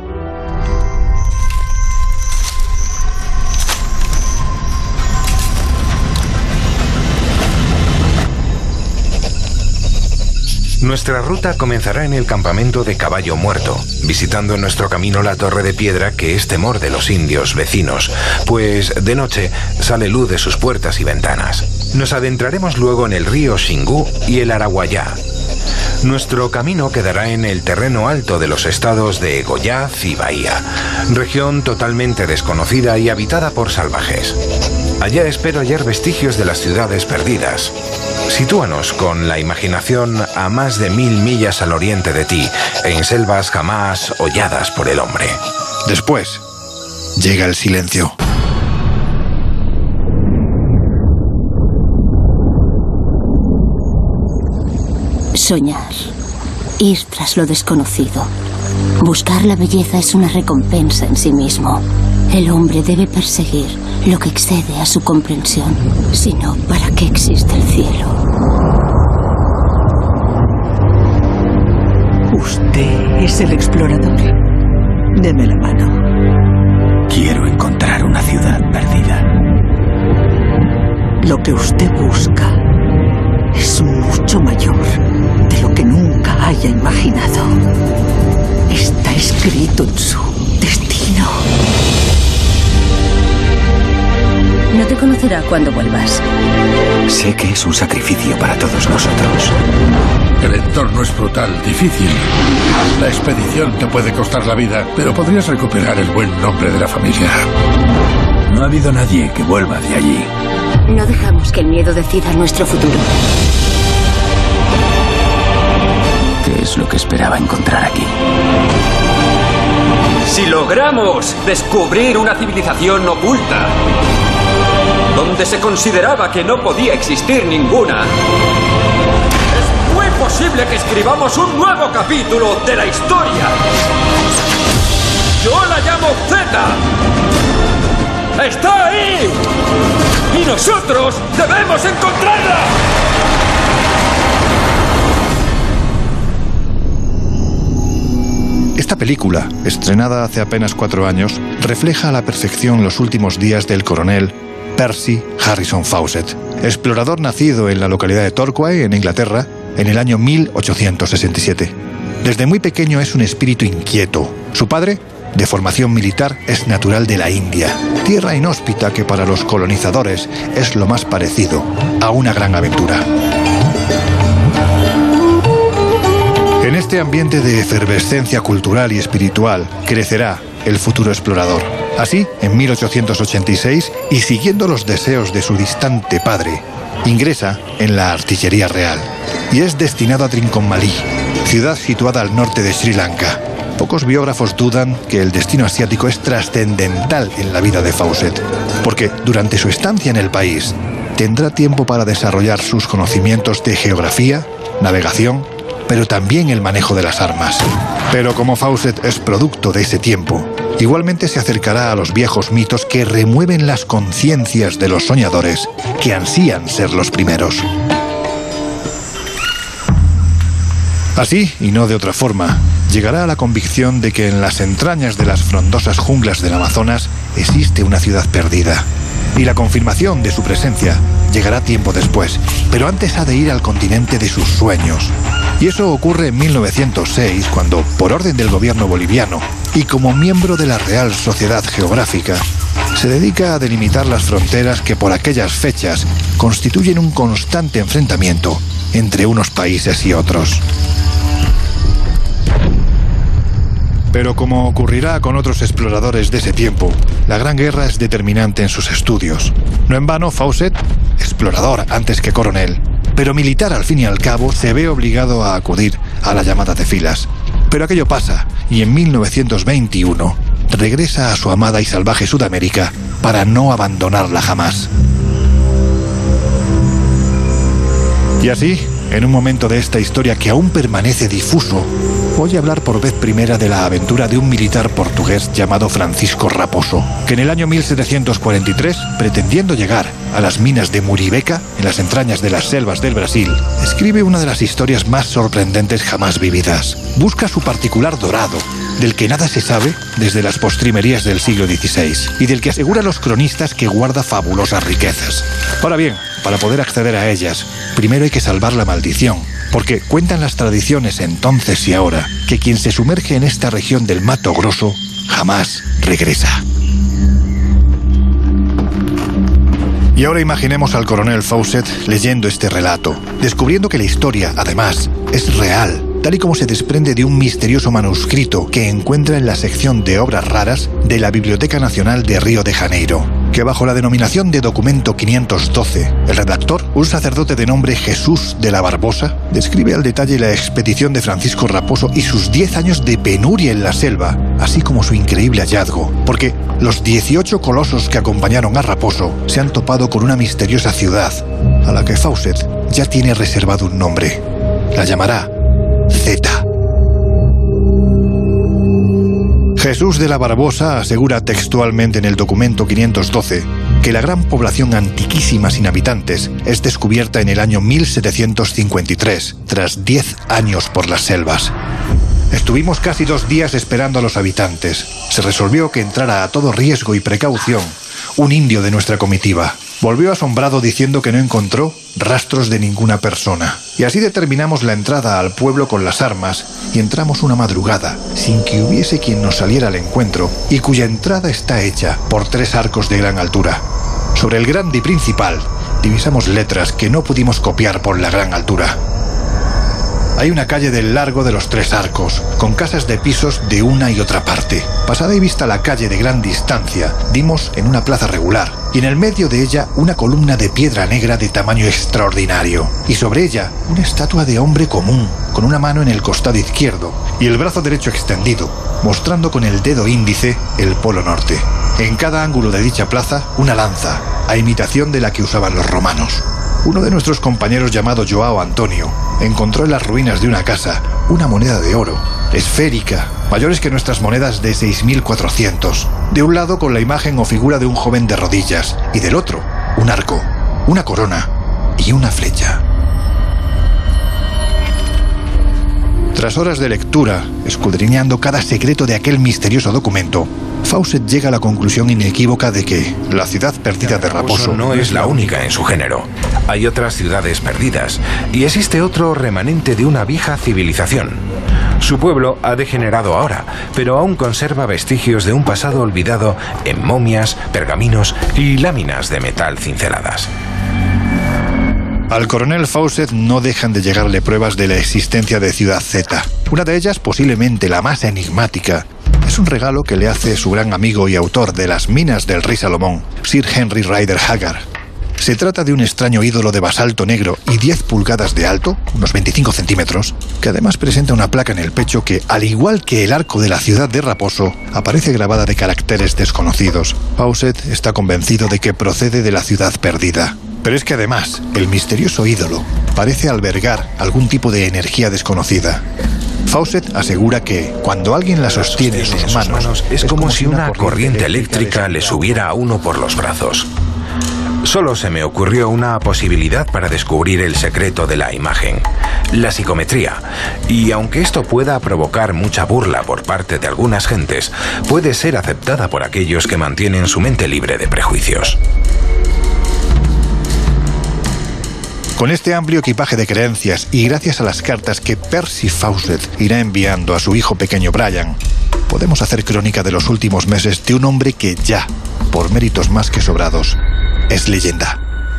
Nuestra ruta comenzará en el campamento de Caballo Muerto, visitando en nuestro camino la torre de piedra que es temor de los indios vecinos, pues de noche sale luz de sus puertas y ventanas. Nos adentraremos luego en el río Xingu y el Araguayá. Nuestro camino quedará en el terreno alto de los estados de Goiás y Bahía, región totalmente desconocida y habitada por salvajes. Allá espero hallar vestigios de las ciudades perdidas. Sitúanos con la imaginación a más de mil millas al oriente de ti, en selvas jamás holladas por el hombre. Después, llega el silencio. Soñar. Ir tras lo desconocido. Buscar la belleza es una recompensa en sí mismo. El hombre debe perseguir lo que excede a su comprensión. Si no, ¿para qué existe el cielo? Usted es el explorador. Deme la mano. Quiero encontrar una ciudad perdida. Lo que usted busca es mucho mayor de lo que nunca haya imaginado. Está escrito en su destino. No te conocerá cuando vuelvas. Sé que es un sacrificio para todos nosotros. El entorno es brutal, difícil. La expedición te puede costar la vida, pero podrías recuperar el buen nombre de la familia. No ha habido nadie que vuelva de allí. No dejamos que el miedo decida nuestro futuro. ¿Qué es lo que esperaba encontrar aquí? Si logramos descubrir una civilización oculta, donde se consideraba que no podía existir ninguna, es muy posible que escribamos un nuevo capítulo de la historia. Yo la llamo Z. ¡Está ahí! ¡Y nosotros debemos encontrarla! Esta película, estrenada hace apenas cuatro años, refleja a la perfección los últimos días del coronel Percy Harrison Fawcett, explorador nacido en la localidad de Torquay, en Inglaterra, en el año mil ochocientos sesenta y siete. Desde muy pequeño es un espíritu inquieto. Su padre, de formación militar, es natural de la India, tierra inhóspita que para los colonizadores es lo más parecido a una gran aventura. En este ambiente de efervescencia cultural y espiritual crecerá el futuro explorador. Así, en mil ochocientos ochenta y seis, y siguiendo los deseos de su distante padre, ingresa en la artillería real y es destinado a Trincomalee, ciudad situada al norte de Sri Lanka. Pocos biógrafos dudan que el destino asiático es trascendental en la vida de Fawcett, porque durante su estancia en el país tendrá tiempo para desarrollar sus conocimientos de geografía, navegación, pero también el manejo de las armas. Pero como Fawcett es producto de ese tiempo, igualmente se acercará a los viejos mitos que remueven las conciencias de los soñadores que ansían ser los primeros. Así, y no de otra forma, llegará a la convicción de que en las entrañas de las frondosas junglas del Amazonas existe una ciudad perdida. Y la confirmación de su presencia llegará tiempo después, pero antes ha de ir al continente de sus sueños. Y eso ocurre en mil novecientos seis, cuando, por orden del gobierno boliviano y como miembro de la Real Sociedad Geográfica, se dedica a delimitar las fronteras que por aquellas fechas constituyen un constante enfrentamiento entre unos países y otros. Pero como ocurrirá con otros exploradores de ese tiempo, la Gran Guerra es determinante en sus estudios. No en vano, Fawcett, explorador antes que coronel, pero militar al fin y al cabo, se ve obligado a acudir a la llamada de filas. Pero aquello pasa, y en mil novecientos veintiuno regresa a su amada y salvaje Sudamérica para no abandonarla jamás. Y así, en un momento de esta historia que aún permanece difuso, voy a hablar por vez primera de la aventura de un militar portugués llamado Francisco Raposo, que en el año mil setecientos cuarenta y tres, pretendiendo llegar a las minas de Muribeca, en las entrañas de las selvas del Brasil, escribe una de las historias más sorprendentes jamás vividas. Busca su particular dorado, del que nada se sabe desde las postrimerías del siglo dieciséis, y del que asegura los cronistas que guarda fabulosas riquezas. Ahora bien, para poder acceder a ellas, primero hay que salvar la maldición, porque cuentan las tradiciones entonces y ahora que quien se sumerge en esta región del Mato Grosso jamás regresa. Y ahora imaginemos al coronel Fawcett leyendo este relato, descubriendo que la historia, además, es real tal y como se desprende de un misterioso manuscrito que encuentra en la sección de obras raras de la Biblioteca Nacional de Río de Janeiro, que bajo la denominación de documento quinientos doce, el redactor, un sacerdote de nombre Jesús de la Barbosa, describe al detalle la expedición de Francisco Raposo y sus diez años de penuria en la selva, así como su increíble hallazgo, porque los dieciocho colosos que acompañaron a Raposo se han topado con una misteriosa ciudad, a la que Fawcett ya tiene reservado un nombre. La llamará Zeta. Jesús de la Barbosa asegura textualmente en el documento quinientos doce que la gran población antiquísima sin habitantes es descubierta en el año mil setecientos cincuenta y tres, tras diez años por las selvas. Estuvimos casi dos días esperando a los habitantes. Se resolvió que entrara a todo riesgo y precaución un indio de nuestra comitiva. Volvió asombrado diciendo que no encontró rastros de ninguna persona. Y así determinamos la entrada al pueblo con las armas y entramos una madrugada, sin que hubiese quien nos saliera al encuentro, y cuya entrada está hecha por tres arcos de gran altura. Sobre el grande y principal divisamos letras que no pudimos copiar por la gran altura. Hay una calle del largo de los tres arcos, con casas de pisos de una y otra parte. Pasada y vista la calle de gran distancia, dimos en una plaza regular, y en el medio de ella una columna de piedra negra de tamaño extraordinario, y sobre ella una estatua de hombre común, con una mano en el costado izquierdo y el brazo derecho extendido, mostrando con el dedo índice el polo norte. En cada ángulo de dicha plaza, una lanza, a imitación de la que usaban los romanos. Uno de nuestros compañeros, llamado Joao Antonio, encontró en las ruinas de una casa una moneda de oro, esférica, mayores que nuestras monedas de seis mil cuatrocientos, de un lado con la imagen o figura de un joven de rodillas, y del otro, un arco, una corona y una flecha. Tras horas de lectura, escudriñando cada secreto de aquel misterioso documento, Fawcett llega a la conclusión inequívoca de que la ciudad perdida de Raposo no es la única en su género. Hay otras ciudades perdidas y existe otro remanente de una vieja civilización. Su pueblo ha degenerado ahora, pero aún conserva vestigios de un pasado olvidado en momias, pergaminos y láminas de metal cinceladas. Al coronel Fawcett no dejan de llegarle pruebas de la existencia de Ciudad Zeta. Una de ellas, posiblemente la más enigmática, es un regalo que le hace su gran amigo y autor de las minas del rey Salomón, Sir Henry Rider Haggard. Se trata de un extraño ídolo de basalto negro y diez pulgadas de alto, unos veinticinco centímetros, que además presenta una placa en el pecho que, al igual que el arco de la ciudad de Raposo, aparece grabada de caracteres desconocidos. Fawcett está convencido de que procede de la ciudad perdida. Pero es que además, el misterioso ídolo parece albergar algún tipo de energía desconocida. Fawcett asegura que cuando alguien la sostiene en sus manos, es como si una corriente eléctrica le subiera a uno por los brazos. Solo se me ocurrió una posibilidad para descubrir el secreto de la imagen, la psicometría. Y aunque esto pueda provocar mucha burla por parte de algunas gentes, puede ser aceptada por aquellos que mantienen su mente libre de prejuicios. Con este amplio equipaje de creencias y gracias a las cartas que Percy Fawcett irá enviando a su hijo pequeño Brian, podemos hacer crónica de los últimos meses de un hombre que ya, por méritos más que sobrados, es leyenda.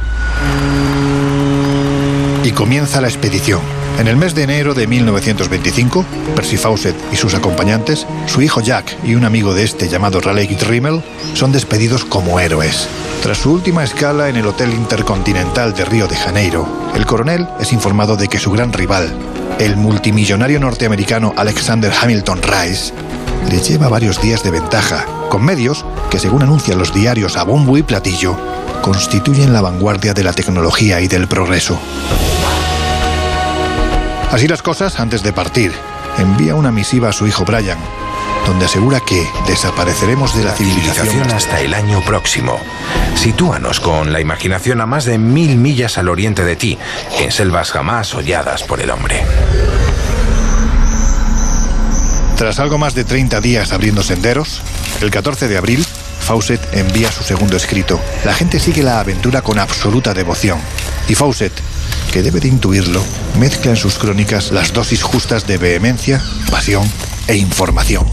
Y comienza la expedición. En el mes de enero de mil novecientos veinticinco, Percy Fawcett y sus acompañantes, su hijo Jack y un amigo de este llamado Raleigh Rimmel, son despedidos como héroes. Tras su última escala en el Hotel Intercontinental de Río de Janeiro, el coronel es informado de que su gran rival, el multimillonario norteamericano Alexander Hamilton Rice, le lleva varios días de ventaja, con medios que, según anuncian los diarios a bombo y platillo, constituyen la vanguardia de la tecnología y del progreso. Así las cosas, antes de partir, envía una misiva a su hijo Brian, donde asegura que desapareceremos de la civilización hasta el año próximo. Sitúanos con la imaginación a más de mil millas al oriente de ti, en selvas jamás holladas por el hombre. Tras algo más de treinta días abriendo senderos, el catorce de abril, Fawcett envía su segundo escrito. La gente sigue la aventura con absoluta devoción, y Fawcett, que debe de intuirlo, mezcla en sus crónicas las dosis justas de vehemencia, pasión e información.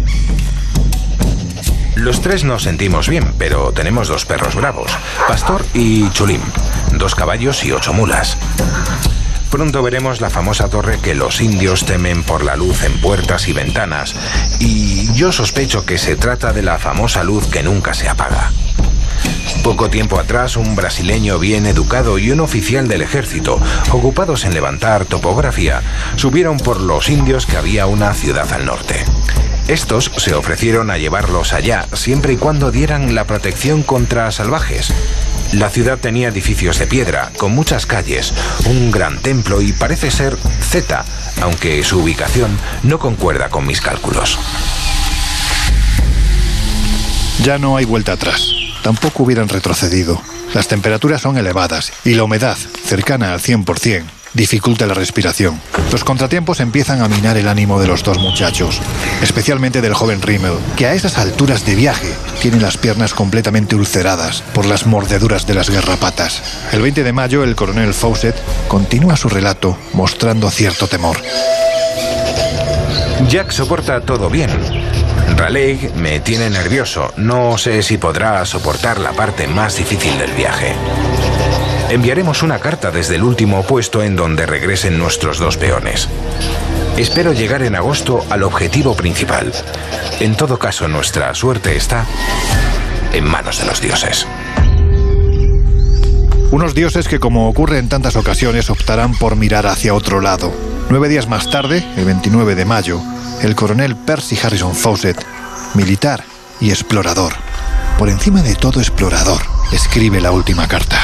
Los tres nos sentimos bien, pero tenemos dos perros bravos, Pastor y Chulim, dos caballos y ocho mulas. Pronto veremos la famosa torre que los indios temen por la luz en puertas y ventanas, y yo sospecho que se trata de la famosa luz que nunca se apaga. Poco tiempo atrás, un brasileño bien educado y un oficial del ejército, ocupados en levantar topografía, subieron por los indios que había una ciudad al norte. Estos se ofrecieron a llevarlos allá, siempre y cuando dieran la protección contra salvajes. La ciudad tenía edificios de piedra, con muchas calles, un gran templo y parece ser Z, aunque su ubicación no concuerda con mis cálculos. Ya no hay vuelta atrás. Tampoco hubieran retrocedido. Las temperaturas son elevadas y la humedad, cercana al cien por ciento, dificulta la respiración. Los contratiempos empiezan a minar el ánimo de los dos muchachos, especialmente del joven Rimmel, que a esas alturas de viaje tiene las piernas completamente ulceradas por las mordeduras de las garrapatas. El veinte de mayo, el coronel Fawcett continúa su relato mostrando cierto temor. Jack soporta todo bien. Raleigh me tiene nervioso. No sé si podrá soportar la parte más difícil del viaje. Enviaremos una carta desde el último puesto en donde regresen nuestros dos peones. Espero llegar en agosto al objetivo principal. En todo caso, nuestra suerte está en manos de los dioses. Unos dioses que, como ocurre en tantas ocasiones, optarán por mirar hacia otro lado. Nueve días más tarde, el veintinueve de mayo, el coronel Percy Harrison Fawcett, militar y explorador, por encima de todo explorador, escribe la última carta.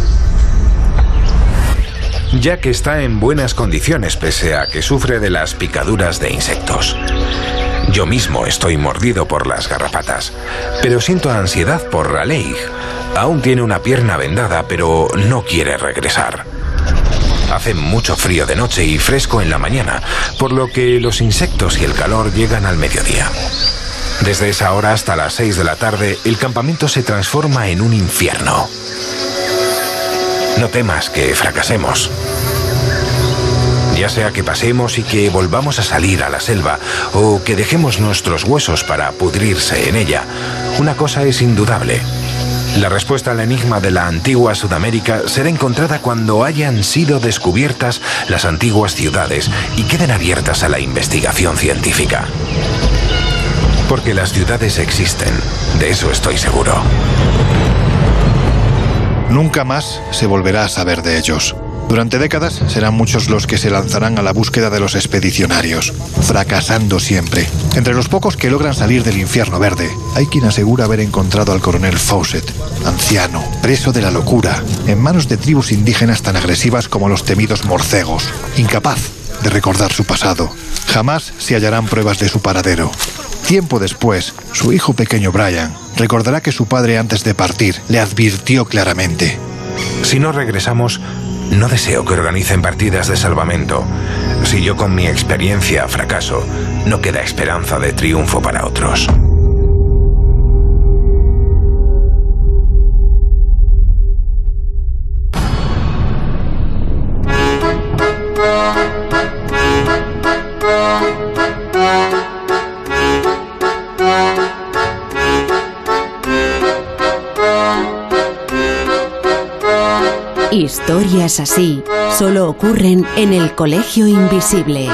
Jack está en buenas condiciones pese a que sufre de las picaduras de insectos. Yo mismo estoy mordido por las garrapatas, pero siento ansiedad por Raleigh. Aún tiene una pierna vendada, pero no quiere regresar. Hace mucho frío de noche y fresco en la mañana, por lo que los insectos y el calor llegan al mediodía. Desde esa hora hasta las seis de la tarde, el campamento se transforma en un infierno. No temas que fracasemos. Ya sea que pasemos y que volvamos a salir a la selva, o que dejemos nuestros huesos para pudrirse en ella, una cosa es indudable. La respuesta al enigma de la antigua Sudamérica será encontrada cuando hayan sido descubiertas las antiguas ciudades y queden abiertas a la investigación científica. Porque las ciudades existen, de eso estoy seguro. Nunca más se volverá a saber de ellos. Durante décadas serán muchos los que se lanzarán a la búsqueda de los expedicionarios, fracasando siempre. Entre los pocos que logran salir del infierno verde, hay quien asegura haber encontrado al coronel Fawcett, anciano, preso de la locura, en manos de tribus indígenas tan agresivas como los temidos morcegos, incapaz de recordar su pasado. Jamás se hallarán pruebas de su paradero. Tiempo después, su hijo pequeño Brian recordará que su padre, antes de partir, le advirtió claramente: si no regresamos, no deseo que organicen partidas de salvamento. Si yo con mi experiencia fracaso, no queda esperanza de triunfo para otros. Historias así solo ocurren en el Colegio Invisible.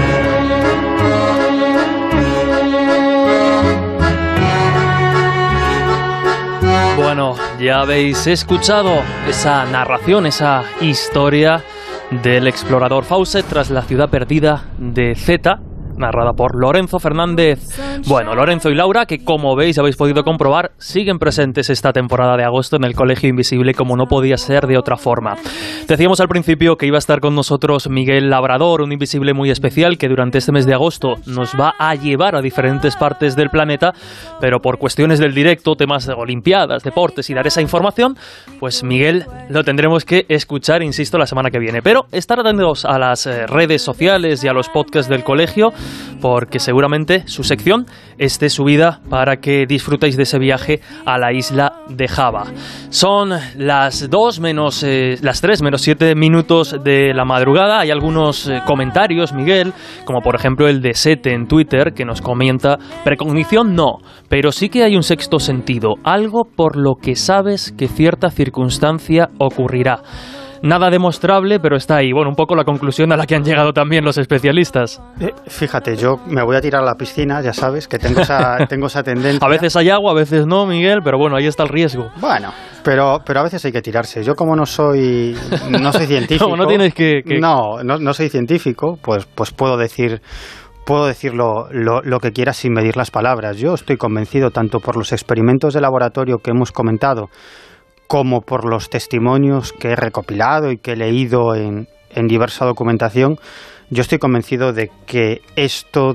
Bueno, ya habéis escuchado esa narración, esa historia del explorador Fawcett tras la ciudad perdida de Z, narrada por Lorenzo Fernández. Bueno, Lorenzo y Laura, que como veis, habéis podido comprobar, siguen presentes esta temporada de agosto en el Colegio Invisible, como no podía ser de otra forma. Decíamos al principio que iba a estar con nosotros Miguel Labrador, un invisible muy especial que durante este mes de agosto nos va a llevar a diferentes partes del planeta, pero por cuestiones del directo, temas de olimpiadas, deportes y dar esa información, pues Miguel lo tendremos que escuchar, insisto, la semana que viene. Pero estar atentos a las redes sociales y a los podcasts del colegio, porque seguramente su sección esté subida para que disfrutéis de ese viaje a la isla de Java. Son las dos menos eh, las tres menos siete minutos de la madrugada. Hay algunos eh, comentarios, Miguel, como por ejemplo el de Sete en Twitter, que nos comenta: precognición no, pero sí que hay un sexto sentido, algo por lo que sabes que cierta circunstancia ocurrirá. nada demostrable, pero está ahí. Bueno, un poco la conclusión a la que han llegado también los especialistas. Eh, fíjate, yo me voy a tirar a la piscina, ya sabes, que tengo esa, tengo esa tendencia. A veces hay agua, a veces no, Miguel, pero bueno, ahí está el riesgo. Bueno, pero, pero a veces hay que tirarse. Yo como no soy, no soy científico... no, no tienes que... que... No, no, no soy científico, pues, pues puedo decir... Puedo decir lo, lo, lo que quiera sin medir las palabras. Yo estoy convencido, tanto por los experimentos de laboratorio que hemos comentado, como por los testimonios que he recopilado y que he leído en, en diversa documentación, yo estoy convencido de que esto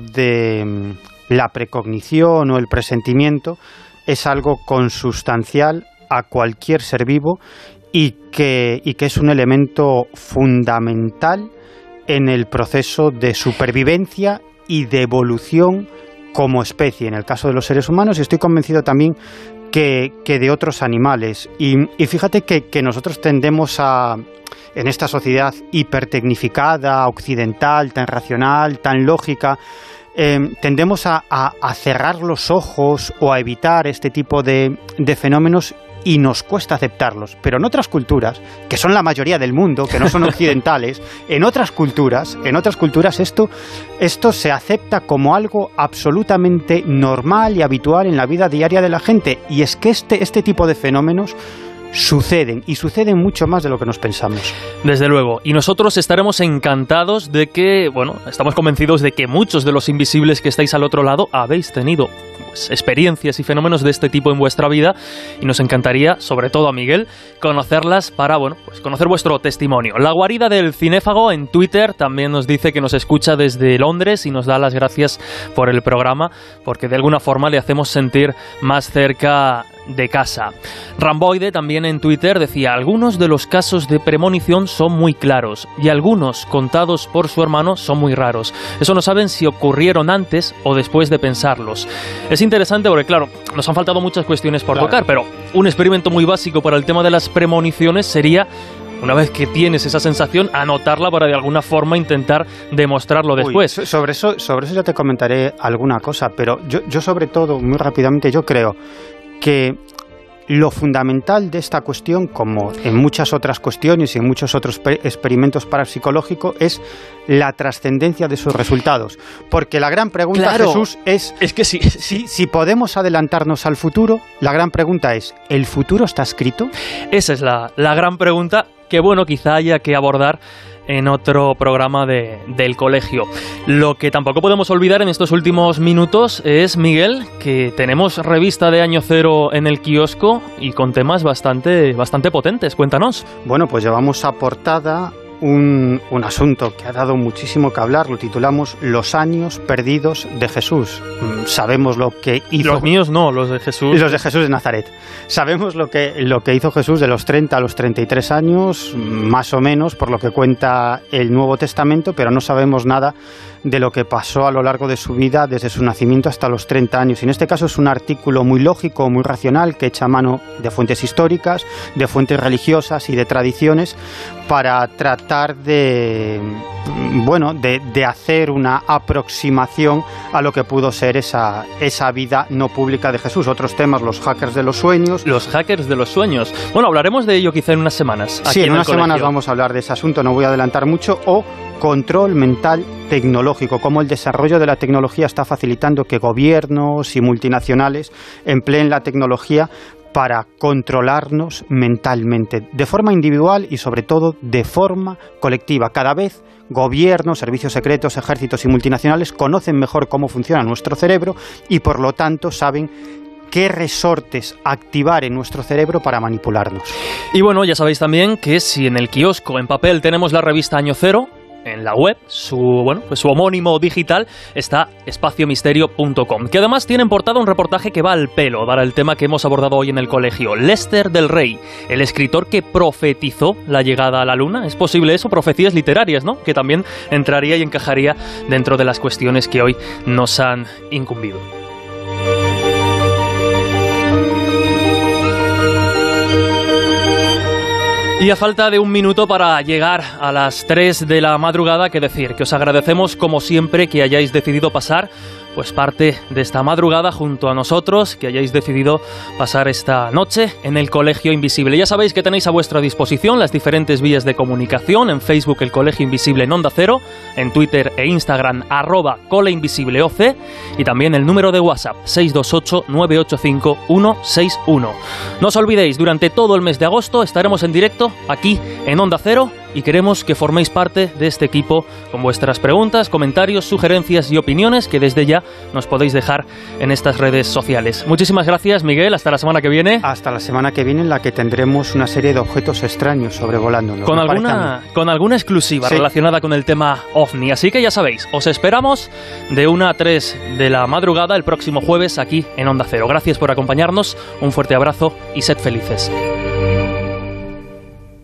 de la precognición o el presentimiento es algo consustancial a cualquier ser vivo y que, y que es un elemento fundamental en el proceso de supervivencia y de evolución como especie, en el caso de los seres humanos, y estoy convencido también que, que de otros animales. Y, y fíjate que, que nosotros tendemos a, en esta sociedad hipertecnificada, occidental, tan racional, tan lógica, eh, tendemos a, a, a cerrar los ojos o a evitar este tipo de, de fenómenos, y nos cuesta aceptarlos. Pero en otras culturas, que son la mayoría del mundo, que no son occidentales, en otras culturas, en otras culturas esto, esto se acepta como algo absolutamente normal y habitual en la vida diaria de la gente. Y es que este, este tipo de fenómenos suceden, y suceden mucho más de lo que nos pensamos. Desde luego, y nosotros estaremos encantados de que, bueno, estamos convencidos de que muchos de los invisibles que estáis al otro lado habéis tenido pues, experiencias y fenómenos de este tipo en vuestra vida, y nos encantaría, sobre todo a Miguel, conocerlas para, bueno, pues conocer vuestro testimonio. La guarida del cinéfago en Twitter también nos dice que nos escucha desde Londres y nos da las gracias por el programa, porque de alguna forma le hacemos sentir más cerca de casa. Ramboide también en Twitter decía: algunos de los casos de premonición son muy claros y algunos contados por su hermano son muy raros. Eso no saben si ocurrieron antes o después de pensarlos. Es interesante porque, claro, nos han faltado muchas cuestiones por claro. tocar, pero un experimento muy básico para el tema de las premoniciones sería, una vez que tienes esa sensación, anotarla para de alguna forma intentar demostrarlo después. Uy, sobre eso, sobre eso ya te comentaré alguna cosa, pero yo, yo sobre todo, muy rápidamente, yo creo que lo fundamental de esta cuestión, como en muchas otras cuestiones y en muchos otros experimentos parapsicológicos, es la trascendencia de sus resultados. Porque la gran pregunta, claro, Jesús, es, es que sí, si, si podemos adelantarnos al futuro. La gran pregunta es, ¿el futuro está escrito? Esa es la, la gran pregunta que, bueno, quizá haya que abordar en otro programa de, del colegio. Lo que tampoco podemos olvidar en estos últimos minutos es, Miguel, que tenemos revista de Año Cero en el kiosco y con temas bastante, bastante potentes. Cuéntanos. Bueno, pues llevamos a portada un, un asunto que ha dado muchísimo que hablar. Lo titulamos Los años perdidos de Jesús. Sabemos lo que hizo... Los míos no, los de Jesús. Los de Jesús de Nazaret. Sabemos lo que, lo que hizo Jesús de los treinta a los treinta y tres años, más o menos, por lo que cuenta el Nuevo Testamento, pero no sabemos nada de lo que pasó a lo largo de su vida, desde su nacimiento hasta los treinta años. Y en este caso es un artículo muy lógico, muy racional, que echa mano de fuentes históricas, de fuentes religiosas y de tradiciones para tratar de, bueno, de, de hacer una aproximación a lo que pudo ser esa, esa vida no pública de Jesús. Otros temas, los hackers de los sueños. Los hackers de los sueños. Bueno, hablaremos de ello quizá en unas semanas. Sí, en, en unas semanas vamos a hablar de ese asunto, no voy a adelantar mucho. O control mental tecnológico, cómo el desarrollo de la tecnología está facilitando que gobiernos y multinacionales empleen la tecnología para controlarnos mentalmente, de forma individual y sobre todo de forma colectiva. Cada vez gobiernos, servicios secretos, ejércitos y multinacionales conocen mejor cómo funciona nuestro cerebro y por lo tanto saben qué resortes activar en nuestro cerebro para manipularnos. Y bueno, ya sabéis también que si en el kiosco en papel tenemos la revista Año Cero, en la web, su, bueno, pues su homónimo digital está espacio misterio punto com, que además tiene en portada un reportaje que va al pelo para el tema que hemos abordado hoy en el colegio. Lester del Rey, el escritor que profetizó la llegada a la luna. ¿Es posible eso? Profecías literarias, ¿no? Que también entraría y encajaría dentro de las cuestiones que hoy nos han incumbido. Y a falta de un minuto para llegar a las tres de la madrugada, que decir, que os agradecemos como siempre que hayáis decidido pasar pues parte de esta madrugada junto a nosotros, que hayáis decidido pasar esta noche en el Colegio Invisible. Ya sabéis que tenéis a vuestra disposición las diferentes vías de comunicación: en Facebook el Colegio Invisible en Onda Cero, en Twitter e Instagram arroba coleinvisibleoc, y también el número de WhatsApp seis dos ocho nueve ocho cinco uno seis uno. No os olvidéis, durante todo el mes de agosto estaremos en directo aquí en Onda Cero y queremos que forméis parte de este equipo con vuestras preguntas, comentarios, sugerencias y opiniones que desde ya nos podéis dejar en estas redes sociales. Muchísimas gracias, Miguel. Hasta la semana que viene. Hasta la semana que viene, en la que tendremos una serie de objetos extraños sobrevolándonos. Con alguna, con alguna exclusiva sí. relacionada con el tema OVNI. Así que ya sabéis, os esperamos de una a tres de la madrugada el próximo jueves aquí en Onda Cero. Gracias por acompañarnos, un fuerte abrazo y sed felices.